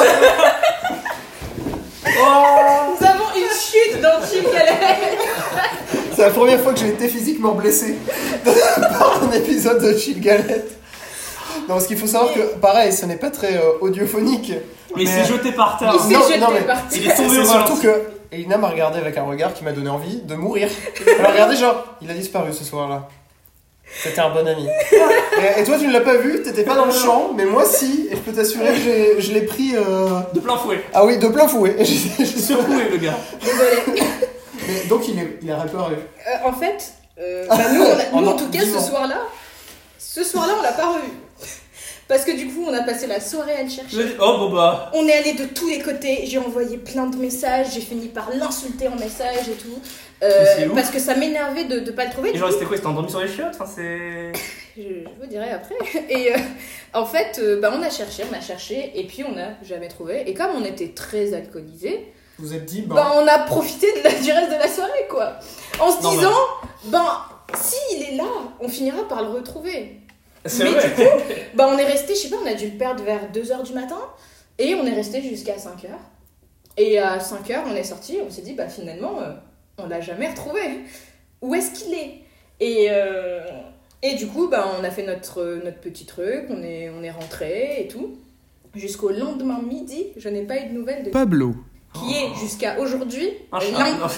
Oh. Nous avons une chute dans Team Galère. C'est la première fois que j'ai été physiquement blessé par un épisode de Chill Galette. Non, parce qu'il faut savoir que, pareil, ce n'est pas très euh, audiophonique. Mais il s'est jeté par terre. Il s'est non, jeté non, mais par terre. Il est tombé C'est au surtout ralenti. que Et Ina m'a regardé avec un regard qui m'a donné envie de mourir. Elle m'a regardé genre, il a disparu ce soir-là. C'était un bon ami. et, et toi, tu ne l'as pas vu, t'étais pas dans le champ, mais moi si, et je peux t'assurer que j'ai, je l'ai pris... Euh... De plein fouet. Ah oui, de plein fouet. J'ai secoué le gars. Désolée. Mais donc il est, il a réparé. Euh, en fait, euh, bah nous, on a- nous En en tout cas, vivant. ce soir-là, ce soir-là, on l'a pas revu. Parce que du coup, on a passé la soirée à le chercher. Je dis, oh bon bah. On est allé de tous les côtés, j'ai envoyé plein de messages, j'ai fini par l'insulter en message et tout. Euh, Mais c'est ouf. parce que ça m'énervait de ne pas le trouver. Et Du genre, coup, c'était quoi? C'était endormi sur les chiottes? Enfin, c'est. je, je vous dirai après. Et euh, en fait, euh, bah, on a cherché, on a cherché, et puis on n'a jamais trouvé. Et comme on était très alcoolisés, Vous êtes dit, bah... bah, on a profité de la, du reste de la soirée, quoi. En se Non, mais- disant, ben, s'il est là, on finira par le retrouver. C'est Mais vrai. du coup, bah, on est resté, je sais pas, on a dû le perdre vers deux heures du matin, et on est resté jusqu'à cinq heures. Et à cinq heures, on est sorti, on s'est dit, bah finalement, euh, on l'a jamais retrouvé. Où est-ce qu'il est? Et, euh, et du coup, bah, on a fait notre, notre petit truc, on est, on est rentré et tout. Jusqu'au lendemain midi, je n'ai pas eu de nouvelles de Pablo, qui est jusqu'à aujourd'hui Un chat. l'un Non.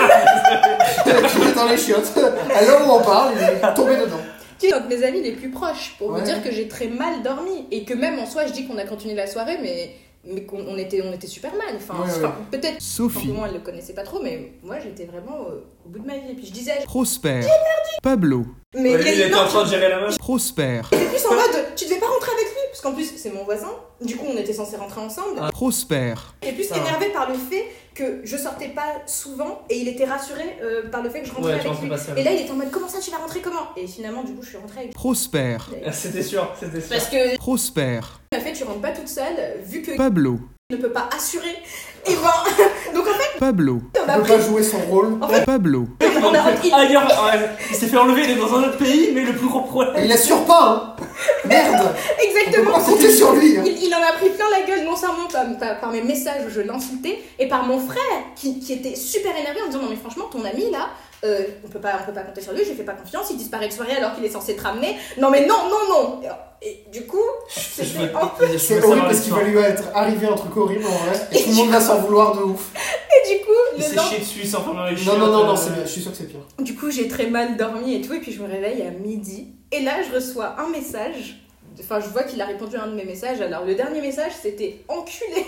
qui est dans les chiottes. À l'heure où on parle, il est tombé dedans. qui est un de mes amis les plus proches, pour Ouais. vous dire que j'ai très mal dormi. Et que même en soi, je dis qu'on a continué la soirée, mais, mais qu'on on était, on était super mal. Enfin, Ouais, enfin, ouais. peut-être, Sophie, moi, elle le connaissait pas trop, mais moi, j'étais vraiment euh, au bout de ma vie. Et puis je disais, Prosper, Pablo, mais Ouais, lui, il était non, en train de gérer la meuf. Prosper, j'étais plus en mode, tu devais pas rentrer avec lui, parce qu'en plus, c'est mon voisin. Du coup, on était censés rentrer ensemble. Prosper, Et plus Ça va. énervé par le fait que je sortais pas souvent, et il était rassuré euh, par le fait que je rentrais Ouais, tu avec rentrais lui. pas seul. Et là, il était en mode, comment ça, tu vas rentrer comment? Et finalement, du coup, je suis rentrée avec lui. Prosper, Ah, C'était sûr, c'était sûr. Parce que, Prosper, en fait, tu rentres pas toute seule, vu que Pablo, ne peut pas assurer. Et ben, donc en fait, Pablo, on a Il peut pris. pas jouer son rôle. Pablo, On a, il, Ailleurs, ouais, il s'est fait enlever, il est dans un autre pays, mais le plus gros Et problème. il assure pas, hein. Merde. On peut exactement. pas compter sur lui. Hein. Il, il en a pris plein la gueule, non seulement par, par, par mes messages où je l'insultais, et par mon frère qui, qui était super énervé en disant non mais franchement ton ami là, euh, on peut pas on peut pas compter sur lui, je lui fais pas confiance, il disparaît de soirée alors qu'il est censé te ramener. Non mais non non non. Et, et du coup, Je c'était veux, un peu. je veux C'est savoir horrible parce qu'il l'histoire. va lui être arrivé un truc horrible en vrai. Et tout le monde va s'en vouloir de ouf. Et du coup, Il le s'est lendemain- chié dessus, il s'est enfermé dans les chiottes. Non, non, non, non, euh, c'est bien. Je suis sûr que c'est pire. Du coup, j'ai très mal dormi et tout, et puis je me réveille à midi. Et là, je reçois un message. Enfin, je vois qu'il a répondu à un de mes messages. Alors, le dernier message, c'était enculé.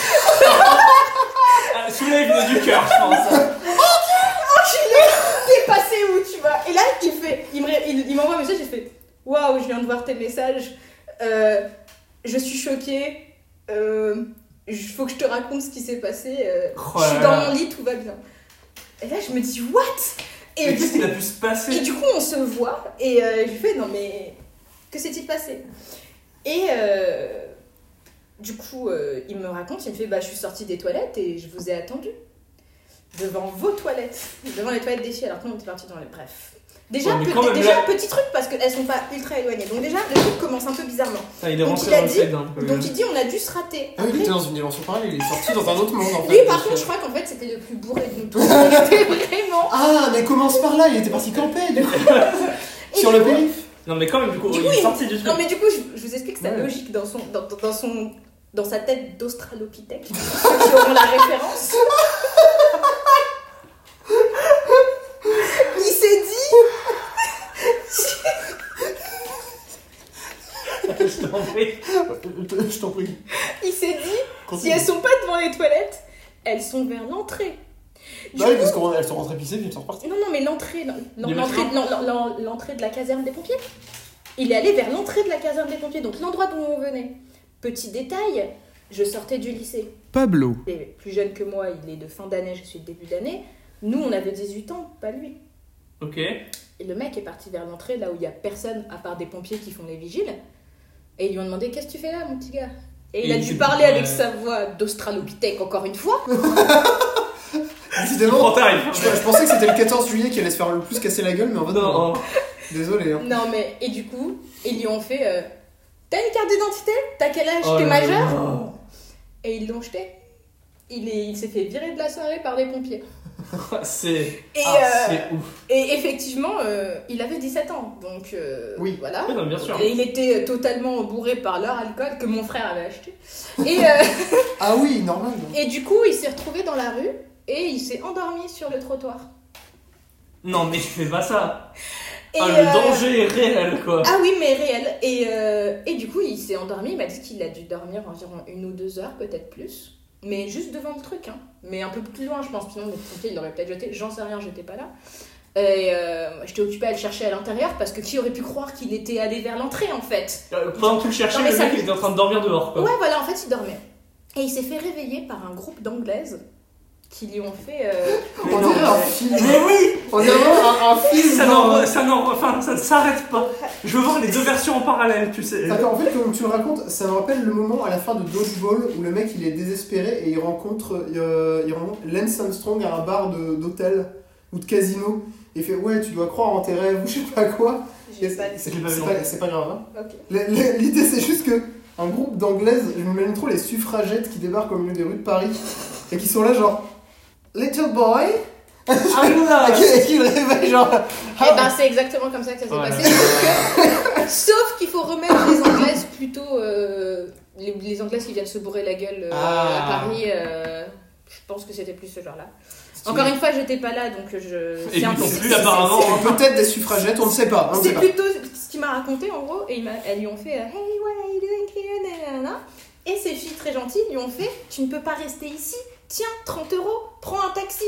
Ah, celui-là, il venait du cœur, je pense. Enculé. T'es passé où, tu vois? Et là, il fait, il me ré- il- il m'envoie un message. Il fait, waouh, je viens de voir tes messages. Euh, je suis choquée. Euh, il faut que je te raconte ce qui s'est passé. Euh, Oh je suis là dans là. mon lit, tout va bien. Et là, je me dis, what? Et Mais du qu'est-ce coup, qu'il a pu se Et passer? du coup, on se voit et euh, je lui fais non mais que s'est-il passé? Et euh, du coup, euh, il me raconte, il me fait bah je suis sortie des toilettes et je vous ai attendu devant vos toilettes, devant les toilettes des filles alors que nous on était partis dans les bref. Déjà, Ouais, mais pe- quand même, déjà là- petit truc parce qu'elles sont pas ultra éloignées. Donc déjà le truc commence un peu bizarrement. Ah, il est Donc, rentré il a dans le dit- side un peu. Donc il dit on a dû se rater. Ah oui, il Après, était dans une dimension parallèle, il est sorti dans un autre monde en fait. lui par Donc, contre euh, je crois qu'en fait c'était le plus bourré de nous tous. C'était vraiment. Ah, mais commence par là, il était parti camper du coup. Et Sur du le coup- périph'. Non, mais quand même, du coup, Du il coup, est il- sorti du truc. Non mais du coup, je, je vous explique sa Ouais. logique dans son, dans, dans- dans son, dans sa tête d'australopithèque. Ceux qui auront la référence. Il s'est dit, Je t'en prie. Je t'en prie. il s'est dit, si Continue. elles sont pas devant les toilettes, elles sont vers l'entrée. Du Bah oui, coup- parce qu'elles sont rentrées pisser puis elles sont reparties. non non mais l'entrée, l'en- Du l'entrée, métro. l'en- l'en- l'entrée de la caserne des pompiers. Il est allé vers l'entrée de la caserne des pompiers, donc l'endroit d'où on venait. Petit détail, je sortais du lycée. Pablo, Il est plus jeune que moi, il est de fin d'année, je suis de début d'année. Nous, on avait dix-huit ans, pas lui. Ok. Et le mec est parti vers l'entrée, là où il y a personne à part des pompiers qui font les vigiles. Et ils lui ont demandé qu'est-ce que tu fais là, mon petit gars? Et il Et a il dû s'est- parler ouais. avec sa voix d'australopithèque encore une fois. Décidément, Prends tarif. je, je pensais que c'était le quatorze juillet qui allait se faire le plus casser la gueule, mais en fait, non. Non, Désolé. Hein. Non mais et du coup, ils lui ont fait euh, t'as une carte d'identité? T'as quel âge? oh T'es là majeur? là. Et ils l'ont jeté. Il est, il s'est fait virer de la soirée par les pompiers. C'est. Et, Ah, euh, c'est ouf. et effectivement, euh, il avait dix-sept ans, donc euh, Oui. voilà. Oui, non, bien sûr. Et il était totalement bourré par leur alcool que mon frère avait acheté. Et, euh, Ah oui, normal. non. et du coup, il s'est retrouvé dans la rue. et il s'est endormi sur le trottoir. Non, mais tu fais pas ça. Et ah, le euh, danger est réel, quoi. Ah oui, mais réel. Et, euh, et du coup, il s'est endormi. Il m'a dit qu'il a dû dormir environ une ou deux heures, peut-être plus. Mais juste devant le truc, hein. Mais un peu plus loin, je pense. Sinon, le pompier, il l'aurait peut-être jeté. J'en sais rien, j'étais pas là. Et euh, j'étais occupée à le chercher à l'intérieur parce que qui aurait pu croire qu'il était allé vers l'entrée, en fait. Euh, pendant que tu le cherchais, Non, mais le ça mec lui- il était en train de dormir dehors, quoi. Ouais, voilà, en fait, il dormait. Et il s'est fait réveiller par un groupe d'anglaises qui lui ont fait... Euh... On dirait un film. Mais oui. On dirait un, un film. Ça genre- n'en, ça n'en, enfin, ça ne s'arrête pas. Je veux voir les deux versions en parallèle, tu sais. Attends, en fait, comme tu le racontes, ça me rappelle le moment à la fin de Dodgeball où le mec il est désespéré et il rencontre, euh, il rencontre Lance Armstrong à un bar de, d'hôtel ou de casino. Et il fait ouais, tu dois croire en tes rêves ou je sais pas quoi. J'ai Et pas c'est, dit. c'est, c'est pas, c'est pas grave. Hein. Ok. L- l- L'idée c'est juste que un groupe d'anglaises, je m'imagine trop les suffragettes qui débarquent au milieu des rues de Paris et qui sont là genre Little boy Ah et qui, et qui le réveillent genre. Et ben c'est exactement comme ça que ça s'est Voilà. passé. Sauf, que- sauf qu'il faut remettre les anglaises plutôt. euh, les, les anglaises qui viennent se bourrer la gueule euh, Ah. à Paris. euh, je pense que c'était plus ce genre-là. Encore une fois, j'étais pas là donc je. Et c'est un lui peu- non plus, c'est- apparemment. c'est- C'est peut-être des suffragettes, on ne sait pas. On ne C'est sait pas. plutôt ce qu'il m'a raconté en gros. Et il m'a- elles lui ont fait euh, Hey, what are you doing here? Nanana. Et ces filles très gentilles lui ont fait Tu ne peux pas rester ici. Tiens, trente euros, prends un taxi.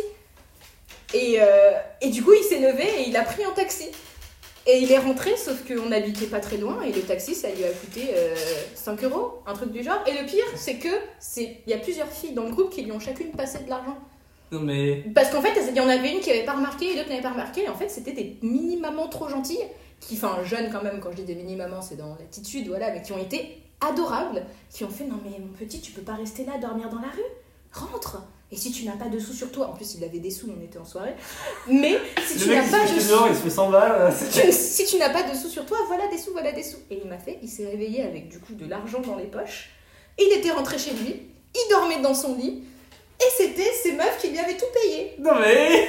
Et, euh, et du coup, il s'est levé et il a pris un taxi. Et il est rentré, sauf qu'on n'habitait pas très loin, et le taxi, ça lui a coûté euh, cinq euros, un truc du genre. Et le pire, c'est que c'est il y a plusieurs filles dans le groupe qui lui ont chacune passé de l'argent. Non, mais. Parce qu'en fait, il y en avait une qui avait pas remarqué et l'autre n'avait pas remarqué. Et en fait, c'était des mini-mamans trop gentilles, qui, enfin, jeunes quand même, quand je dis des mini-mamans, c'est dans l'attitude, voilà, mais qui ont été adorables, qui ont fait Non, mais mon petit, tu peux pas rester là, dormir dans la rue. Rentre. Et si tu n'as pas de sous sur toi, en plus, il avait des sous, on était en soirée, mais si Le tu mec n'as il pas se de fait sous. dehors, il se fait cent balles. euh, c'est- Tu- si tu n'as pas de sous sur toi, voilà des sous, voilà des sous. Et il m'a fait, il s'est réveillé avec du coup de l'argent dans les poches. Et il était rentré chez lui, il dormait dans son lit, et c'était ces meufs qui lui avaient tout payé. Non, mais.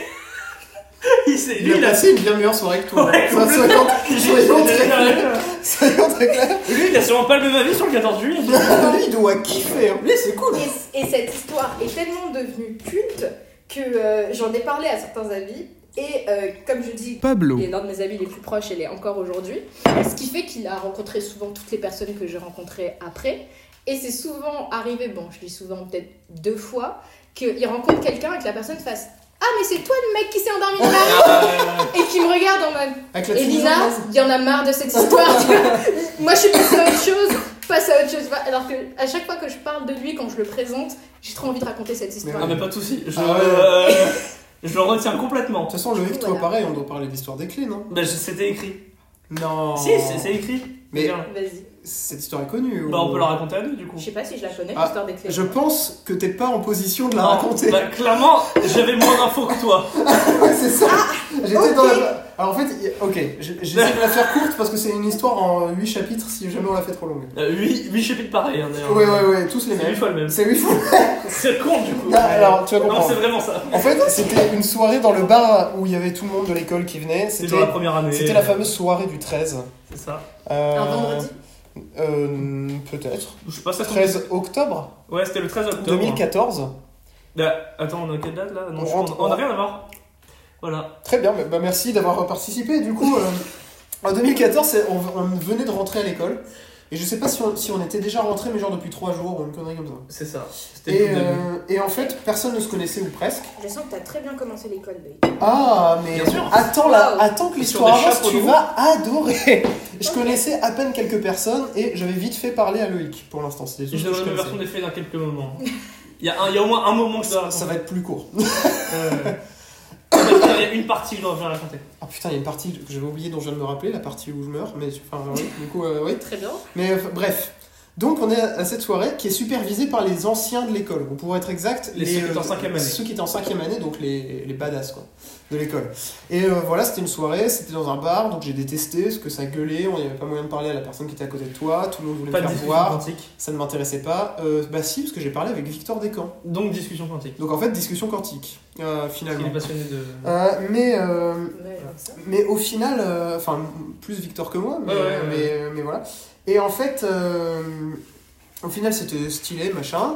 Il s'est. Il Lui, a il a. passé une bien meilleure soirée que toi. Ouais, Ça, complètement. soyons, soyons très clairs. Lui, Soyons très clairs. il a sûrement pas le même avis sur le quatorze juillet. Lui, il doit kiffer. hein. Lui, c'est cool. Et, et cette histoire est tellement devenue culte que euh, j'en ai parlé à certains amis. Et euh, comme je dis, Pablo, il est l'un de mes amis les plus proches et l'est encore aujourd'hui. Ce qui fait qu'il a rencontré souvent toutes les personnes que j'ai rencontrées après. Et c'est souvent arrivé, bon, je dis souvent peut-être deux fois, qu'il rencontre quelqu'un et que la personne fasse Ah, mais c'est toi le mec qui s'est endormi dans la rue et qui me regarde en mode Avec la Et chemise Lina, anglaise. il y en a marre de cette histoire. tu vois. Moi, je suis passée à autre chose. Passe à autre chose. tu vois. Alors que à chaque fois que je parle de lui, quand je le présente, j'ai trop envie de raconter cette histoire. Ah, mais pas de soucis. Je, Ah ouais. euh, je le retiens complètement. De toute façon, Loïc, toi Voilà. pareil, on doit parler de l'histoire des clés, non Bah, je- c'était écrit. Non. Si, c'est, c'est écrit. Mais- Regarde. Vas-y. Cette histoire est connue. Bah, ou- on peut la raconter à deux, du coup. Je sais pas si je la connais, Ah, l'histoire des clés. Je pense que t'es pas en position de la Non, raconter. Bah, clairement, j'avais moins d'infos que toi. Ouais, c'est ça. J'étais ok. dans la. Alors en fait, il- ok, j- j'essaie de la faire courte parce que c'est une histoire en huit chapitres si jamais on la fait trop longue. Euh, huit chapitres pareils, hein, d'ailleurs. Ouais, ouais, ouais, tous les C'est huit mêmes. fois le même. C'est huit fois. C'est con, du coup. Ah, alors, tu vas Non, comprendre. c'est vraiment ça. En fait, c'était une soirée dans le bar où il y avait tout le monde de l'école qui venait. C'est C'était dans la première année. c'était la fameuse soirée du treize. C'est ça. Euh, Un vendredi. euh, Peut-être. Je sais pas ça. treize octobre Ouais, c'était le treize octobre. deux mille quatorze. Bah, attends, on a quelle date là Non, On je rentre- on a rien à voir. Voilà. Très bien, bah, merci d'avoir participé. Du coup, euh, en deux mille quatorze, c'est- on, on venait de rentrer à l'école. Et je sais pas si on, si on était déjà rentré, mais genre depuis trois jours ou une connerie comme ça. C'est ça. C'était Et, le début. euh, et en fait, personne ne se connaissait ou presque. Je sens que t'as très bien commencé l'école, Loïc. Ah, mais Bien sûr. attends, la- Wow. attends que Sur l'histoire des avance, chapeaux tu de roue. vas adorer. Je Ok. connaissais à peine quelques personnes et j'avais vite fait parler à Loïc pour l'instant. C'est des Je choses que donnerai je une version connaissais. des faits dans quelques moments. Il y, a un, il y a au moins un moment que je dois Ça, raconter. ça va être plus court. Euh, Il y a une partie que je dois bien raconter. Ah putain, il y a une partie que j'avais oublié dont je viens de me rappeler, la partie où je meurs, mais enfin oui, du coup, euh, oui. Très bien. Mais euh, bref. Donc on est à cette soirée qui est supervisée par les anciens de l'école. Ou pour être exact, Les ceux qui étaient en cinquième année. Ceux qui étaient en cinquième année, donc les, les badass quoi, de l'école. Et euh, voilà, c'était une soirée, c'était dans un bar, donc j'ai détesté parce que ça gueulait, on n'y avait pas moyen de parler à la personne qui était à côté de toi, tout le monde voulait Pas me de faire discussion voir, quantique. ça ne m'intéressait pas. Euh, bah si, parce que j'ai parlé avec Victor Descamps. Donc discussion quantique. Donc en fait, discussion quantique, euh, Parce qu'il finalement. est passionné de. Euh, mais, euh, Ouais, j'aime ça. mais au final, euh, enfin, plus Victor que moi, mais, Ouais, ouais, ouais. mais, mais voilà. Et en fait, euh, au final, c'était stylé, machin.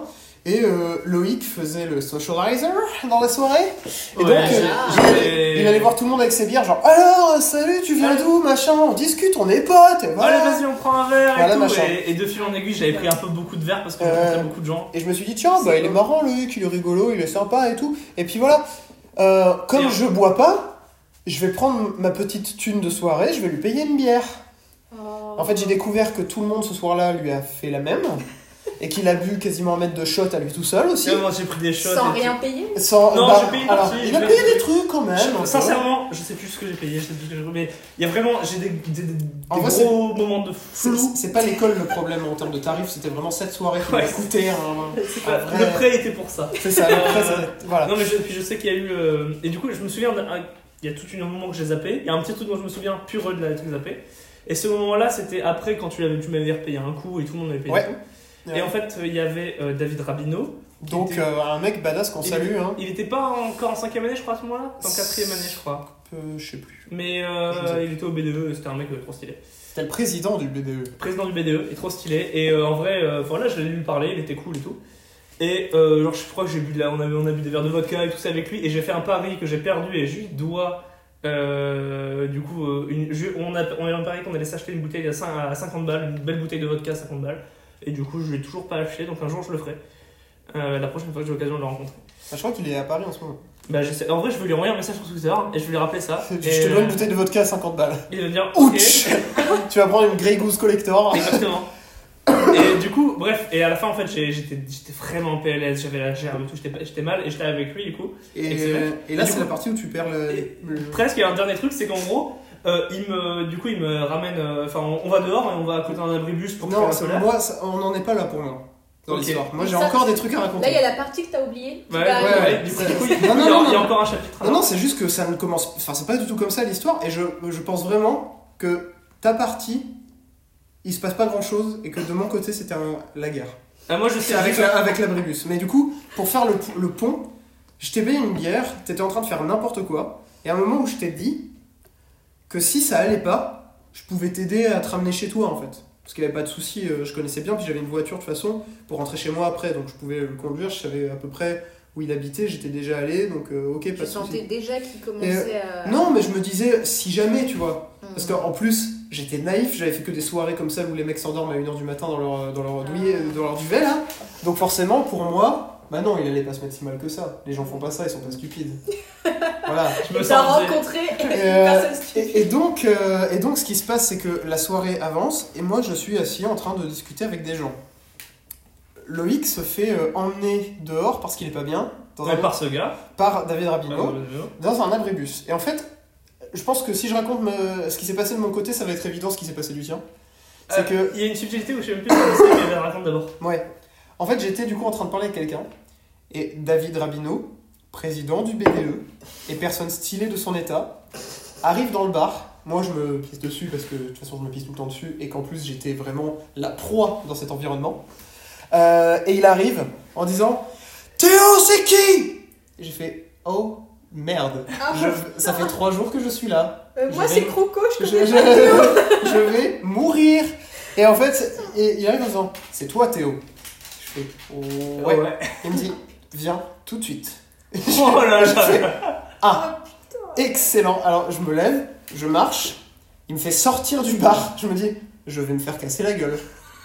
Et euh, Loïc faisait le socializer dans la soirée. Et Ouais, donc, j'ai- euh, j'ai- il allait voir tout le monde avec ses bières, genre alors, salut, tu viens d'où, machin, on discute, on est potes, et voilà. Allez, vas-y, on prend un verre Voilà, et tout. machin. Et, et de fil en aiguille, j'avais pris un peu beaucoup de verres parce que je Euh, rencontrais beaucoup de gens. Et je me suis dit, tiens, bah il est marrant, Loïc, il est rigolo, il est sympa et tout. Et puis voilà, euh, comme Et- je bois pas, je vais prendre ma petite thune de soirée, je vais lui payer une bière. Oh. En fait, j'ai découvert que tout le monde ce soir-là lui a fait la même. Et qu'il a bu quasiment un mètre de shot à lui tout seul aussi. Et moi, j'ai pris des shots. Sans et rien tout. payer. Sans, Non, bah, j'ai payé une alors, partie, il a je payé vais- des trucs quand même. Je- hein, sincèrement, je sais plus ce que j'ai payé, je sais plus ce que j'ai mais il y a vraiment, j'ai des, des, des, En des vrai, gros moments de c'est- flou. c'est c'est pas l'école le problème en termes de tarifs, c'était vraiment cette soirée qui Ouais, m'a c'est- coûté. hein, C'est un pas- vrai- Le prêt était pour ça. C'est ça, le prêt, Euh, ça- voilà. Non mais je, puis je sais qu'il y a eu euh, et du coup je me souviens d'un- un- il y a tout un moment que j'ai zappé, il y a un petit truc dont je me souviens pureux de la truc zappé. Et ce moment-là c'était après quand tu l'avais tu m'avais repayé un coup et tout le monde avait payé Ouais. un coup. Et en fait il y avait euh, David Rabineau. qui Donc était- euh, un mec badass qu'on il salue, était- hein. Il était pas encore en cinquième année je crois à ce moment-là, en quatrième année je crois. Euh, je sais plus. Mais euh, Je sais. il était au B D E, c'était un mec euh, trop stylé. C'était le président du B D E. Président du B D E, et trop stylé. Et euh, en vrai, euh, voilà, je l'ai lu parler, il était cool et tout. Et euh, genre, je crois que j'ai bu de la, on, avait, on a bu des verres de vodka et tout ça avec lui. Et j'ai fait un pari que j'ai perdu et je lui dois. Euh, du coup, euh, une, je- on a on a pari qu'on allait s'acheter une bouteille à, cin- à cinquante balles, une belle bouteille de vodka à cinquante balles. Et du coup, je l'ai toujours pas acheté, donc un jour je le ferai. Euh, la prochaine fois que j'ai l'occasion de le rencontrer. Ah, je crois qu'il est à Paris en ce moment. Bah, j'essaie- en vrai, je vais lui envoyer un message sur Twitter et je vais lui rappeler ça. Je Et, te donne une euh, bouteille de vodka à cinquante balles. Il va me dire ok. Ouch. Tu vas prendre une Grey Goose Collector. Exactement. Et du coup, bref, et à la fin en fait j'ai- j'étais j'étais vraiment en P L S, j'avais la gerbe et tout, j'étais pas- j'étais mal et j'étais avec lui du coup. Et, Excellent. et là, Et du c'est coup- la partie où tu perds le. Et- le- Presque, il y a un dernier truc, c'est qu'en gros, euh, il me, du coup il me ramène, euh, enfin on, on va dehors et on va à côté d'un abribus pour Non, faire c'est- la solaire. moi, ça- on n'en est pas là pour moi. Dans Ok. l'histoire. Moi, Mais j'ai ça, encore c'est- des trucs à raconter. Là, il y a la partie que t'as oubliée. qui Ouais, va ouais, arriver. ouais, du coup, du coup, il, Non, non, il y a, non, il y a non. encore un chapitre. Non, non, c'est juste que ça ne commence. Enfin, c'est pas du tout comme ça l'histoire. Et je, je pense vraiment que ta partie, il se passe pas grand chose. Et que de mon côté, c'était un- la guerre. Ah, moi je sais C'est avec, la, avec l'abribus. Mais du coup, pour faire le, le pont, je t'ai payé une bière, t'étais en train de faire n'importe quoi. Et à un moment où je t'ai dit que si ça allait pas, je pouvais t'aider à te ramener chez toi en fait. Parce qu'il n'y avait pas de souci, euh, je connaissais bien, puis j'avais une voiture de toute façon pour rentrer chez moi après, donc je pouvais le conduire, je savais à peu près où il habitait, j'étais déjà allé, donc euh, ok, Tu pas de sentais souci. déjà qu'il commençait à. Non, mais je me disais, si jamais, tu vois. Hmm. Parce qu'en plus, j'étais naïf, j'avais fait que des soirées comme ça où les mecs s'endorment à une heure du matin dans leur, dans leur, douillet, dans leur duvet là. Donc forcément, pour moi, bah non, il allait pas se mettre si mal que ça. Les gens font pas ça, ils sont pas stupides. Voilà. Je me Et t'as sens rencontré Et, une euh, personne stupide. Et, et donc, euh, et donc, ce qui se passe, c'est que la soirée avance et moi, je suis assis en train de discuter avec des gens. Loïc se fait euh, emmener dehors parce qu'il est pas bien, dans Ouais, un- par ce gars. par David Rabineau, Euh, dans un abribus. Et en fait, je pense que si je raconte me- ce qui s'est passé de mon côté, ça va être évident ce qui s'est passé du tien. C'est euh, que, Il y a une subtilité où je sais même plus ce que c'est, mais je raconte d'abord. ouais. En fait, j'étais du coup en train de parler avec quelqu'un, et David Rabineau, président du B D E, et personne stylée de son état, arrive dans le bar. Moi, je me pisse dessus parce que de toute façon, je me pisse tout le temps dessus, et qu'en plus, j'étais vraiment la proie dans cet environnement. Euh, et il arrive en disant Théo, c'est qui? Et j'ai fait Oh merde, Ah, Je- ça fait trois jours que je suis là. Euh, moi, je c'est vais- Croco, je Je, connais je- pas. je vais mourir. Et en fait, il il arrive en disant C'est toi, Théo. Je fais Oh, ouais. ouais. Il me dit Viens tout de suite. Oh là là. Ah, excellent. Alors, je me lève, je marche, il me fait sortir du bar. Je me dis, je vais me faire casser la gueule.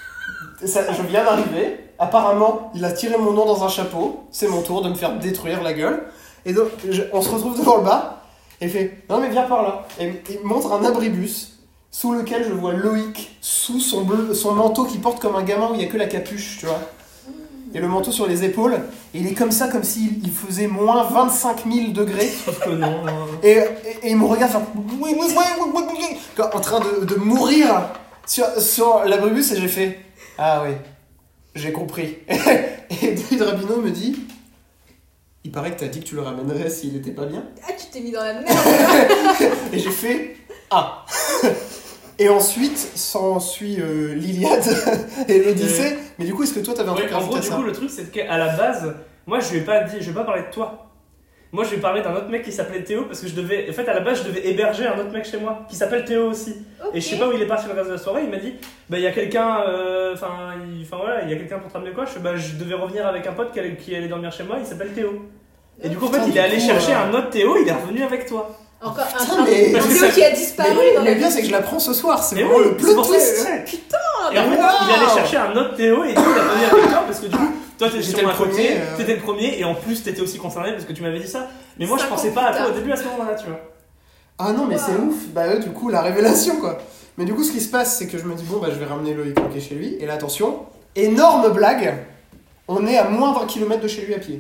Ça, je viens d'arriver. Apparemment, il a tiré mon nom dans un chapeau. C'est mon tour de me faire détruire la gueule. Et donc, je- on se retrouve devant le bar. Et il fait, non mais viens par là. Et il me montre un abribus sous lequel je vois Loïc sous son, bleu, son manteau qu'il porte comme un gamin où il n'y a que la capuche, tu vois. Et le manteau sur les épaules. Et il est comme ça, comme s'il il faisait moins vingt-cinq mille degrés. Sauf que non. hein. Et, et, et il me regarde genre, oui, oui, oui, oui, oui, oui, oui, en train de, de mourir sur, sur l'abribus et j'ai fait ah oui, j'ai compris. Et David Rabineau me dit il paraît que t'as dit que tu le ramènerais s'il était pas bien. Ah, tu t'es mis dans la merde. Et j'ai fait ah. Et ensuite s'ensuit euh, l'Iliade et l'Odyssée. Mais du coup, est-ce que toi t'avais un Ouais, truc à en gros, rajouter à du ça? coup, le truc, c'est qu'à la base, moi, je lui ai pas dit, je vais pas parler de toi. Moi, je lui ai parlé d'un autre mec qui s'appelait Théo parce que je devais. En fait, à la base, je devais héberger un autre mec chez moi qui s'appelle Théo aussi. Ok. Et je sais pas où il est parti le reste de la soirée. Il m'a dit bah, il y a quelqu'un. Enfin, euh, il... voilà, il y a quelqu'un pour te ramener quoi. Je fais bah, je devais revenir avec un pote qui allait, qui allait dormir chez moi. Il s'appelle Théo. Et du coup, en fait, Putain, il est allé du coup, chercher euh, un autre Théo. Il est revenu avec toi. Encore un, Putain, un, mais- un Parce que Théo ça- qui a disparu Mais, dans mais la le bien, c'est que je la prends ce soir, c'est Mais vraiment oui, le c'est plot pour ça, twist. ouais. Putain, Et en fait, Wow. il allait chercher un autre Théo et du coup, il a venu avec toi parce que du coup, toi t'étais J'étais sur le un côté, premier, euh, t'étais le premier et en plus t'étais aussi concerné parce que tu m'avais dit ça. Mais moi je Cinq pensais ans pas à plus toi au tard. début à ce moment-là, tu vois. Ah non, mais Wow. c'est ouf. Bah, euh, du coup, la révélation, quoi. Mais du coup, ce qui se passe, c'est que je me dis, bon, bah, je vais ramener Loïc Roquet chez lui. Et là, attention, énorme blague, on est à moins d'un kilomètre de chez lui à pied.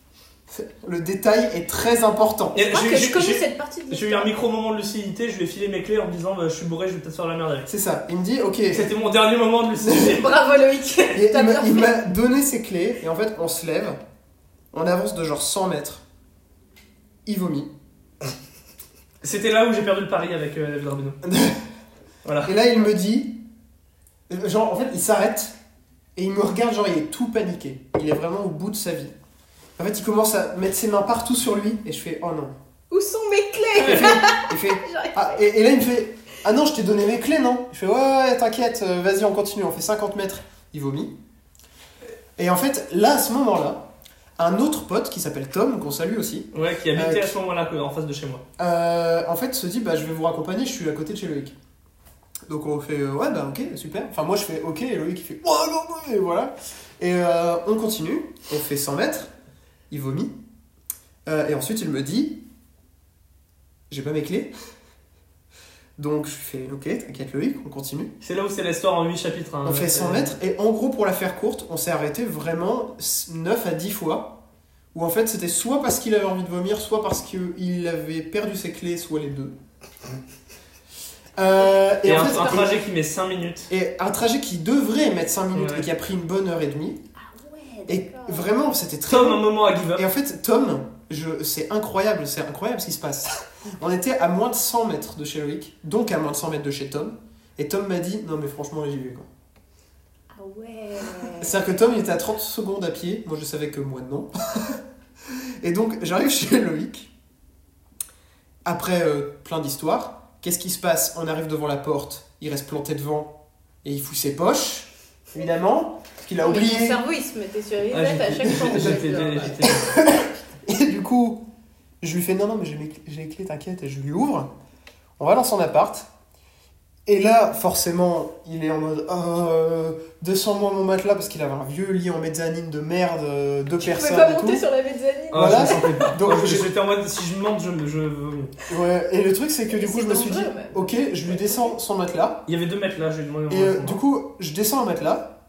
Le détail est très important. Et Je crois j'ai- que je j'ai- connais j'ai- cette partie de J'ai eu l'histoire. un micro moment de lucidité, je lui ai filé mes clés en me disant bah, je suis bourré, je vais peut-être faire la merde avec. C'est ça. Il me dit, ok. C'était mon dernier moment de lucidité. Bravo Loïc. Et T'as il m'a- bien il fait. m'a donné ses clés. Et en fait, on se lève. On avance de genre cent mètres. Il vomit. C'était là où j'ai perdu le pari avec euh, David Rabino. Voilà. Et là, il me dit, genre, en fait, il s'arrête et il me regarde, genre, il est tout paniqué. Il est vraiment au bout de sa vie. En fait, il commence à mettre ses mains partout sur lui et je fais, oh non. Où sont mes clés? Il fait, il fait, J'arrive ah, et, et là, il me fait, ah non, je t'ai donné mes clés, non? Je fais, ouais, ouais, t'inquiète, euh, vas-y, on continue, on fait cinquante mètres. Il vomit. Et en fait, là, à ce moment-là, un autre pote qui s'appelle Tom, qu'on salue aussi, Ouais, qui habitait Euh, à ce moment-là en face de chez moi. euh, en fait, se dit, bah, je vais vous raccompagner, je suis à côté de chez Loïc. Donc on fait, euh, ouais, bah ok, super. Enfin, moi je fais, ok, et Loïc il fait, oh non, non, et voilà. Et euh, on continue, on fait cent mètres, il vomit. Euh, et ensuite il me dit, j'ai pas mes clés. Donc je fais, ok, t'inquiète Loïc, on continue. C'est là où c'est l'histoire en huit chapitres. Hein, On fait C'est- cent mètres, et en gros, pour la faire courte, on s'est arrêté vraiment neuf à dix fois. Où en fait c'était soit parce qu'il avait envie de vomir, soit parce qu'il avait perdu ses clés, soit les deux. Euh, Et, et en un, fait, un trajet qui met cinq minutes. et un trajet qui devrait mettre cinq minutes Ouais. et qui a pris une bonne heure et demie. Ah ouais, Et d'accord. vraiment, c'était très Tom, un long. moment à give up. Et en fait, Tom, je, c'est incroyable, c'est incroyable ce qui se passe. On était à moins de cent mètres de chez Loïc, donc à moins de cent mètres de chez Tom. Et Tom m'a dit, non mais franchement, j'y vais quoi. Ah ouais. C'est-à-dire que Tom, il était à trente secondes à pied. Moi, je savais que moi, non. Et donc, j'arrive chez Loïc. Après euh, plein d'histoires. Qu'est-ce qui se passe? On arrive devant la porte. Il reste planté devant. Et il fout ses poches, évidemment. Parce qu'il a Mais Mon oublié. cerveau il se mettait sur Ah, reset à chaque fois. J'étais- J'adore. j'étais- Et du coup, je lui fais non, non, mais j'ai mes clés- j'ai les clés, t'inquiète. Et je lui ouvre. On va dans son appart. Et là, forcément, il est en mode euh, descends-moi mon matelas parce qu'il avait un vieux lit en mezzanine de merde, euh, deux Tu pouvais personnes pas et monter tout. sur la mezzanine. Ah, Voilà. je me sentais pas. Donc, Moi, je- j'étais en mode si je monte, je, je vomis. Ouais, et le truc, c'est que du coup, C'est je me suis dit, dangereux, même. ok, je lui descends son matelas. Il y avait deux mètres là, je lui ai demandé. Et euh, du coup, je descends un matelas.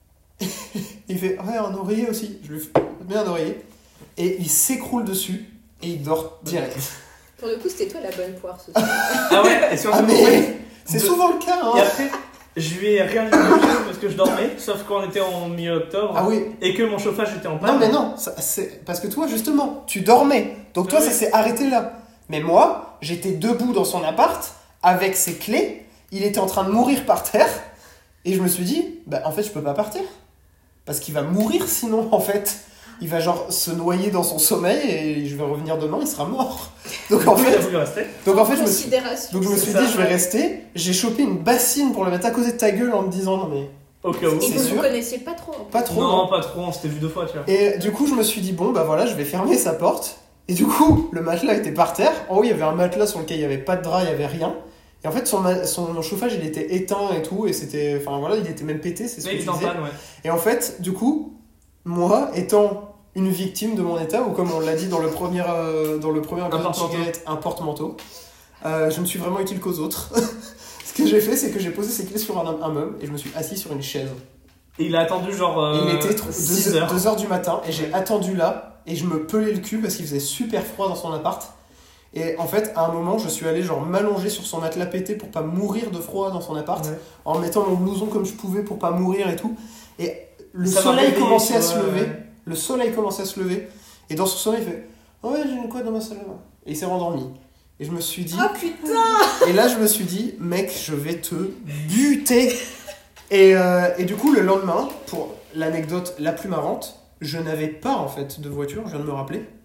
Il fait, ouais, un oreiller aussi. Je lui fais, mets un oreiller. Et il s'écroule dessus. Et il dort direct. Pour le coup, c'était toi la bonne poire ce soir. Ah ouais, et sur Ah, mais c'est De- souvent le cas, Et hein. après, je lui ai rien dit de chose parce que je dormais, sauf quand on était en mi-octobre Ah oui. et que mon chauffage était en panne. Non, mais non, ça, c'est parce que toi, justement, tu dormais. Donc toi, Oui. ça s'est arrêté là. Mais moi, j'étais debout dans son appart, avec ses clés. Il était en train de mourir par terre. Et je me suis dit, bah en fait, je peux pas partir. Parce qu'il va mourir sinon, en fait. Il va genre se noyer dans son sommeil et je vais revenir demain, il sera mort. Donc en Oui, il a fait, voulu rester. donc en fait je me suis, Considération. donc je me C'est suis ça, dit, je vais ouais. rester. J'ai chopé une bassine pour le mettre à côté de ta gueule en me disant, non mais Au cas où. Et c'est vous sûr. vous connaissiez pas trop. en plus. pas trop. Non, hein. pas trop, on s'était vu deux fois, tu vois. Et du coup, je me suis dit, bon, bah voilà, je vais fermer sa porte. Et du coup, le matelas était par terre. En haut, il y avait un matelas sur lequel il n'y avait pas de drap, il n'y avait rien. Et en fait, son, ma- son chauffage, il était éteint et tout. Et c'était. Enfin voilà, il était même pété, c'est ce Mais que il je était en disais. panne, ouais. Et en fait, du coup, moi, étant une victime de mon état, ou comme on l'a dit dans le premier, euh, dans le premier épisode de porte-manteau. Cigarette, un porte-manteau, euh, je me suis vraiment utile qu'aux autres. Ce que j'ai fait, c'est que j'ai posé ses clés sur un, un meuble et je me suis assis sur une chaise. Et il a attendu genre. Et Euh, il était six deux heures. heures du matin et j'ai attendu là et je me pelais le cul parce qu'il faisait super froid dans son appart. Et en fait, à un moment, je suis allé genre m'allonger sur son matelas pété pour pas mourir de froid dans son appart, Ouais. en mettant mon blouson comme je pouvais pour pas mourir et tout. Et le Ça m'a soleil réveillé, commençait à tu se vois, lever. ouais. Le soleil commençait à se lever. Et dans son sommeil, il fait ouais, j'ai une couette dans ma salle de bain. Et il s'est rendormi. Et je me suis dit. Ah putain. Et là, je me suis dit, mec, je vais te buter. Et, euh, et du coup, le lendemain, pour l'anecdote la plus marrante, je n'avais pas en fait de voiture, je viens de me rappeler.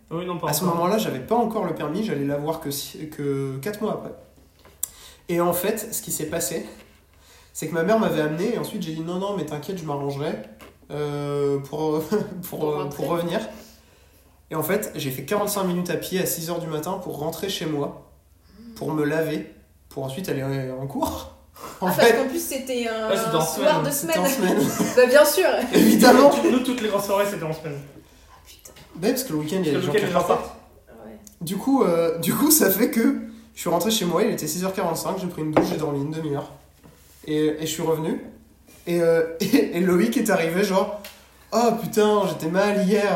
Oui, non, pas À ce encore. moment-là, j'avais pas encore le permis, j'allais l'avoir que, si- que quatre mois après. Et en fait, ce qui s'est passé, c'est que ma mère m'avait amené, et ensuite j'ai dit non, non, mais t'inquiète, je m'arrangerai euh, pour, pour, Pour euh, rentrer. pour revenir. Et en fait, j'ai fait quarante-cinq minutes à pied à six heures du matin pour rentrer chez moi, pour me laver, pour ensuite aller en cours. En Ah, fait, parce qu'en plus, c'était un Ouais, c'était en soir semaine, de c'était semaine. en semaine. Bah, bien sûr. Évidemment. Nous, toutes les grosses soirées, c'était en semaine. Putain. Ouais, parce que le week-end, il y a Le des gens week-end, qui les gens partent. partent. Ouais. Du coup, euh, du coup, ça fait que je suis rentré chez moi, il était six heures quarante-cinq, j'ai pris une douche, j'ai dormi une demi-heure. Et, et je suis revenu. Et, euh, et, et Loïc est arrivé genre « Oh putain, j'étais mal hier !»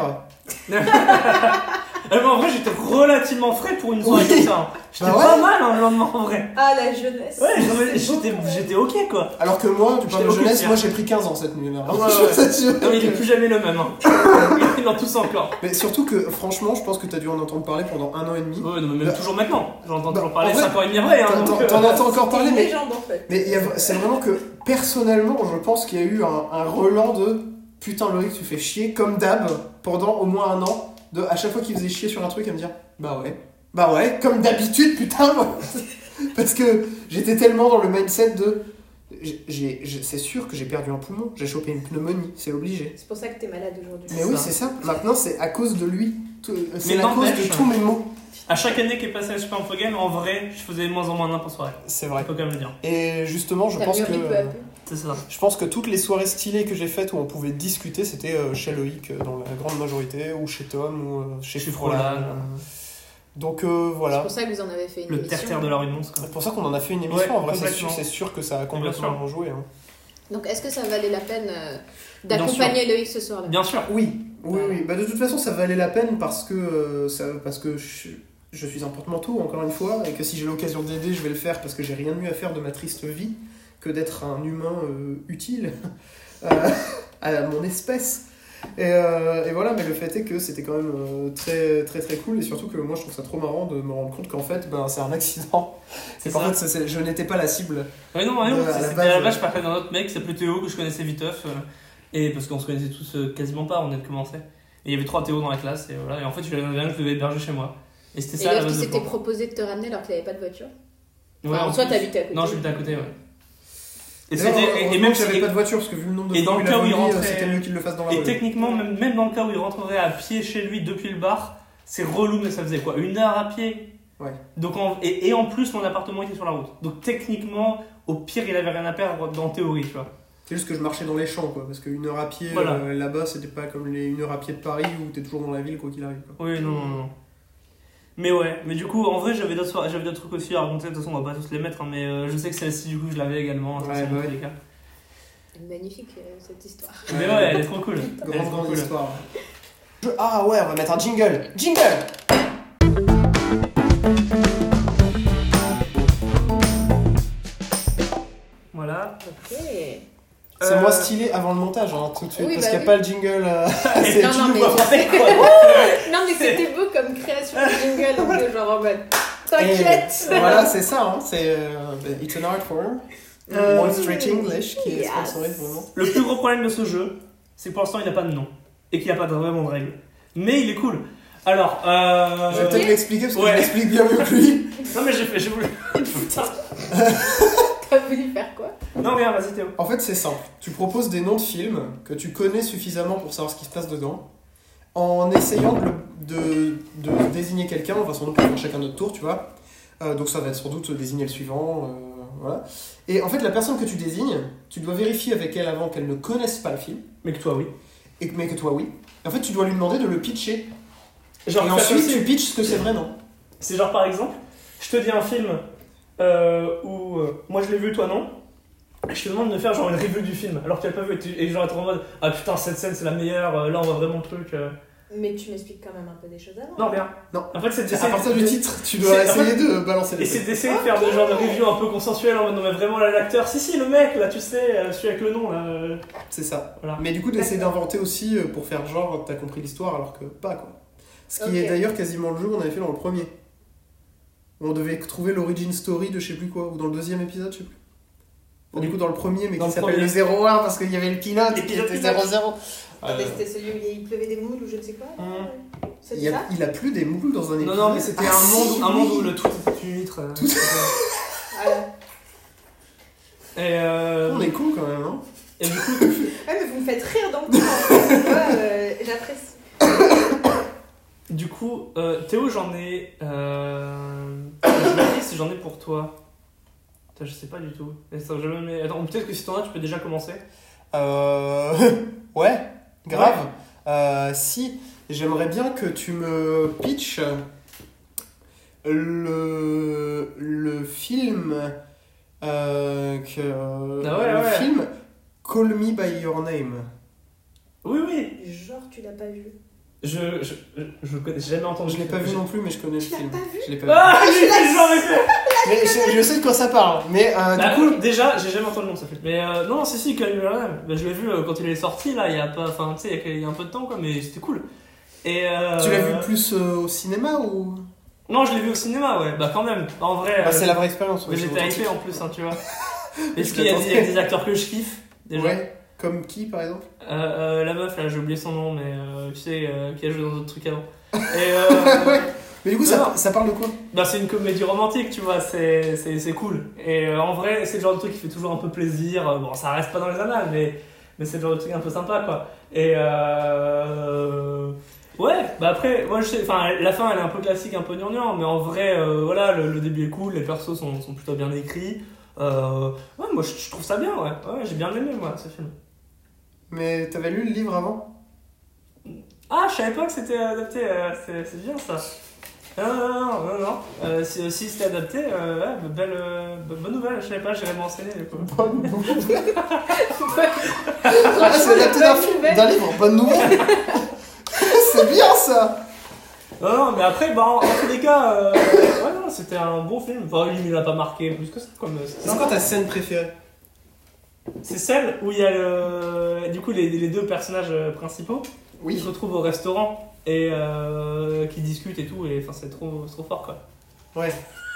Euh, mais en vrai, j'étais relativement frais pour une soirée Oui. comme ça. hein. J'étais Bah ouais. pas mal hein, le lendemain en vrai. Ah, la jeunesse. Ouais, non, mais C'est beau, j'étais, ouais. j'étais ok quoi. Alors que moi, tu parles J'étais de au jeunesse, cul, moi hein. j'ai pris quinze ans cette nuit-là. Ah ouais, ouais. Je t'assure Non, mais il est que- plus jamais le même. Hein. Il en tous encore. Mais surtout que, franchement, je pense que t'as dû en entendre parler pendant un an et demi. Ouais, non, mais même Bah, toujours maintenant. J'entends bah, toujours parler en vrai, cinq ans et demi après. Hein, T'en donc, t'en- euh, t'en entends encore C'était parler, une mais, légende en fait. mais il y a- c'est vraiment que, personnellement, je pense qu'il y a eu un, un relan de « Putain Loïc, tu fais chier » comme d'hab, pendant au moins un an, de à chaque fois qu'il faisait chier sur un truc, à me dire « Bah ouais, bah ouais, comme d'habitude, putain !» Parce que j'étais tellement dans le mindset de j'ai, j'ai- j'ai- c'est sûr que j'ai perdu un poumon, j'ai chopé une pneumonie, c'est obligé. C'est pour ça que t'es malade aujourd'hui. Mais oui, c'est ça. Maintenant, c'est à cause de lui. Tout- C'est Mais la cause n'empêche- de tous mes maux. À chaque année qui est passée à Super Info Game, en vrai, je faisais de moins en moins n'importe soirée. C'est On vrai. peut quand même le dire. Et justement, je T'as pense que mûri peu à peu. C'est ça. je pense que toutes les soirées stylées que j'ai faites où on pouvait discuter, c'était euh, chez Loïc euh, dans la grande majorité, ou chez Tom, ou euh, chez Chez Frolan. Frolan. euh. Donc euh, C'est voilà. pour ça que vous en avez fait une Le émission. terre-terre de la rue de Mons, quoi. C'est pour ça qu'on en a fait une émission. Ouais, en vrai, c'est sûr, complètement. c'est sûr que ça a Bien complètement sûr. joué. Hein. Donc est-ce que ça valait la peine euh, Bien d'accompagner Loïc ce soir-là? Bien sûr. Oui, oui, Ouais. oui. Bah, de toute façon, ça valait la peine parce que, euh, ça, parce que je, je suis un porte-manteau, encore une fois, et que si j'ai l'occasion d'aider, je vais le faire parce que j'ai rien de mieux à faire de ma triste vie que d'être un humain euh, utile euh, à mon espèce. Et, euh, et voilà, mais le fait est que c'était quand même euh, très, très très cool, et surtout que moi je trouve ça trop marrant de me rendre compte qu'en fait, ben, c'est un accident. C'est Et qu'en ça. fait, c'est- c'est- je n'étais pas la cible. Ouais, non, ouais, non, Euh, à la c'était base, à la euh, base, je parlais d'un autre mec qui s'appelait Théo, que je connaissais viteuf. euh, et parce qu'on se connaissait tous euh, quasiment pas, on venait de commencer. Et il y avait trois Théo dans la classe, et voilà. Et en fait, il y en avait un que je devais héberger chez moi. Et c'était Et ça la l'autre qui base de s'était plan. proposé de te ramener alors qu'il avait pas de voiture. Ouais, Enfin, en toi, plus. t'habitais à côté. Non, j'habitais à côté, ouais. Et, Et, c'était- et- et même que j'avais si- pas de voiture, parce que vu le nombre de et fois dans où le il a cas où il vomi, euh, rentrait- c'était mieux qu'il le fasse dans la Et rue. techniquement, même, même dans le cas où il rentrerait à pied chez lui depuis le bar, c'est relou, mais ça faisait quoi? Une heure à pied? Ouais. Donc en- et, et en plus, mon appartement était sur la route. Donc techniquement, au pire, il avait rien à perdre dans théorie, tu vois. C'est juste que je marchais dans les champs, quoi, parce qu'une heure à pied, Voilà. euh, là-bas, c'était pas comme les une heure à pied de Paris où t'es toujours dans la ville, quoi qu'il arrive. Quoi. Oui, non, non, non. Mais ouais, mais du coup, en vrai, j'avais d'autres, soir- j'avais d'autres trucs aussi à raconter. De toute façon, on va pas tous les mettre, hein, mais euh, je sais que celle-ci, du coup, je l'avais également. Ouais, ça, c'est bah dans ouais. tous les cas. Magnifique euh, cette histoire. Mais ouais, elle est trop cool. Elle est Grande, trop grande cool. histoire. Je- Ah ouais, on va mettre un jingle. Jingle. Voilà. Ok. C'est Euh, moi stylé avant le montage, hein, tout de suite, Oui, parce bah qu'il n'y a oui. pas le jingle. euh, c'est- Non, tu non, nous mais- vois frapper, quoi. Non, mais c'était beau comme création de jingle, un peu genre en mode t'inquiète. Et voilà, c'est ça, hein, c'est euh, It's an Art Form. Euh, One Street English qui est yes. sponsorisé pour le moment. Le plus gros problème de ce jeu, c'est que pour l'instant, il n'a pas de nom. Et qu'il n'y a pas de- vraiment de règles. Mais il est cool. Alors, euh... Je vais peut-être l'expliquer parce que Ouais. je l'explique bien mieux que lui. Non, mais j'ai fait. J'ai voulu. Putain. T'as voulu faire quoi? Non, regarde, vas-y, Théo. En fait, c'est simple. Tu proposes des noms de films que tu connais suffisamment pour savoir ce qui se passe dedans, en essayant de, le- de, de désigner quelqu'un. On va sans doute faire chacun notre tour, tu vois. Euh, donc ça va être sans doute désigner le suivant. euh, voilà. Et en fait, la personne que tu désignes, tu dois vérifier avec elle avant qu'elle ne connaisse pas le film, Mais que toi, oui. et que, mais que toi, oui. Et en fait, tu dois lui demander de le pitcher. Genre, et faire ensuite, aussi- tu pitches ce que c'est vraiment. C'est genre, par exemple, je te dis un film euh, où euh, moi je l'ai vu, toi non. Et je te demande de faire genre une review du film alors que tu l'as pas vu. Et, tu- et genre, t'es en mode ah putain, cette scène c'est la meilleure, euh, là on voit vraiment le truc. euh. Mais tu m'expliques quand même un peu des choses avant. Non, rien. Non. En fait, c'est À d'essayer partir de- du titre, tu dois c'est- essayer de balancer Et les c'est trucs. d'essayer de faire des genres de reviews un peu consensuelles en mode non, mais vraiment là, l'acteur, si, si, le mec là, tu sais, euh, celui avec le nom là. euh, C'est ça. Voilà. Mais du coup, d'essayer d'inventer aussi euh, pour faire genre t'as compris l'histoire alors que pas, quoi. Ce qui Ok. est d'ailleurs quasiment le jeu qu'on avait fait dans le premier. On devait trouver l'origin story de je sais plus quoi, ou dans le deuxième épisode, je sais plus. Enfin, du coup, dans le premier, mais Dans qui le s'appelle premier. le zéro un parce qu'il y avait le pilote qui L'épisode était pilote. zéro zéro. Ah, mais c'était celui où il pleuvait des moules ou je ne sais quoi. Hum. C'était Il, y a, ça il a plus des moules dans un épisode. Non, non, mais c'était Ah, un, monde, si, un monde oui. où le tout était une litre. euh, Tout- Voilà. Et, euh, On est con quand même, hein. et du coup, Ouais, mais vous me faites rire dans le temps. Tu vois, euh, j'apprécie. du coup euh, Théo, j'en ai. Euh... Je me dis si j'en ai pour toi. Putain, je sais pas du tout. Mais ça, jamais... mais... Attends, peut-être que si t'en as, tu peux déjà commencer. Euh... Ouais, grave. Euh, si, j'aimerais bien que tu me pitches le, le film euh, que Ah ouais, le ouais. film Call Me By Your Name. Oui, oui. Genre, tu l'as pas vu. Je, je, je, connais, j'ai jamais entendu. Je l'ai pas vu non plus, mais je connais le Tu l'as film. pas vu Je l'ai pas vu. Ah, j'ai fait le genre effet. Mais je, je sais de quoi ça parle. Mais euh, Bah, du coup, déjà, j'ai jamais entendu le nom, ça fait. Mais euh, non, si, si, quand même, bah, je l'ai vu euh, quand il est sorti, là, il y a pas. Enfin, tu sais, il y a un peu de temps, quoi, mais c'était cool. Et. Euh... tu l'as vu plus euh, au cinéma ou Non, je l'ai vu au cinéma, ouais, bah quand même. En vrai. bah, euh, c'est la vraie expérience. Mais ouais, j'étais c'est hypé en plus, hein, tu vois. Parce Je qu'il y, a des- m'attendais. il y a des acteurs que je kiffe, déjà. Ouais. Comme qui par exemple? Euh, euh, la meuf, là, j'ai oublié son nom, mais euh, tu sais, euh, qui a joué dans d'autres trucs avant. Et euh, Ouais. Mais du coup, ça, Non. ça parle de quoi? bah, c'est une comédie romantique, tu vois, c'est, c'est, c'est cool. Et euh, en vrai, c'est le genre de truc qui fait toujours un peu plaisir. Euh, Bon, ça reste pas dans les annales, mais, mais c'est le genre de truc un peu sympa, quoi. Et euh, ouais, bah après, moi je sais, enfin, la fin elle est un peu classique, un peu gnangnan, mais en vrai, euh, voilà, le, le début est cool, les persos sont, sont plutôt bien écrits. Euh, ouais, moi je, je trouve ça bien, ouais. Ouais, j'ai bien aimé, moi, ce film. Mais t'avais lu le livre avant? Ah, je savais pas que c'était adapté, euh, c'est, c'est bien ça. Non, non, non, non, non. Euh, si, si c'était adapté, euh, ouais, belle, euh, bonne nouvelle, je savais pas, j'irai m'enseigner du coup. Bonne nouvelle. Ah, Franchement, c'est adapté d'un bonne film, nouvelle. d'un livre, bonne nouvelle. C'est bien ça. Non, non, mais après, bah, en, en tous les cas, euh, ouais, non, c'était un bon film. Enfin, lui, il m'a pas marqué plus que ça, comme. C'est quoi ta scène préférée? C'est celle où il y a le, du coup les, les deux personnages principaux qui Oui. se retrouvent au restaurant et euh, qui discutent et tout, et enfin c'est trop, c'est trop fort quoi. Ouais.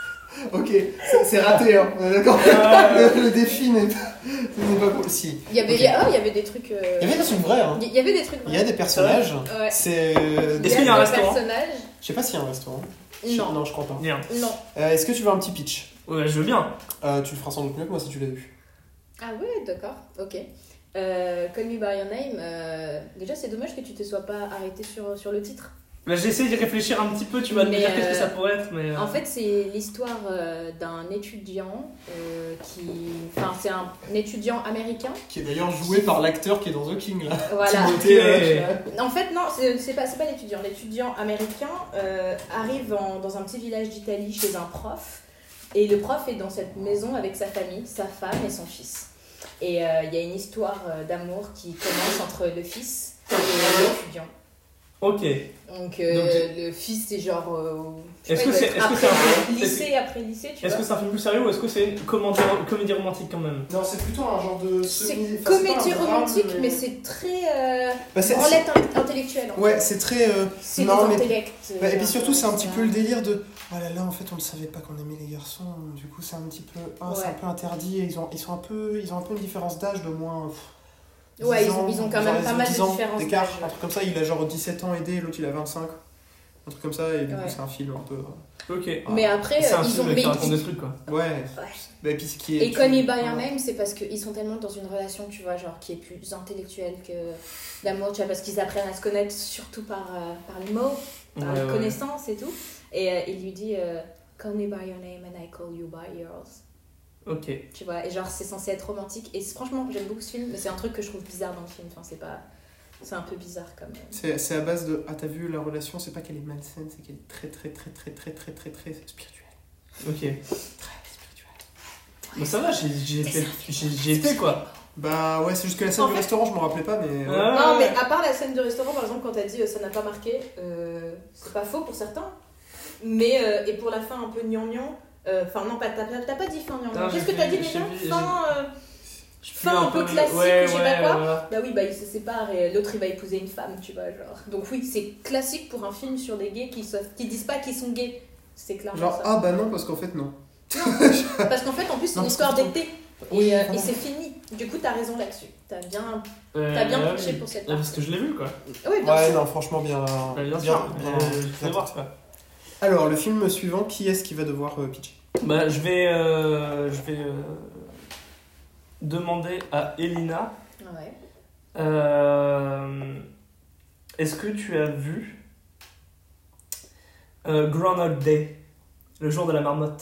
Ok, c'est- c'est raté, hein. On est d'accord. Euh, Le, le défi n'est pas, n'est pas cool. Si. Il y avait, Ok. il y a- oh, il y avait des trucs. euh, Il y avait des trucs vrais, hein. Il y avait des trucs. Il y a des personnages. Ouais. C'est. Est-ce qu'il y a un des restaurant personnages. Je sais pas s'il y a un restaurant. Je- Non. Non, je crois pas. Merde. Non. Euh, Est-ce que tu veux un petit pitch? Ouais, je veux bien. Euh, Tu le feras sans doute mieux que moi si tu l'as vu. Ah ouais, d'accord, ok. Euh, Call Me By Your Name, euh, déjà c'est dommage que tu te sois pas arrêté sur, sur le titre. Bah, j'ai essayé d'y réfléchir un petit peu, tu vas me Mais, dire qu'est-ce que euh, ça pourrait être, mais. euh, En fait, c'est l'histoire euh, d'un étudiant euh, qui. Enfin, c'est un, un étudiant américain. Qui est d'ailleurs joué par l'acteur qui est dans The King là. Voilà. Timothée, euh, En fait, non, c'est c'est pas, c'est pas l'étudiant. L'étudiant américain euh, arrive en- dans un petit village d'Italie chez un prof. Et le prof est dans cette maison avec sa famille, sa femme et son fils. Et euh, il y a une histoire euh, d'amour qui commence entre le fils et l'étudiant. Ok. Donc, euh, Donc, le fils, c'est genre. euh, je sais Est-ce pas, que il c'est- doit être est-ce que après c'est un peu- lycée après lycée, tu Est-ce vois. que c'est un film plus sérieux ou est-ce que c'est une comédie, comédie romantique quand même? Non, c'est plutôt un genre de. C'est semi- enfin, comédie pas un drame, romantique, mais c'est très. Euh, Bah, c'est- branlette intellectuelle. en Ouais, fait. c'est très. euh, C'est non, des mais- intellects. Bah, et euh, puis surtout, c'est un petit ça. peu le délire de. Oh là là, en fait, on ne savait pas qu'on aimait les garçons. Du coup, c'est un petit peu. Ah, c'est Ouais. un peu interdit. Et ils, ont, ils, sont un peu, ils ont un peu une différence d'âge de moins. pff, Ouais, dix ils ont- ans, ils ont quand genre, même pas mal de dix ans différences d'écart. d'âge. Un truc comme ça, il a genre dix-sept ans aidé, l'autre il a vingt-cinq. Un truc comme ça, et du coup, Ouais. c'est un film un peu. euh, Ok. Mais après, C'est un euh, ils ont. film mais qui raconte ils- des trucs quoi. Ouais. Ouais. Bah, et puis ce qui est. Et Call Me By Voilà. Your Name, c'est parce qu'ils sont tellement dans une relation, tu vois, genre qui est plus intellectuelle que d'amour, tu vois, parce qu'ils apprennent à se connaître surtout par, euh, par les mots, par Ouais, les ouais. connaissances et tout. Et euh, il lui dit euh, Call me by your name and I call you by yours. Ok. Tu vois, et genre c'est censé être romantique. Et c'est- franchement, j'aime beaucoup ce film, mais c'est un truc que je trouve bizarre dans le film. Enfin, c'est pas. C'est un peu bizarre comme. euh. C'est c'est à base de. Ah, t'as vu la relation, c'est pas qu'elle est malsaine, c'est qu'elle est très, très, très, très, très, très, très, très spirituelle. Ok. Très spirituelle. Bah ça va, j'ai, j'ai, été, j'ai, j'ai été quoi. Bah ouais, c'est juste que la scène En du fait- restaurant, je me rappelais pas, mais. ouais. Ah, Non, mais ouais. à part la scène de restaurant, par exemple, quand t'as dit euh, ça n'a pas marqué, euh, c'est pas faux pour certains. Mais, euh, et pour la fin un peu gnangnan, enfin, non, pas, t'as, t'as pas dit fin gnangnan. Non, Qu'est-ce j'ai que t'as vu- dit j'ai déjà vu- Fin. euh, Je suis fin un peu classique, ouais, je sais ouais, pas quoi. voilà. Bah oui, bah ils se séparent et l'autre il va épouser une femme, tu vois, genre. Donc oui, c'est classique pour un film sur des gays qui, se, qui disent pas qu'ils sont gays. C'est clairement Genre, ça. ah bah non, parce qu'en fait, non. Parce qu'en fait, en plus, c'est Non, une histoire parce que- d'été. Oui, Et, euh, vraiment. et c'est fini. Du coup, t'as raison là-dessus. T'as bien, Euh, t'as bien ouais, pitché oui. pour cette Ouais, partie. Parce que je l'ai vu, quoi. Oui, bien Ouais, sûr. non, franchement, bien. Bah, bien bien, sûr. bien, Euh, bien je vais tenté. voir ça. Alors, le film suivant, qui est-ce qui va devoir euh, pitcher? Bah, je vais, euh, je vais euh, demander à Elina. Ouais. Euh, est-ce que tu as vu euh, Groundhog Day, le jour de la marmotte?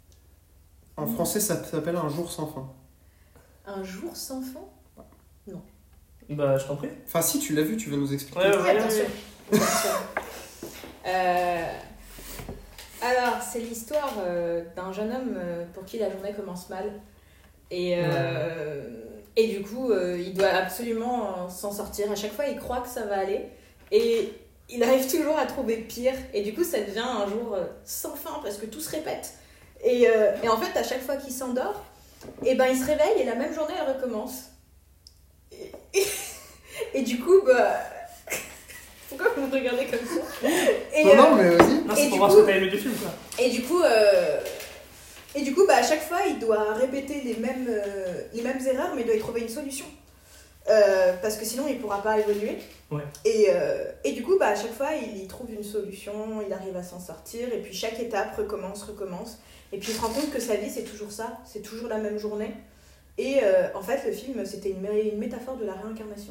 En français, ça s'appelle Un jour sans fin. Un jour sans fin. Bah, je t'en prie. Enfin, si tu l'as vu, tu vas nous expliquer. Ouais, ouais, Ouais, bien ouais. sûr. Bien sûr. Euh, Alors, c'est l'histoire euh, d'un jeune homme euh, pour qui la journée commence mal. Et, euh, et du coup, euh, il doit absolument euh, s'en sortir. À chaque fois, il croit que ça va aller. Et il arrive toujours à trouver pire. Et du coup, ça devient un jour euh, sans fin parce que tout se répète. Et, euh, et en fait, à chaque fois qu'il s'endort, et ben, il se réveille et la même journée, elle recommence. Et, et, et du coup, bah... Pourquoi vous me regardez comme ça? Et, Non, euh, non, mais vas-y. Non, Et c'est du pour voir coup- ce que t'as aimé du film, quoi. Et du coup, euh, et du coup bah, à chaque fois, il doit répéter les mêmes, euh, les mêmes erreurs, mais il doit y trouver une solution. Euh, parce que sinon, il ne pourra pas évoluer. Ouais. Et, euh, et du coup, bah, à chaque fois, il y trouve une solution, il arrive à s'en sortir, et puis chaque étape recommence, recommence. Et puis il se rend compte que sa vie, c'est toujours ça, c'est toujours la même journée. Et euh, en fait, le film, c'était une, mé- une métaphore de la réincarnation.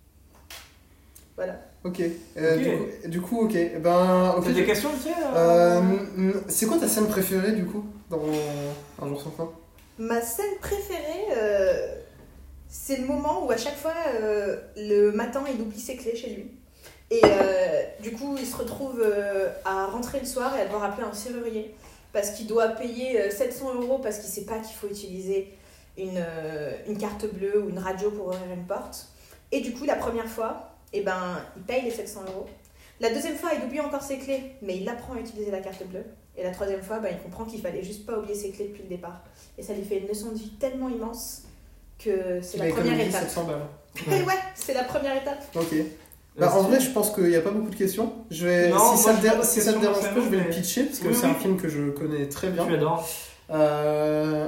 Voilà. Ok. Euh, Ok. Du, coup, du coup, ok. Eh Ben, ok. T'as des questions, tu sais Euh, mm, c'est quoi ta scène préférée, du coup, dans Un jour sans fin? Ma scène préférée, euh, c'est le moment où à chaque fois, euh, le matin, il oublie ses clés chez lui. Et euh, du coup, il se retrouve euh, à rentrer le soir et à devoir appeler un serrurier parce qu'il doit payer euh, sept cents euros parce qu'il ne sait pas qu'il faut utiliser une, euh, une carte bleue ou une radio pour ouvrir une porte. Et du coup, la première fois, eh ben, il paye les sept cents euros. La deuxième fois, il oublie encore ses clés, mais il apprend à utiliser la carte bleue. Et la troisième fois, ben, il comprend qu'il fallait juste pas oublier ses clés depuis le départ. Et ça lui fait une leçon de vie tellement immense que c'est Il la a première économisé étape. sept cents balles. Et ouais, c'est la première étape. Ok. Bah, en vrai, je pense qu'il n'y a pas beaucoup de questions. Je vais, Non, si moi, ça te, j'ai dé- pas de si ça te questions dérange pas, je vais le personnellement, pitcher parce que Oui, c'est oui. un film que je connais très bien. Tu l'adores. Euh,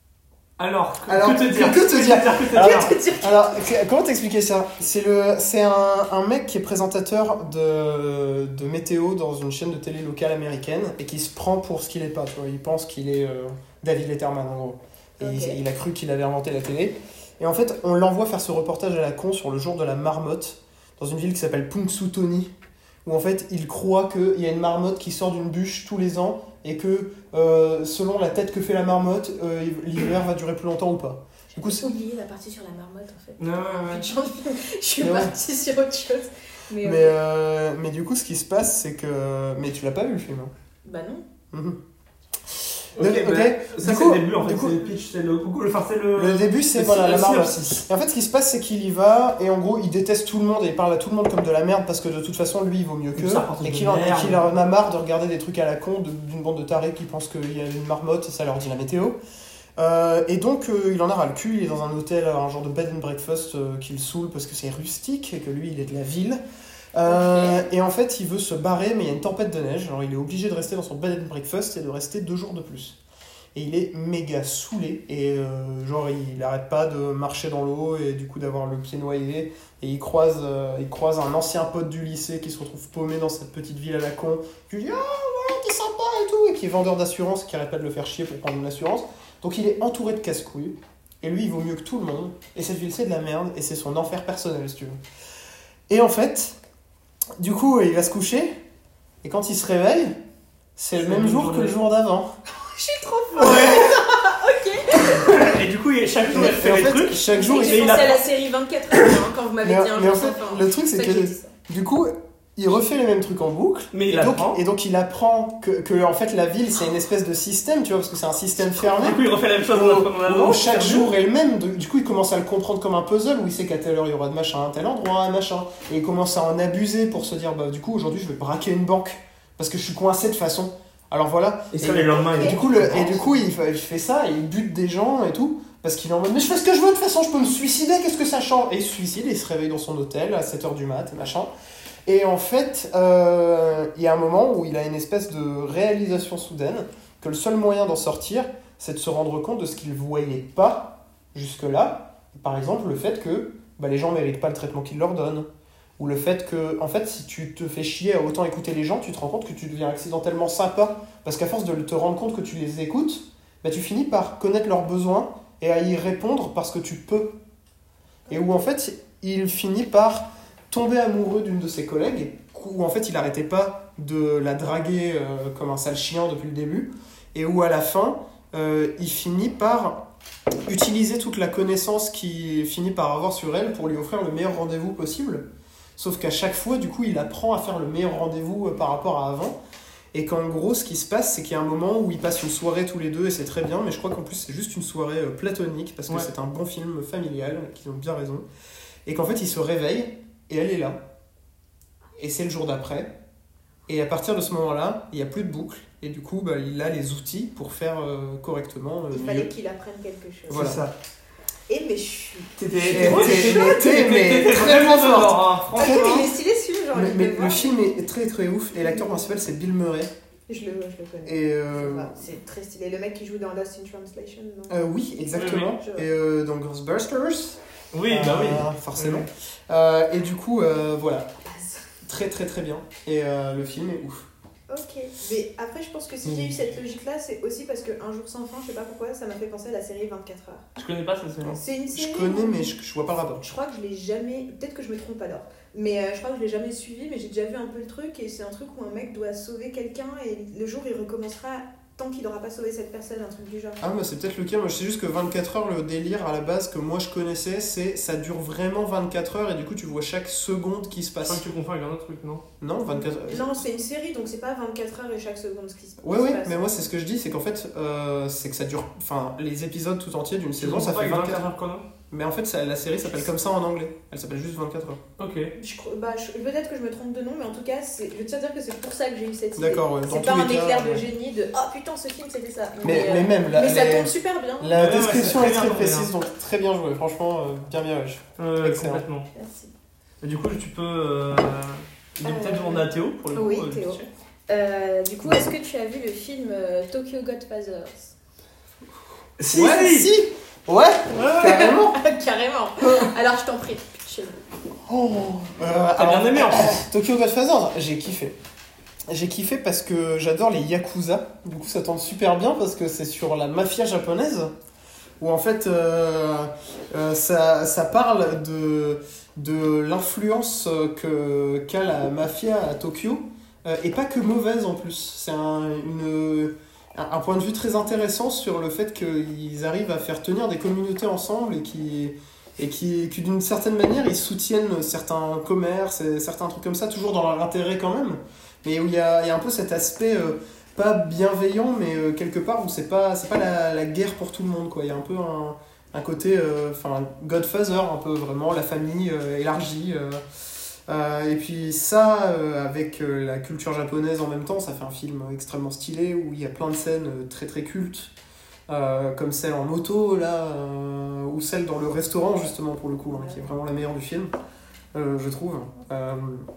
Alors, que, Alors, que te dire que te dire que te Alors, dire Alors, que- comment t'expliquer ça? C'est le, c'est un, un mec qui est présentateur de, de météo dans une chaîne de télé locale américaine et qui se prend pour ce qu'il est pas, tu vois. Il pense qu'il est euh, David Letterman, en gros. Et Ok. il, il a cru qu'il avait inventé la télé. Et en fait, on l'envoie faire ce reportage à la con sur le jour de la marmotte dans une ville qui s'appelle Punxsutawney, où en fait, il croit qu'il y a une marmotte qui sort d'une bûche tous les ans et que euh, selon la tête que fait la marmotte, euh, l'hiver va durer plus longtemps ou pas. Du coup, J'ai c'est... oublié la partie sur la marmotte en fait. Ouais, ouais, ouais. Je suis Mais ouais. partie sur autre chose. Mais, Mais, ok. euh, mais du coup, ce qui se passe, c'est que... Mais tu l'as pas vu, le film, hein. Bah non. Mhm. Ok, Ok, bah, ça du c'est coup- le début en fait, du coup- c'est le pitch, c'est le coucou, enfin c'est le... Le début, c'est le voilà, sy- la le marmotte. synopsis. Et en fait, ce qui se passe, c'est qu'il y va, et en gros, il déteste tout le monde, et il parle à tout le monde comme de la merde, parce que de toute façon, lui, il vaut mieux qu'eux, Ça, par contre, et de qu'il en, et merde. qu'il en a marre de regarder des trucs à la con de- d'une bande de tarés qui pensent qu'il y a une marmotte, et ça leur dit la météo. Euh, et donc, euh, il en a ras le cul, il est dans un hôtel, un genre de bed and breakfast euh, qui le saoule parce que c'est rustique, et que lui, il est de la ville. Euh, Et en fait, il veut se barrer, mais il y a une tempête de neige, alors il est obligé de rester dans son bed and breakfast et de rester deux jours de plus. Et il est méga saoulé, et euh, genre il arrête pas de marcher dans l'eau et du coup d'avoir le pied noyé, et il croise, euh, il croise un ancien pote du lycée qui se retrouve paumé dans cette petite ville à la con, qui lui dit « Ah voilà, t'es sympa et tout », et qui est vendeur d'assurance, qui arrête pas de le faire chier pour prendre une assurance. Donc il est entouré de casse-couilles, et lui il vaut mieux que tout le monde, et cette ville c'est de la merde, et c'est son enfer personnel si tu veux. Et en fait, du coup il va se coucher, et quand il se réveille, c'est le même jour que le jour d'avant. Je suis trop forte. Et du coup, il- chaque jour, il Et fait en des fait, trucs. chaque jour, J'ai il... il pensé a- à la série vingt-quatre heures hein, quand vous m'avez Mais- dit un mais jour en fait, sans fin. le truc, c'est ça que- j'ai dit ça. Du coup, il refait les mêmes trucs en boucle. Mais il et, donc, apprend. et donc il apprend que, que en fait la ville c'est une espèce de système, tu vois, parce que c'est un système fermé. Du coup, il refait la même chose Où, dans notre dans où l'avant. chaque jour est le même. Du du coup, il commence à le comprendre comme un puzzle où il sait qu'à telle heure il y aura de machin à tel endroit, un machin. Et il commence à en abuser pour se dire, bah du coup aujourd'hui je vais braquer une banque parce que je suis coincé de façon. Alors voilà. Et ça, le lendemain, Et il du coup, le, et du coup il, fait, il fait ça et il bute des gens et tout. Parce qu'il est en mode, mais je fais ce que je veux, de toute façon, je peux me suicider, qu'est-ce que ça change? Et il se suicide, et il se réveille dans son hôtel à sept heures du mat, machin. Et en fait, euh, il y a un moment où il a une espèce de réalisation soudaine que le seul moyen d'en sortir, c'est de se rendre compte de ce qu'il ne voyait pas jusque-là. Par exemple, le fait que bah, les gens méritent pas le traitement qu'ils leur donnent. Ou le fait que, en fait, si tu te fais chier à autant écouter les gens, tu te rends compte que tu deviens accidentellement sympa. Parce qu'à force de te rendre compte que tu les écoutes, bah, tu finis par connaître leurs besoins et à y répondre parce que tu peux. Et où en fait, il finit par tomber amoureux d'une de ses collègues, où en fait il arrêtait pas de la draguer euh, comme un sale chien depuis le début, et où à la fin, euh, il finit par utiliser toute la connaissance qu'il finit par avoir sur elle pour lui offrir le meilleur rendez-vous possible. Sauf qu'à chaque fois, du coup, il apprend à faire le meilleur rendez-vous par rapport à avant. Et qu'en gros, ce qui se passe, c'est qu'il y a un moment où ils passent une soirée tous les deux, et c'est très bien, mais je crois qu'en plus, c'est juste une soirée euh, platonique, parce que ouais. c'est un bon film familial, qu'ils ont bien raison. Et qu'en fait, il se réveille, et elle est là. Et c'est le jour d'après. Et à partir de ce moment-là, il n'y a plus de boucle. Et du coup, bah, il a les outils pour faire euh, correctement euh, Il mieux. fallait qu'il apprenne quelque chose. Voilà. C'est ça. Et mais je suis... T'étais mais vraiment fort. En fait, il est stylé ce film, genre. Mais, mais le film est très très ouf. Et l'acteur principal, c'est Bill Murray. Je le, je le connais. Et euh... c'est très stylé. Le mec qui joue dans Lost in Translation, non euh, Oui, exactement. Oui, oui. Et euh, dans Ghostbusters. Oui, euh, bah oui. Forcément. Oui. Euh, et du coup, euh, voilà. Très très très bien. Et euh, le film est ouf. Ok, mais après je pense que si j'ai eu cette logique-là, c'est aussi parce que Un jour sans fin, je sais pas pourquoi, ça m'a fait penser à la série vingt-quatre heures. Je connais pas cette série. C'est une série. Je connais, mais je, je vois pas le rapport. Je crois que je l'ai jamais. Peut-être que je me trompe alors. Mais euh, je crois que je l'ai jamais suivi, mais j'ai déjà vu un peu le truc. Et c'est un truc où un mec doit sauver quelqu'un et le jour il recommencera tant qu'il n'aura pas sauvé cette personne, un truc du genre. Ah, bah c'est peut-être le cas. Moi je sais juste que vingt-quatre heures, le délire à la base que moi je connaissais, c'est ça dure vraiment vingt-quatre heures et du coup tu vois chaque seconde qui se passe. Je crois que tu confonds avec un autre truc, non ? Non, vingt-quatre heures. Non, c'est une série donc c'est pas vingt-quatre heures et chaque seconde ce qui se passe. Ouais, ouais, mais moi c'est ce que je dis, c'est qu'en fait, euh, c'est que ça dure. Enfin, les épisodes tout entiers d'une saison, ça fait vingt-quatre heures. Chrono. Mais en fait, ça, la série s'appelle comme ça en anglais. Elle s'appelle juste vingt-quatre heures. Ok. Je, bah, je, peut-être que je me trompe de nom, mais en tout cas, c'est, je tiens à dire que c'est pour ça que j'ai eu cette idée. D'accord, ouais. C'est pas un éclair de génie de oh putain, ce film c'était ça. Mais, mais, euh, mais même là. Mais ça les... tombe super bien. La ouais, description ouais, est très, très précise, bien. donc très bien joué. Franchement, euh, bien bien wesh. Euh, complètement. Merci. Et du coup, tu peux. Euh... Il est Euh, peut-être demander à Théo pour le oui, coup. euh, Théo. Euh, du coup, est-ce que tu as vu le film euh, Tokyo Godfathers ? Si, ouais, si, si. Ouais, ouais, carrément. Carrément. Alors je t'en prie, chez vous. Oh, euh, T'as bien aimé en fait. Tokyo Godfathers, j'ai kiffé. J'ai kiffé parce que j'adore les Yakuza. Du coup, ça tombe super bien parce que c'est sur la mafia japonaise. Où en fait, euh, euh, ça, ça parle de, de l'influence que, qu'a la mafia à Tokyo. Euh, et pas que mauvaise en plus. C'est un, une, un point de vue très intéressant sur le fait qu'ils arrivent à faire tenir des communautés ensemble et qui... et qui, qui d'une certaine manière ils soutiennent certains commerces et certains trucs comme ça, toujours dans leur intérêt quand même, mais où il y a, il y a un peu cet aspect euh, pas bienveillant, mais euh, quelque part où c'est pas, c'est pas la, la guerre pour tout le monde, quoi. Il y a un peu un, un côté enfin euh, Godfather, un peu vraiment la famille euh, élargie, euh, euh, et puis ça euh, avec euh, la culture japonaise en même temps, ça fait un film extrêmement stylé où il y a plein de scènes euh, très très cultes. Euh, comme celle en moto là, euh, ou celle dans le restaurant justement pour le coup, hein, qui est vraiment la meilleure du film, euh, je trouve. Euh,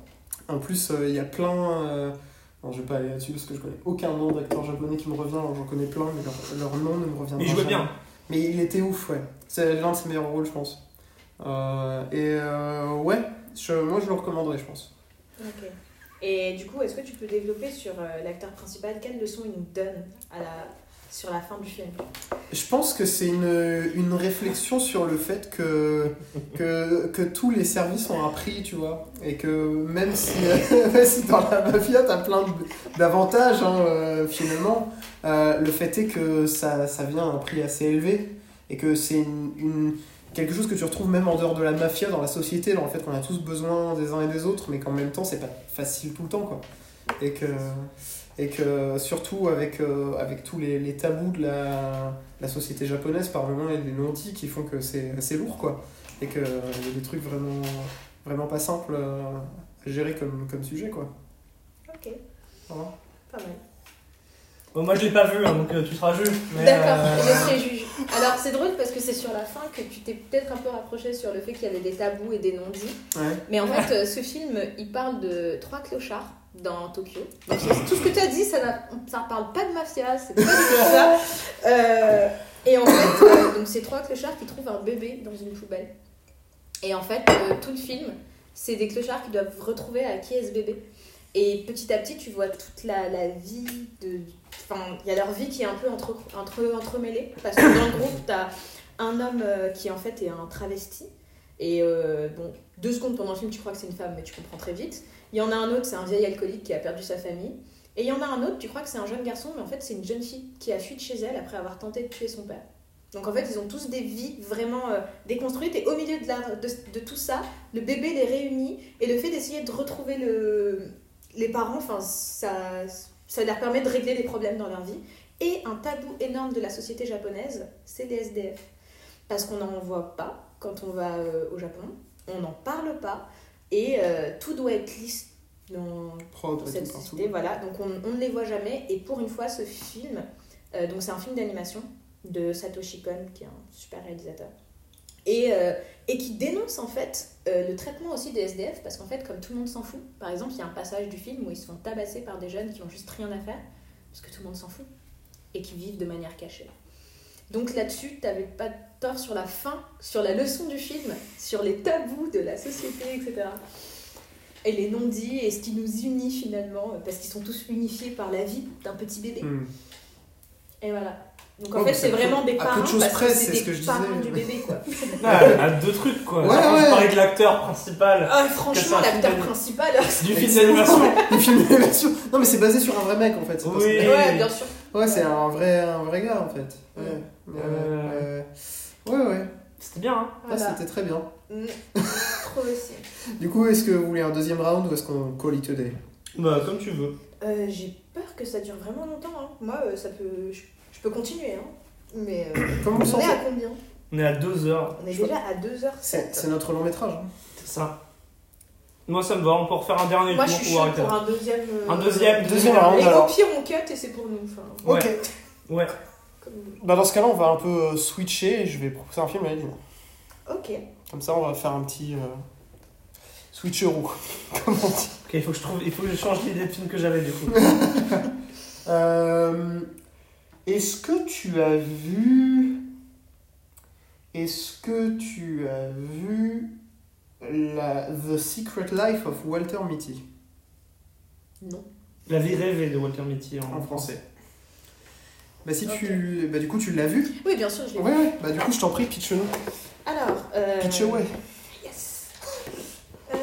en plus il euh, y a plein, euh... non, je vais pas aller là-dessus parce que je connais aucun nom d'acteur japonais qui me revient, alors j'en connais plein mais leur, leur nom ne me revient pas. Il jouait bien. Mais il était ouf, ouais. C'est l'un de ses meilleurs rôles je pense. Euh, et euh, ouais, je, moi je le recommanderais je pense. Ok. Et du coup, est-ce que tu peux développer sur euh, l'acteur principal, quelle leçon il nous donne à la... sur la fin du film? Je pense que c'est une, une réflexion sur le fait que, que, que tous les services ont un prix, tu vois. Et que même si, euh, si dans la mafia, t'as plein d'avantages, hein, euh, finalement, euh, le fait est que ça, ça vient à un prix assez élevé. Et que c'est une, une, quelque chose que tu retrouves même en dehors de la mafia, dans la société, dans le fait qu'on a tous besoin des uns et des autres, mais qu'en même temps, c'est pas facile tout le temps, quoi. Et que... Et que surtout avec, euh, avec tous les, les tabous de la, la société japonaise, par moments il y a des non-dits qui font que c'est assez lourd, quoi. Et qu'il euh, y a des trucs vraiment, vraiment pas simples à gérer comme, comme sujet, quoi. Ok. Voilà. Pas mal. Bon, moi je l'ai pas vu, hein, donc euh, tu seras juge. Mais, D'accord, euh... je serai juge. Alors c'est drôle parce que c'est sur la fin que tu t'es peut-être un peu rapproché sur le fait qu'il y avait des tabous et des non-dits. Ouais. Mais en fait, euh, ce film, il parle de trois clochards dans Tokyo. Donc, tout ce que tu as dit, ça ne parle pas de mafia, c'est pas du tout ça. Euh, Et en fait, euh, donc c'est trois clochards qui trouvent un bébé dans une poubelle. Et en fait, euh, tout le film, c'est des clochards qui doivent retrouver à qui est ce bébé. Et petit à petit, tu vois toute la, la vie de... Enfin, il y a leur vie qui est un peu entre, entre, entremêlée. Parce que dans le groupe, t'as un homme euh, qui en fait est un travesti. Et euh, bon, deux secondes pendant le film, tu crois que c'est une femme, mais tu comprends très vite. Il y en a un autre, c'est un vieil alcoolique qui a perdu sa famille. Et il y en a un autre, tu crois que c'est un jeune garçon, mais en fait, c'est une jeune fille qui a fui de chez elle après avoir tenté de tuer son père. Donc en fait, ils ont tous des vies vraiment euh, déconstruites. Et au milieu de, la, de, de tout ça, le bébé les réunit. Et le fait d'essayer de retrouver le, les parents, enfin, ça, ça leur permet de régler les problèmes dans leur vie. Et un tabou énorme de la société japonaise, c'est les S D F. Parce qu'on n'en voit pas quand on va euh, au Japon. On n'en parle pas. Et euh, tout doit être lisse dans, Propre dans et cette tout société. partout. Voilà. Donc on, on ne les voit jamais. Et pour une fois, ce film, euh, donc c'est un film d'animation de Satoshi Kon, qui est un super réalisateur, et, euh, et qui dénonce en fait euh, le traitement aussi des S D F, parce qu'en fait, comme tout le monde s'en fout, par exemple, il y a un passage du film où ils se font tabasser par des jeunes qui ont juste rien à faire, parce que tout le monde s'en fout, et qui vivent de manière cachée. Donc là-dessus, t'avais pas de tort sur la fin, sur la leçon du film, sur les tabous de la société, et cetera. Et les non-dits, et ce qui nous unit finalement, parce qu'ils sont tous unifiés par la vie d'un petit bébé. Hmm. Et voilà. Donc en Oh, fait, mais c'est ça vraiment peut- des à peu parrains de choses parce près, que c'est c'est ce que des je parrains disais. du bébé, quoi. Ah, à deux trucs quoi. Ouais, Quand ouais. je parlais de l'acteur principal Ah, Que franchement, c'est un film l'acteur d'ani- principal... du Mais film c'est d'animation. ouf, Les films d'animation. Non, mais c'est basé sur un vrai mec en fait. c'est pas Oui. ça. Ouais, bien sûr. Ouais, c'est un vrai, un vrai gars en fait. Ouais, ouais, Euh. ouais. ouais, ouais. C'était bien, hein. Ah, Voilà. c'était très bien. Mm. Trop aussi. Du coup, est-ce que vous voulez un deuxième round ou est-ce qu'on call it a day? Bah, comme tu veux. Euh, j'ai peur que ça dure vraiment longtemps. Hein. Moi, euh, ça peut... Je, je peux continuer, hein. Mais euh, Comment vous le on est sentez? à combien? On est à deux heures. On est Je déjà à deux heures C'est sept. c'est notre long métrage. Hein. C'est ça. Moi, ça me va. On peut refaire un dernier Moi, tour je suis pour chaude arrêter. pour un deuxième... euh, Un deuxième, Deuxième round. round Et au alors. pire, on cut et c'est pour nous. Enfin, Ouais. Ok. Ouais. comme... Bah, dans ce cas-là, on va un peu euh, switcher et je vais proposer un film à Eline. Ok. Comme ça, on va faire un petit euh, switcheroo, comme on dit. Ok, il faut que je trouve, il faut que je change l'idée de film que j'avais du coup. Euh, Est-ce que tu as vu... Est-ce que tu as vu la... The Secret Life of Walter Mitty Non. La vie rêvée de Walter Mitty en, en français? Bah si Ok. tu... Bah du coup tu l'as vu? Oui, bien sûr, je l'ai Ouais vu. ouais, bah du coup je t'en prie, pitch-nous. Alors... Euh... Pitch away. Yes. Euh...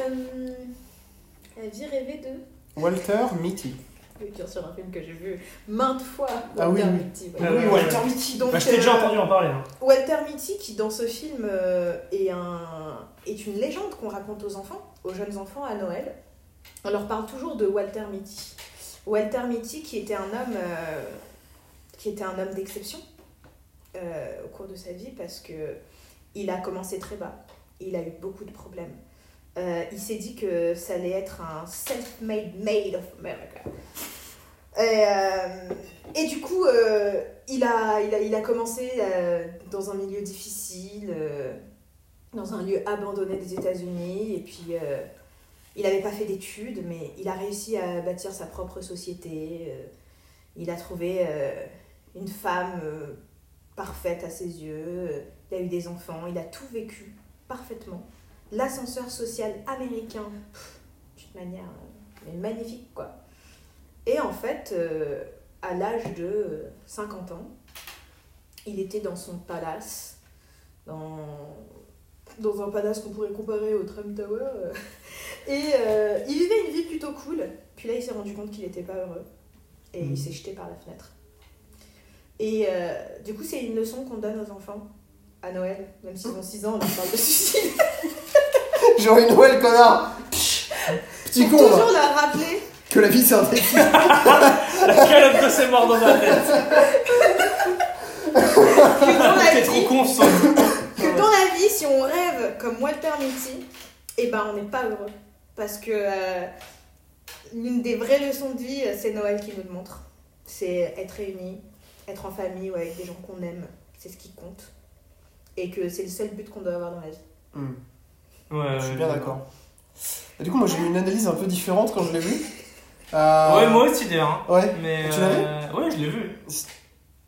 La vie rêvée de... Walter Mitty. Oui, bien sûr, un film que j'ai vu maintes fois. Ah oui, Walter oui. Mitty, ouais. Ah oui, ouais, Walter ouais. Mitty. Donc, Bah, je t'ai déjà euh, entendu en parler. Hein. Walter Mitty, qui dans ce film euh, est, un, est une légende qu'on raconte aux enfants, aux jeunes enfants à Noël. On leur parle toujours de Walter Mitty. Walter Mitty, qui était un homme, euh, qui était un homme d'exception euh, au cours de sa vie, parce que il a commencé très bas. Il a eu beaucoup de problèmes. Euh, il s'est dit que ça allait être un self-made maid of America. Et, euh, et du coup, euh, il, a, il, a, il a commencé euh, dans un milieu difficile, euh, dans un lieu abandonné des États-Unis. Et puis, euh, il n'avait pas fait d'études, mais il a réussi à bâtir sa propre société. Euh, il a trouvé euh, une femme euh, parfaite à ses yeux. Il a eu des enfants. Il a tout vécu parfaitement. L'ascenseur social américain, pff, d'une manière euh, magnifique, quoi. Et en fait, euh, à l'âge de euh, cinquante ans, il était dans son palace, dans, dans un palace qu'on pourrait comparer au Trump Tower, euh, et euh, il vivait une vie plutôt cool. Puis là, il s'est rendu compte qu'il n'était pas heureux, et il s'est jeté par la fenêtre. Et euh, du coup, c'est une leçon qu'on donne aux enfants à Noël, même s'ils ont six ans, on leur parle de suicide. Genre une Noël, connard. Petit Pour con toujours là. leur rappeler Que la vie c'est un défi. La calotte de ses morts dans ma tête. que dans la T'es vie, trop con, ça. que dans la vie, si on rêve comme Walter Mitty, eh ben on n'est pas heureux. Parce que euh, l'une des vraies leçons de vie, c'est Noël qui nous le montre. C'est être réunis, être en famille ou avec des gens qu'on aime. C'est ce qui compte. Et que c'est le seul but qu'on doit avoir dans la vie. Hmm. Ouais, Je suis ouais, bien ouais. d'accord. Et du coup, moi j'ai eu une analyse un peu différente quand je l'ai vu. Euh, Ouais, moi aussi d'ailleurs. hein. Ouais. Mais, Tu l'as vu euh, Ouais, je l'ai vu.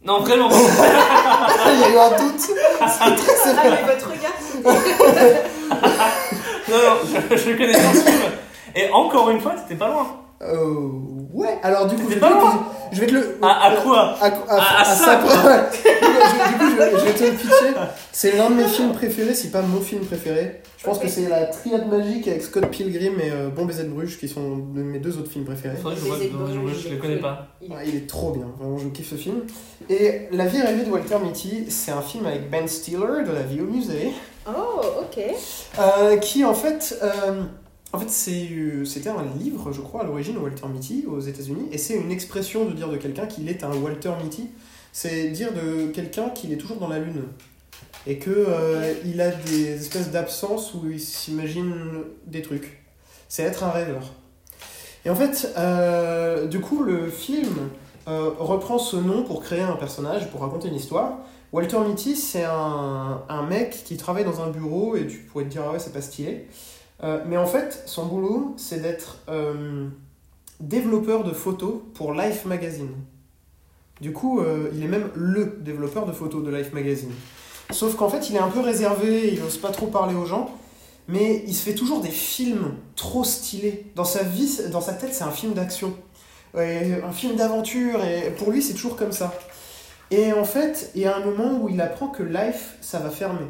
Non, vraiment. Il y a eu un doute. C'est très Ah, sévère. mais votre regard. Non, non, je, je connais pas ce film. Et encore une fois, t'étais pas loin. Euh, ouais, alors du coup, je T'es vais, pas te, loin. je vais te le. À, à quoi À, à, à, À- à ça, ça, quoi. ouais. Du coup, je, vais- je vais te le pitcher. C'est l'un de mes films préférés, si pas mon film préféré. Je pense Ok. que c'est la triade magique avec Scott Pilgrim et euh, Bon Baiser de Bruges qui sont de mes deux autres films préférés. Faudrait que je vois, Les je, Bruges, je, je il le est connais cool. pas. Il est- Ouais, il est trop bien, vraiment je kiffe ce film. Et La vie rêvée de Walter Mitty, c'est un film avec Ben Stiller de La vie au musée, Oh, ok. euh, qui en fait, euh, en fait c'est, euh, c'était un livre, je crois, à l'origine, Walter Mitty, aux États-Unis, et c'est une expression de dire de quelqu'un qu'il est un Walter Mitty, c'est dire de quelqu'un qu'il est toujours dans la lune. Et que euh, il a des espèces d'absences où il s'imagine des trucs. C'est être un rêveur. Et en fait, euh, du coup, le film euh, reprend ce nom pour créer un personnage, pour raconter une histoire. Walter Mitty, c'est un, un mec qui travaille dans un bureau et tu pourrais te dire, ah ouais, c'est pas stylé. Euh, mais en fait, son boulot, c'est d'être euh, développeur de photos pour Life Magazine. Du coup, euh, il est même le développeur de photos de Life Magazine. Sauf qu'en fait, il est un peu réservé, il n'ose pas trop parler aux gens, mais il se fait toujours des films trop stylés. Dans sa vie, dans sa tête, c'est un film d'action, ouais, un film d'aventure, et pour lui, c'est toujours comme ça. Et en fait, il y a un moment où il apprend que Life, ça va fermer.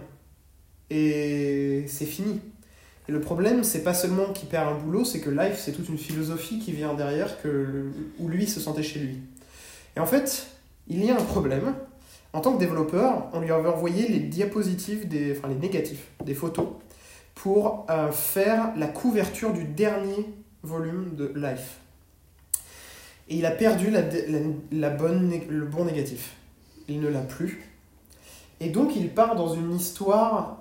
Et c'est fini. Et le problème, c'est pas seulement qu'il perd un boulot, c'est que Life, c'est toute une philosophie qui vient derrière, que, où lui se sentait chez lui. Et en fait, il y a un problème. En tant que développeur, on lui avait envoyé les diapositives, des, enfin les négatifs, des photos, pour euh, faire la couverture du dernier volume de Life. Et il a perdu la, la, la bonne, le bon négatif. Il ne l'a plus. Et donc il part dans une histoire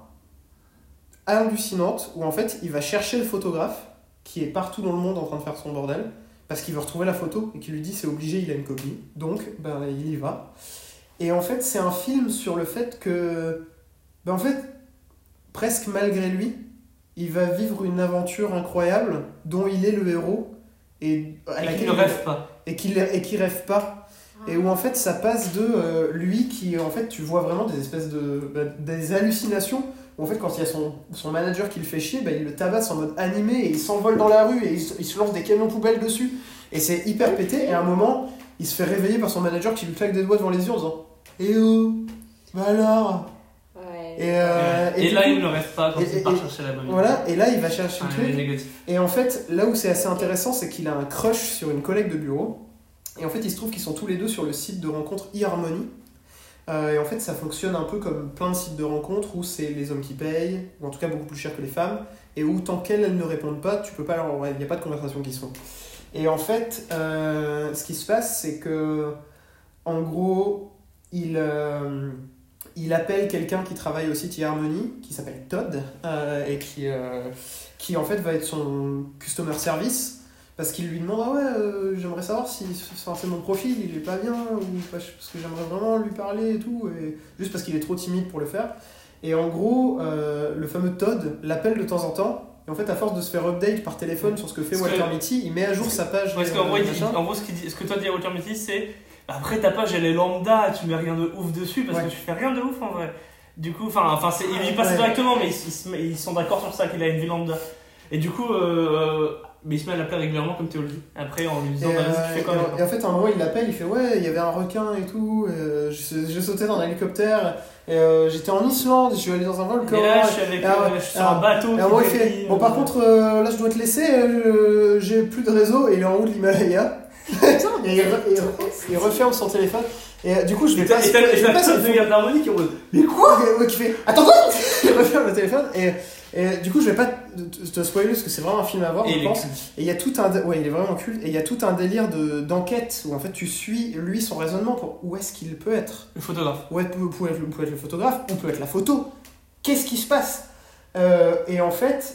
hallucinante où en fait il va chercher le photographe qui est partout dans le monde en train de faire son bordel parce qu'il veut retrouver la photo et qu'il lui dit c'est obligé, il a une copie. Donc ben, il y va. Et en fait, c'est un film sur le fait que, ben en fait, presque malgré lui, il va vivre une aventure incroyable dont il est le héros et à Et laquelle qui ne il- rêve pas. et qui et qui rêve pas. Et où en fait, ça passe de euh, lui qui, en fait, tu vois vraiment des espèces de ben, des hallucinations. Où en fait, quand il y a son, son manager qui le fait chier, ben, il le tabasse en mode animé et il s'envole dans la rue et il, se- il se lance des camions poubelles dessus. Et c'est hyper pété. Et à un moment, il se fait réveiller par son manager qui lui claque des doigts devant les yeux en disant Eh oh, bah alors Ouais. Et, euh, et du là, coup, il ne rêve pas quand et- il part et- chercher la bonne idée. Voilà, et là il va chercher le Enfin, les truc. négatifs. Et en fait, là où c'est assez intéressant, c'est qu'il a un crush sur une collègue de bureau. Et en fait, il se trouve qu'ils sont tous les deux sur le site de rencontre eHarmony. Euh, et en fait, ça fonctionne un peu comme plein de sites de rencontres où c'est les hommes qui payent, ou en tout cas beaucoup plus cher que les femmes, et où tant qu'elles ne répondent pas, tu peux pas leur... ouais, il n'y a pas de conversation qui se font. Et en fait, euh, ce qui se passe, c'est que, en gros, il, euh, il appelle quelqu'un qui travaille au site eHarmony, qui s'appelle Todd, euh, et qui, euh, qui en fait va être son customer service. Parce qu'il lui demande, ah ouais, euh, j'aimerais savoir si enfin, c'est mon profil, il est pas bien, ou parce que j'aimerais vraiment lui parler et tout, et juste parce qu'il est trop timide pour le faire. Et en gros, euh, le fameux Todd l'appelle de temps en temps, et en fait, à force de se faire update par téléphone sur ce que fait Parce Walter que- Mitty, il met à jour sa page. Parce qu'en euh, gros, il dit- machin. en gros, ce, qu'il dit- ce que toi dis à Walter Mitty, c'est bah, après ta page elle est lambda, tu mets rien de ouf dessus parce Ouais. que tu fais rien de ouf en vrai. Du coup, enfin, enfin, c'est- il lui passe Ouais. directement, mais ils, ils se met- ils sont d'accord sur ça qu'il a une vie lambda. Et du coup, euh, mais il se met à l'appeler régulièrement comme Théo le dit. Après, en lui Et, disant, bah, vas-y, tu fais quoi euh, et en- maintenant et en fait, à un moment, il l'appelle, il fait ouais, il y avait un requin et tout, euh, je, je sautais dans un hélicoptère, et euh, j'étais en Islande, je suis allé dans un volcan. Et là, je suis avec, et, ah, euh, je suis sur ah, un bateau. Et à un qui moment, il dévie, fait euh, bon, par contre, euh, là, je dois te laisser, euh, j'ai plus de réseau, et il est en haut de l'Himalaya. Putain, Et il, re- et il re- il referme son téléphone. Et euh, du coup, je vais Et pas. t'as et t'as- je et vais t'as pas plein de spoiler. gars d'harmonie qui ont Mais quoi Ouais, qui fait attends quoi Il referme le téléphone. Et, et du coup, je vais pas te, te spoiler parce que c'est vraiment un film à voir, Et je il est pense. culte. Et il y a tout un. dé- Ouais, il est vraiment culte. Et il y a tout un délire de, d'enquête où en fait tu suis lui son raisonnement pour où est-ce qu'il peut être. Le photographe. Où est- peut, peut être, peut être le photographe, où peut être la photo. Qu'est-ce qui se passe Euh, Et en fait.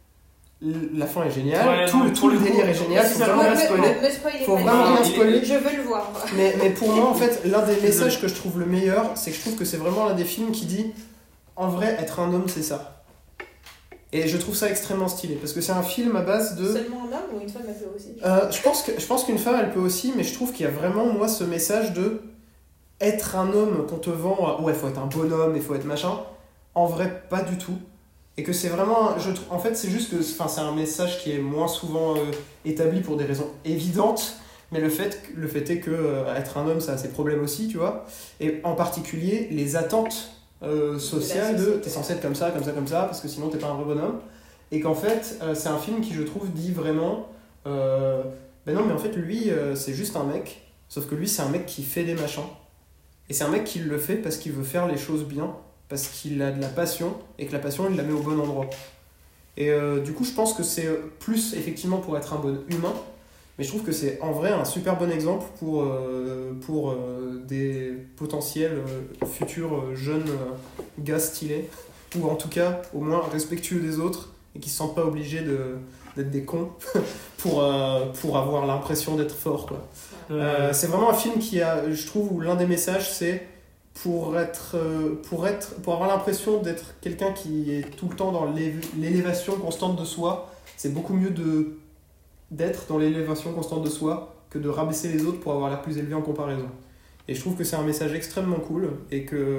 La fin est géniale, Ouais, tout, non, le- pour tout le le coup, délire est génial, si faut ça vraiment me- rien me- spoiler. me spoilez Faut pas. vraiment rien Je- spoiler. Je veux le voir. Mais, mais pour moi, en fait, l'un des messages que je trouve le meilleur, c'est que je trouve que c'est vraiment l'un des films qui dit en vrai, être un homme, c'est ça. Et je trouve ça extrêmement stylé parce que c'est un film à base de. Seulement un homme ou une femme elle peut aussi. Euh, je pense que je pense qu'une femme, elle peut aussi, mais je trouve qu'il y a vraiment, moi, ce message de être un homme qu'on te vend, ouais, faut être un bonhomme, il faut être machin, en vrai, pas du tout. Et que c'est vraiment, je, en fait, c'est juste que c'est un message qui est moins souvent euh, établi pour des raisons évidentes, mais le fait, le fait est que euh, être un homme, ça a ses problèmes aussi, tu vois. Et en particulier, les attentes euh, sociales de t'es censé être comme ça, comme ça, comme ça, parce que sinon t'es pas un vrai bonhomme. Et qu'en fait, euh, c'est un film qui, je trouve, dit vraiment euh, ben non, mais en fait, lui, euh, c'est juste un mec, sauf que lui, c'est un mec qui fait des machins. Et c'est un mec qui le fait parce qu'il veut faire les choses bien, parce qu'il a de la passion, et que la passion, il la met au bon endroit. Et euh, du coup, je pense que c'est plus, effectivement, pour être un bon humain, mais je trouve que c'est en vrai un super bon exemple pour, euh, pour euh, des potentiels euh, futurs euh, jeunes euh, gars stylés, ou en tout cas au moins respectueux des autres et qui se sentent pas obligés de, d'être des cons pour, euh, pour avoir l'impression d'être forts, quoi. Euh, c'est vraiment un film qui a, je trouve, où l'un des messages c'est pour, être, euh, pour, être, pour avoir l'impression d'être quelqu'un qui est tout le temps dans l'élévation constante de soi, c'est beaucoup mieux de d'être dans l'élévation constante de soi que de rabaisser les autres pour avoir l'air plus élevé en comparaison. Et je trouve que c'est un message extrêmement cool et que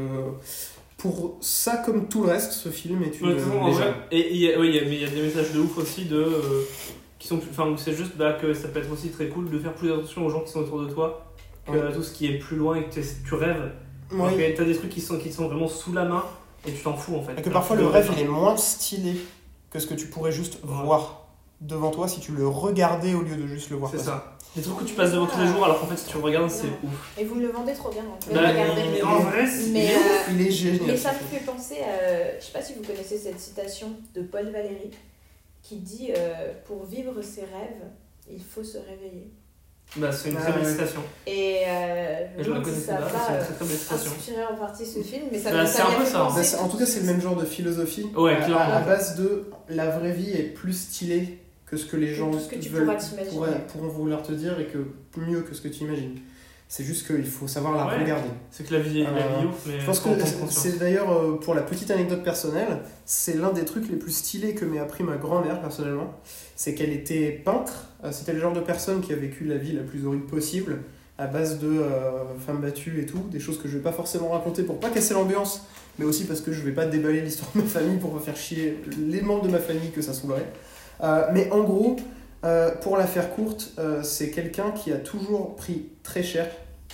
pour ça comme tout le reste, ce film est une ouais, en vrai, et il y a, oui, il y, y a des messages de ouf aussi de euh, qui sont, enfin c'est juste bah, que ça peut être aussi très cool de faire plus attention aux gens qui sont autour de toi que ouais. à tout ce qui est plus loin et que tu rêves. Oui. Tu as des trucs qui sont qui sont vraiment sous la main et tu t'en fous en fait. Et que parfois le rêve il est moins stylé que ce que tu pourrais juste ouais. voir devant toi si tu le regardais au lieu de juste le voir. C'est ça. Des trucs que tu passes devant tous les jours alors qu'en fait si tu le regardes c'est ouf. Et vous me le vendez trop bien. En fait. Bah, mais en vrai mais, euh, il est génial. Mais ça me fait penser à, je sais pas si vous connaissez cette citation de Paul Valéry qui dit euh, pour vivre ses rêves il faut se réveiller. Bah c'est une très belle citation. Et euh, je me dis ça va inspirer en partie ce film, mais ça bah, me c'est un peu ça. Bah, en tout cas c'est le même genre de philosophie. Ouais, à, clairement. À base de la vraie vie est plus stylée que ce que les gens ce que tu veulent, pourront, pourront vouloir te dire et que mieux que ce que tu imagines. C'est juste qu'il faut savoir la ouais, regarder. C'est que la vie est euh, ouf, mais je pense que c'est d'ailleurs, pour la petite anecdote personnelle, c'est l'un des trucs les plus stylés que m'ait appris ma grand-mère personnellement. C'est qu'elle était peintre. C'était le genre de personne qui a vécu la vie la plus horrible possible, à base de euh, femmes battues et tout, des choses que je vais pas forcément raconter pour pas casser l'ambiance, mais aussi parce que je vais pas déballer l'histoire de ma famille pour pas faire chier les membres de ma famille que ça saoulerait. Euh, mais en gros, euh, pour la faire courte, euh, c'est quelqu'un qui a toujours pris très cher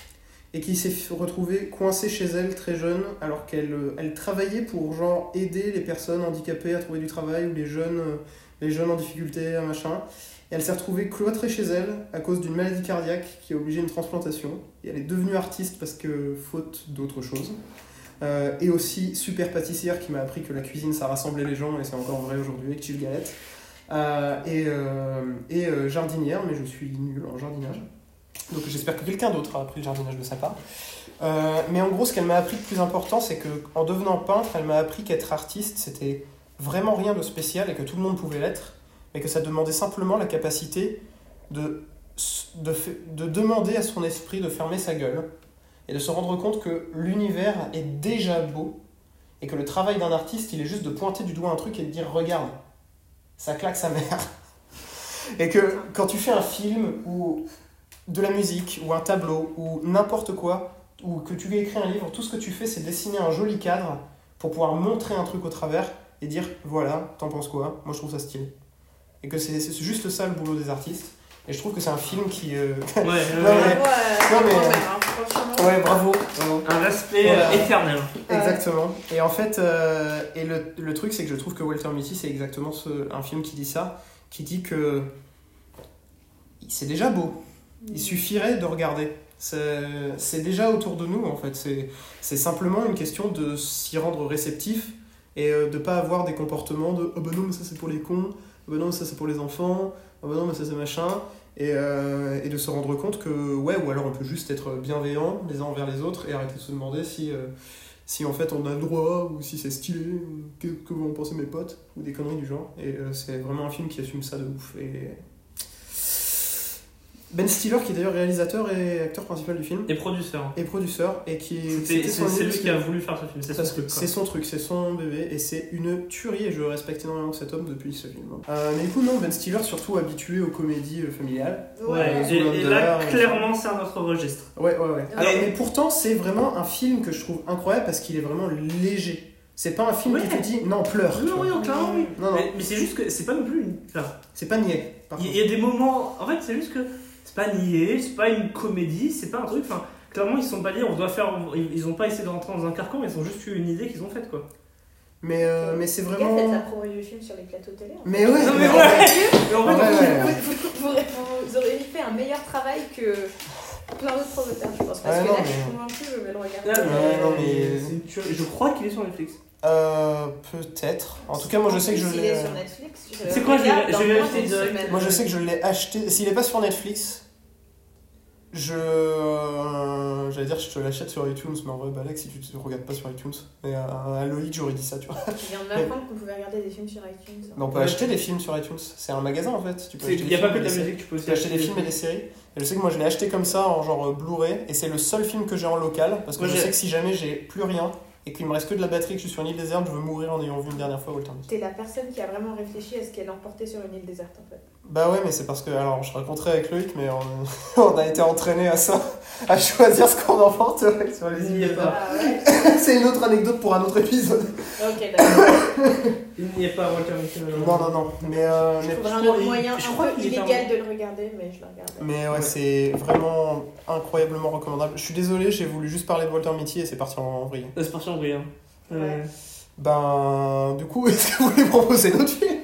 et qui s'est retrouvé coincé chez elle très jeune alors qu'elle elle travaillait pour genre aider les personnes handicapées à trouver du travail ou les jeunes, les jeunes en difficulté, machin. Et elle s'est retrouvée cloîtrée chez elle à cause d'une maladie cardiaque qui a obligé une transplantation. Et elle est devenue artiste parce que faute d'autre chose. Euh, et aussi super pâtissière qui m'a appris que la cuisine ça rassemblait les gens et c'est encore vrai aujourd'hui avec Chill Galette. Euh, et euh, et euh, jardinière, mais je suis nul en jardinage. Donc j'espère que quelqu'un d'autre a appris le jardinage de sa part. Euh, mais en gros, ce qu'elle m'a appris de plus important, c'est qu'en devenant peintre, elle m'a appris qu'être artiste, c'était vraiment rien de spécial et que tout le monde pouvait l'être, mais que ça demandait simplement la capacité de, de, de demander à son esprit de fermer sa gueule et de se rendre compte que l'univers est déjà beau et que le travail d'un artiste, il est juste de pointer du doigt un truc et de dire « Regarde, ça claque sa mère ». Et que quand tu fais un film ou de la musique, ou un tableau, ou n'importe quoi, ou que tu veux écrire un livre, tout ce que tu fais, c'est dessiner un joli cadre pour pouvoir montrer un truc au travers et dire « Voilà, t'en penses quoi ? Moi, je trouve ça stylé. » Et que c'est, c'est juste ça le boulot des artistes. Et je trouve que c'est un film qui... Euh... Ouais, non, ouais, mais... ouais. Non, mais... Ouais, ouais, bravo. bravo. Un respect voilà. euh, éternel. Exactement. Et en fait, euh, et le, le truc, c'est que je trouve que Walter Mitty, c'est exactement ce, un film qui dit ça, qui dit que c'est déjà beau. Il suffirait de regarder. C'est, c'est déjà autour de nous, en fait. C'est, c'est simplement une question de s'y rendre réceptif et euh, de pas avoir des comportements de « Oh bah non, mais ça c'est pour les cons. Oh bah non, mais ça c'est pour les enfants. Oh bah non, mais ça c'est machin. » Et, euh, et de se rendre compte que, ouais, ou alors on peut juste être bienveillant les uns envers les autres et arrêter de se demander si, euh, si en fait on a le droit ou si c'est stylé, ou que, que vont penser mes potes, ou des conneries du genre. Et euh, c'est vraiment un film qui assume ça de ouf. Et... Ben Stiller, qui est d'ailleurs réalisateur et acteur principal du film, Et producteur. et producteur, et qui est. C'était- c'était C'est son c'est lui idée, qui a voulu faire ce film, c'est son parce que truc. quoi. c'est son truc, c'est son bébé, et c'est une tuerie, et je respecte énormément cet homme depuis ce film. Euh, mais du coup, non, Ben Stiller, surtout habitué aux comédies euh, familiales. Ouais, Ouais, et, Zoolander, et là, euh, clairement, c'est un autre registre. Ouais, ouais, ouais. Alors, Et- mais pourtant, c'est vraiment un film que je trouve incroyable parce qu'il est vraiment léger. C'est pas un film Ouais. qui te dit non, pleure. tu Non, vois. oui, clairement, oui. Non, non. Mais, mais c'est juste que c'est pas non plus une. Enfin, C'est pas niais. par il y, contre. il y a des moments. En fait, c'est juste que c'est pas niais, c'est pas une comédie, c'est pas un truc. Enfin, clairement, ils se sont pas dit on doit faire. Ils ils ont pas essayé de rentrer dans un carcan, mais ils ont juste eu une idée qu'ils ont faite, quoi. Mais, euh, mais c'est Les gars, faites la vraiment. promo du film sur les plateaux télé. hein. Mais ouais, Non, mais mais ouais. en fait- Mais en fait, Ouais, ouais, ouais. Vous, vous- vous- vous auriez fait un meilleur travail que plein d'autres promoteurs, je pense. Parce Ouais, que non, là, mais- je suis convaincue, je vais le regarder. Là, Ouais, non, mais- c'est une tuerie. Je crois qu'il est sur Netflix. Euh, peut-être. En tout cas, moi je sais que je En plus, il l'ai. est euh, sur Netflix. je C'est le quoi, je vais- regarde je dans vais moins vérifier d'une direct. semaine. Moi je sais que je l'ai acheté. S'il est pas sur Netflix, je. euh, J'allais dire, je te l'achète sur iTunes, mais en vrai, bah, Alex, si tu te regardes pas sur iTunes. Mais à, à Loïc, j'aurais dit ça, tu vois. Je viens de m'apprendre qu'on pouvait regarder des films sur iTunes. Mais on peut acheter des films sur iTunes. C'est un magasin en fait. Tu peux Il acheter n'y des a pas films que de et la des musique, tu peux Tu aussi peux acheter des films et des séries. Et je sais que moi je l'ai acheté comme ça en genre euh, Blu-ray. Et c'est le seul film que j'ai en local. Parce que Moi, je j'ai- sais que si jamais j'ai plus rien et qu'il me reste que de la batterie, que je suis sur une île déserte, je veux mourir en ayant vu une dernière fois Walter Mitty. T'es la personne qui a vraiment réfléchi à ce qu'elle emportait sur une île déserte en fait. Bah ouais, mais c'est parce que. Alors je raconterai avec Loïc, mais on, on a été entraîné à ça, à choisir ce qu'on emporterait sur les Il n'y îles est pas. Ah ouais. désertes. C'est une autre anecdote pour un autre épisode. Ok, d'accord. Il n'y est pas Walter Mitty. Non, non, non. Mais. Euh, Je mais trouverai je un crois- autre il- moyen je un crois peu qu'il est illégal en- de le regarder, mais je le regarderai. Mais ouais, Ouais. c'est vraiment incroyablement recommandable. Je suis désolé, j'ai voulu juste parler de Walter Mitty et c'est parti en vrille. C'est parti en vrille. hein. Euh, Ben, du coup, est-ce que vous voulez proposer notre film?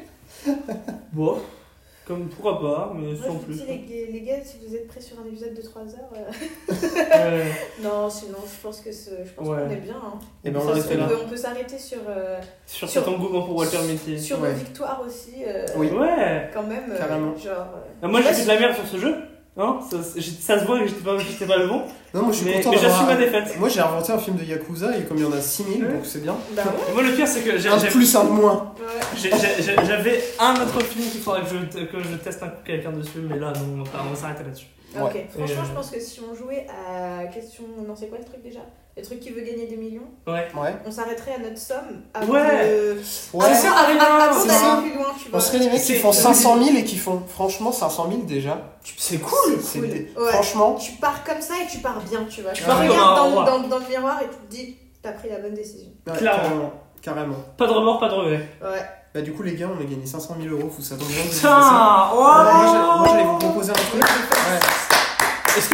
Bon, comme pourquoi pas, mais Moi, sans je vous plus. dis, les, gars- les gars, si vous êtes prêts sur un épisode de trois heures. euh, Ouais. Non, sinon, je pense que ce- je pense Ouais. qu'on est bien. Hein. Et ben, on Ça, en c'est était on là. peut, on peut s'arrêter sur, euh, Sur Sur- cet engouement pour Walter Mitty. sur Ouais. nos victoires aussi. euh, Oui. Ouais. Quand même. euh, Carrément. Genre. euh, Ah, moi j'ai ouais, fait de la merde sur ce jeu. Hein ça, c'est- j'ai- ça se voit que j'étais pas, j'étais pas le bon. Non, moi je suis Mais, content mais d'avoir- j'assume ma défaite. Moi j'ai inventé un film de Yakuza et comme il y en a six mille, Ouais. donc c'est bien. Bah ouais. Et moi le pire c'est que j'ai- Un de j'ai- plus, un de moins. ouais. j'ai- j'ai- j'ai- j'avais un autre film qu'il faudrait que je, que je teste un coup quelqu'un dessus, mais là non, on va, on va s'arrêter là-dessus. Ouais. Ok, franchement, Et, euh, je pense que si on jouait à question. Non, c'est quoi le truc déjà? Le truc qui veut gagner des millions, Ouais. Ouais. on s'arrêterait à notre somme avant Ouais. de. Ouais. avant- C'est ça, Ariane, avant c'est d'aller ça. plus loin, tu On vois. serait les mecs qui C'est- font cinq cent mille et qui font franchement cinq cent mille déjà. C'est cool. C'est cool. des- Ouais. Franchement, Tu pars comme ça et tu pars bien, tu vois. Tu pars regardes comme un dans, roi. dans, dans le miroir et tu te dis, t'as pris la bonne décision. ouais, Clairement. carrément. Carrément. Pas de remords, pas de regrets. Ouais. Bah, du coup, les gars, on a gagné cinq cent mille euros. Vous savez bien que vous Putain, faites ça. wow. Moi, j'ai- moi, j'allais vous proposer un truc. Ouais. Est-ce que.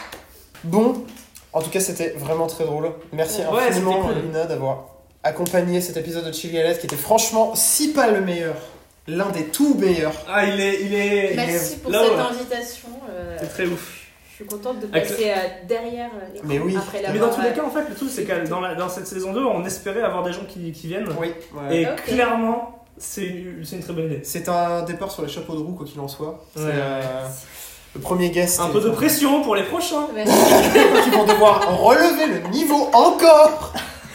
Bon, en tout cas, c'était vraiment très drôle. Merci Ouais, infiniment, c'était cool. Lina, d'avoir accompagné cet épisode de Chill Galette qui était franchement, si pas le meilleur, l'un des tout meilleurs. Ah, il est. Il est... Merci pour là, cette ouais. invitation. euh, C'est très ouf. Je suis contente de Avec passer euh, derrière l'écran Mais oui. après la Mais dans tous les cas, en fait, le truc, c'est que dans, la, dans cette saison deux, on espérait avoir des gens qui, qui viennent. Oui, ouais. Et Ok. clairement, c'est une, c'est une très bonne idée. C'est un départ sur les chapeaux de roue, quoi qu'il en soit. C'est Ouais. euh, le premier guest. Un et- peu de pression pour les prochains. Ouais. qui vont devoir relever le niveau encore.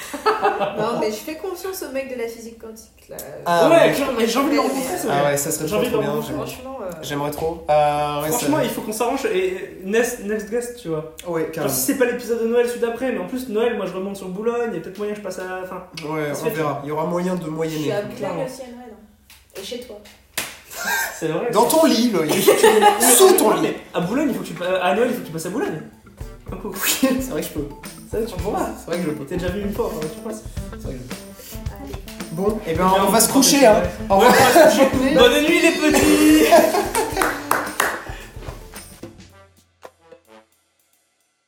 Non, mais je fais confiance au mec de la physique quantique là. Ah, ouais, ouais. clairement, mais j'ai envie de le rencontrer, ce Ah mec. ouais, ça serait J'ai trop, envie de trop le bien. rencontrer. J'aimerais, Franchement. euh, j'aimerais trop. Euh, ouais, Franchement, ça- il faut qu'on s'arrange et next, next guest, tu vois. Ouais, Genre, carrément. si c'est pas l'épisode de Noël, celui d'après, mais en plus, Noël, moi je remonte sur Boulogne, il y a peut-être moyen que je passe à la fin. Ouais, Ça on fait- verra. Il y aura moyen de Je suis moyenner. à Boulogne clairement. aussi à Noël. hein. Et chez toi. C'est vrai. Dans ton lit, Loïc. Sous ton lit. Mais à Boulogne, il faut que tu pa- à Noël, il faut que tu passes à Boulogne. Un coup. C'est vrai que je peux. C'est vrai que tu pourras. C'est vrai que je peux. T'es déjà vu une fois, enfin, tu passes. C'est vrai que je peux. Allez. Bon, et ben Eh bien, on va se prend des coucher, hein. soirées. Au revoir. Bonne nuit les petits.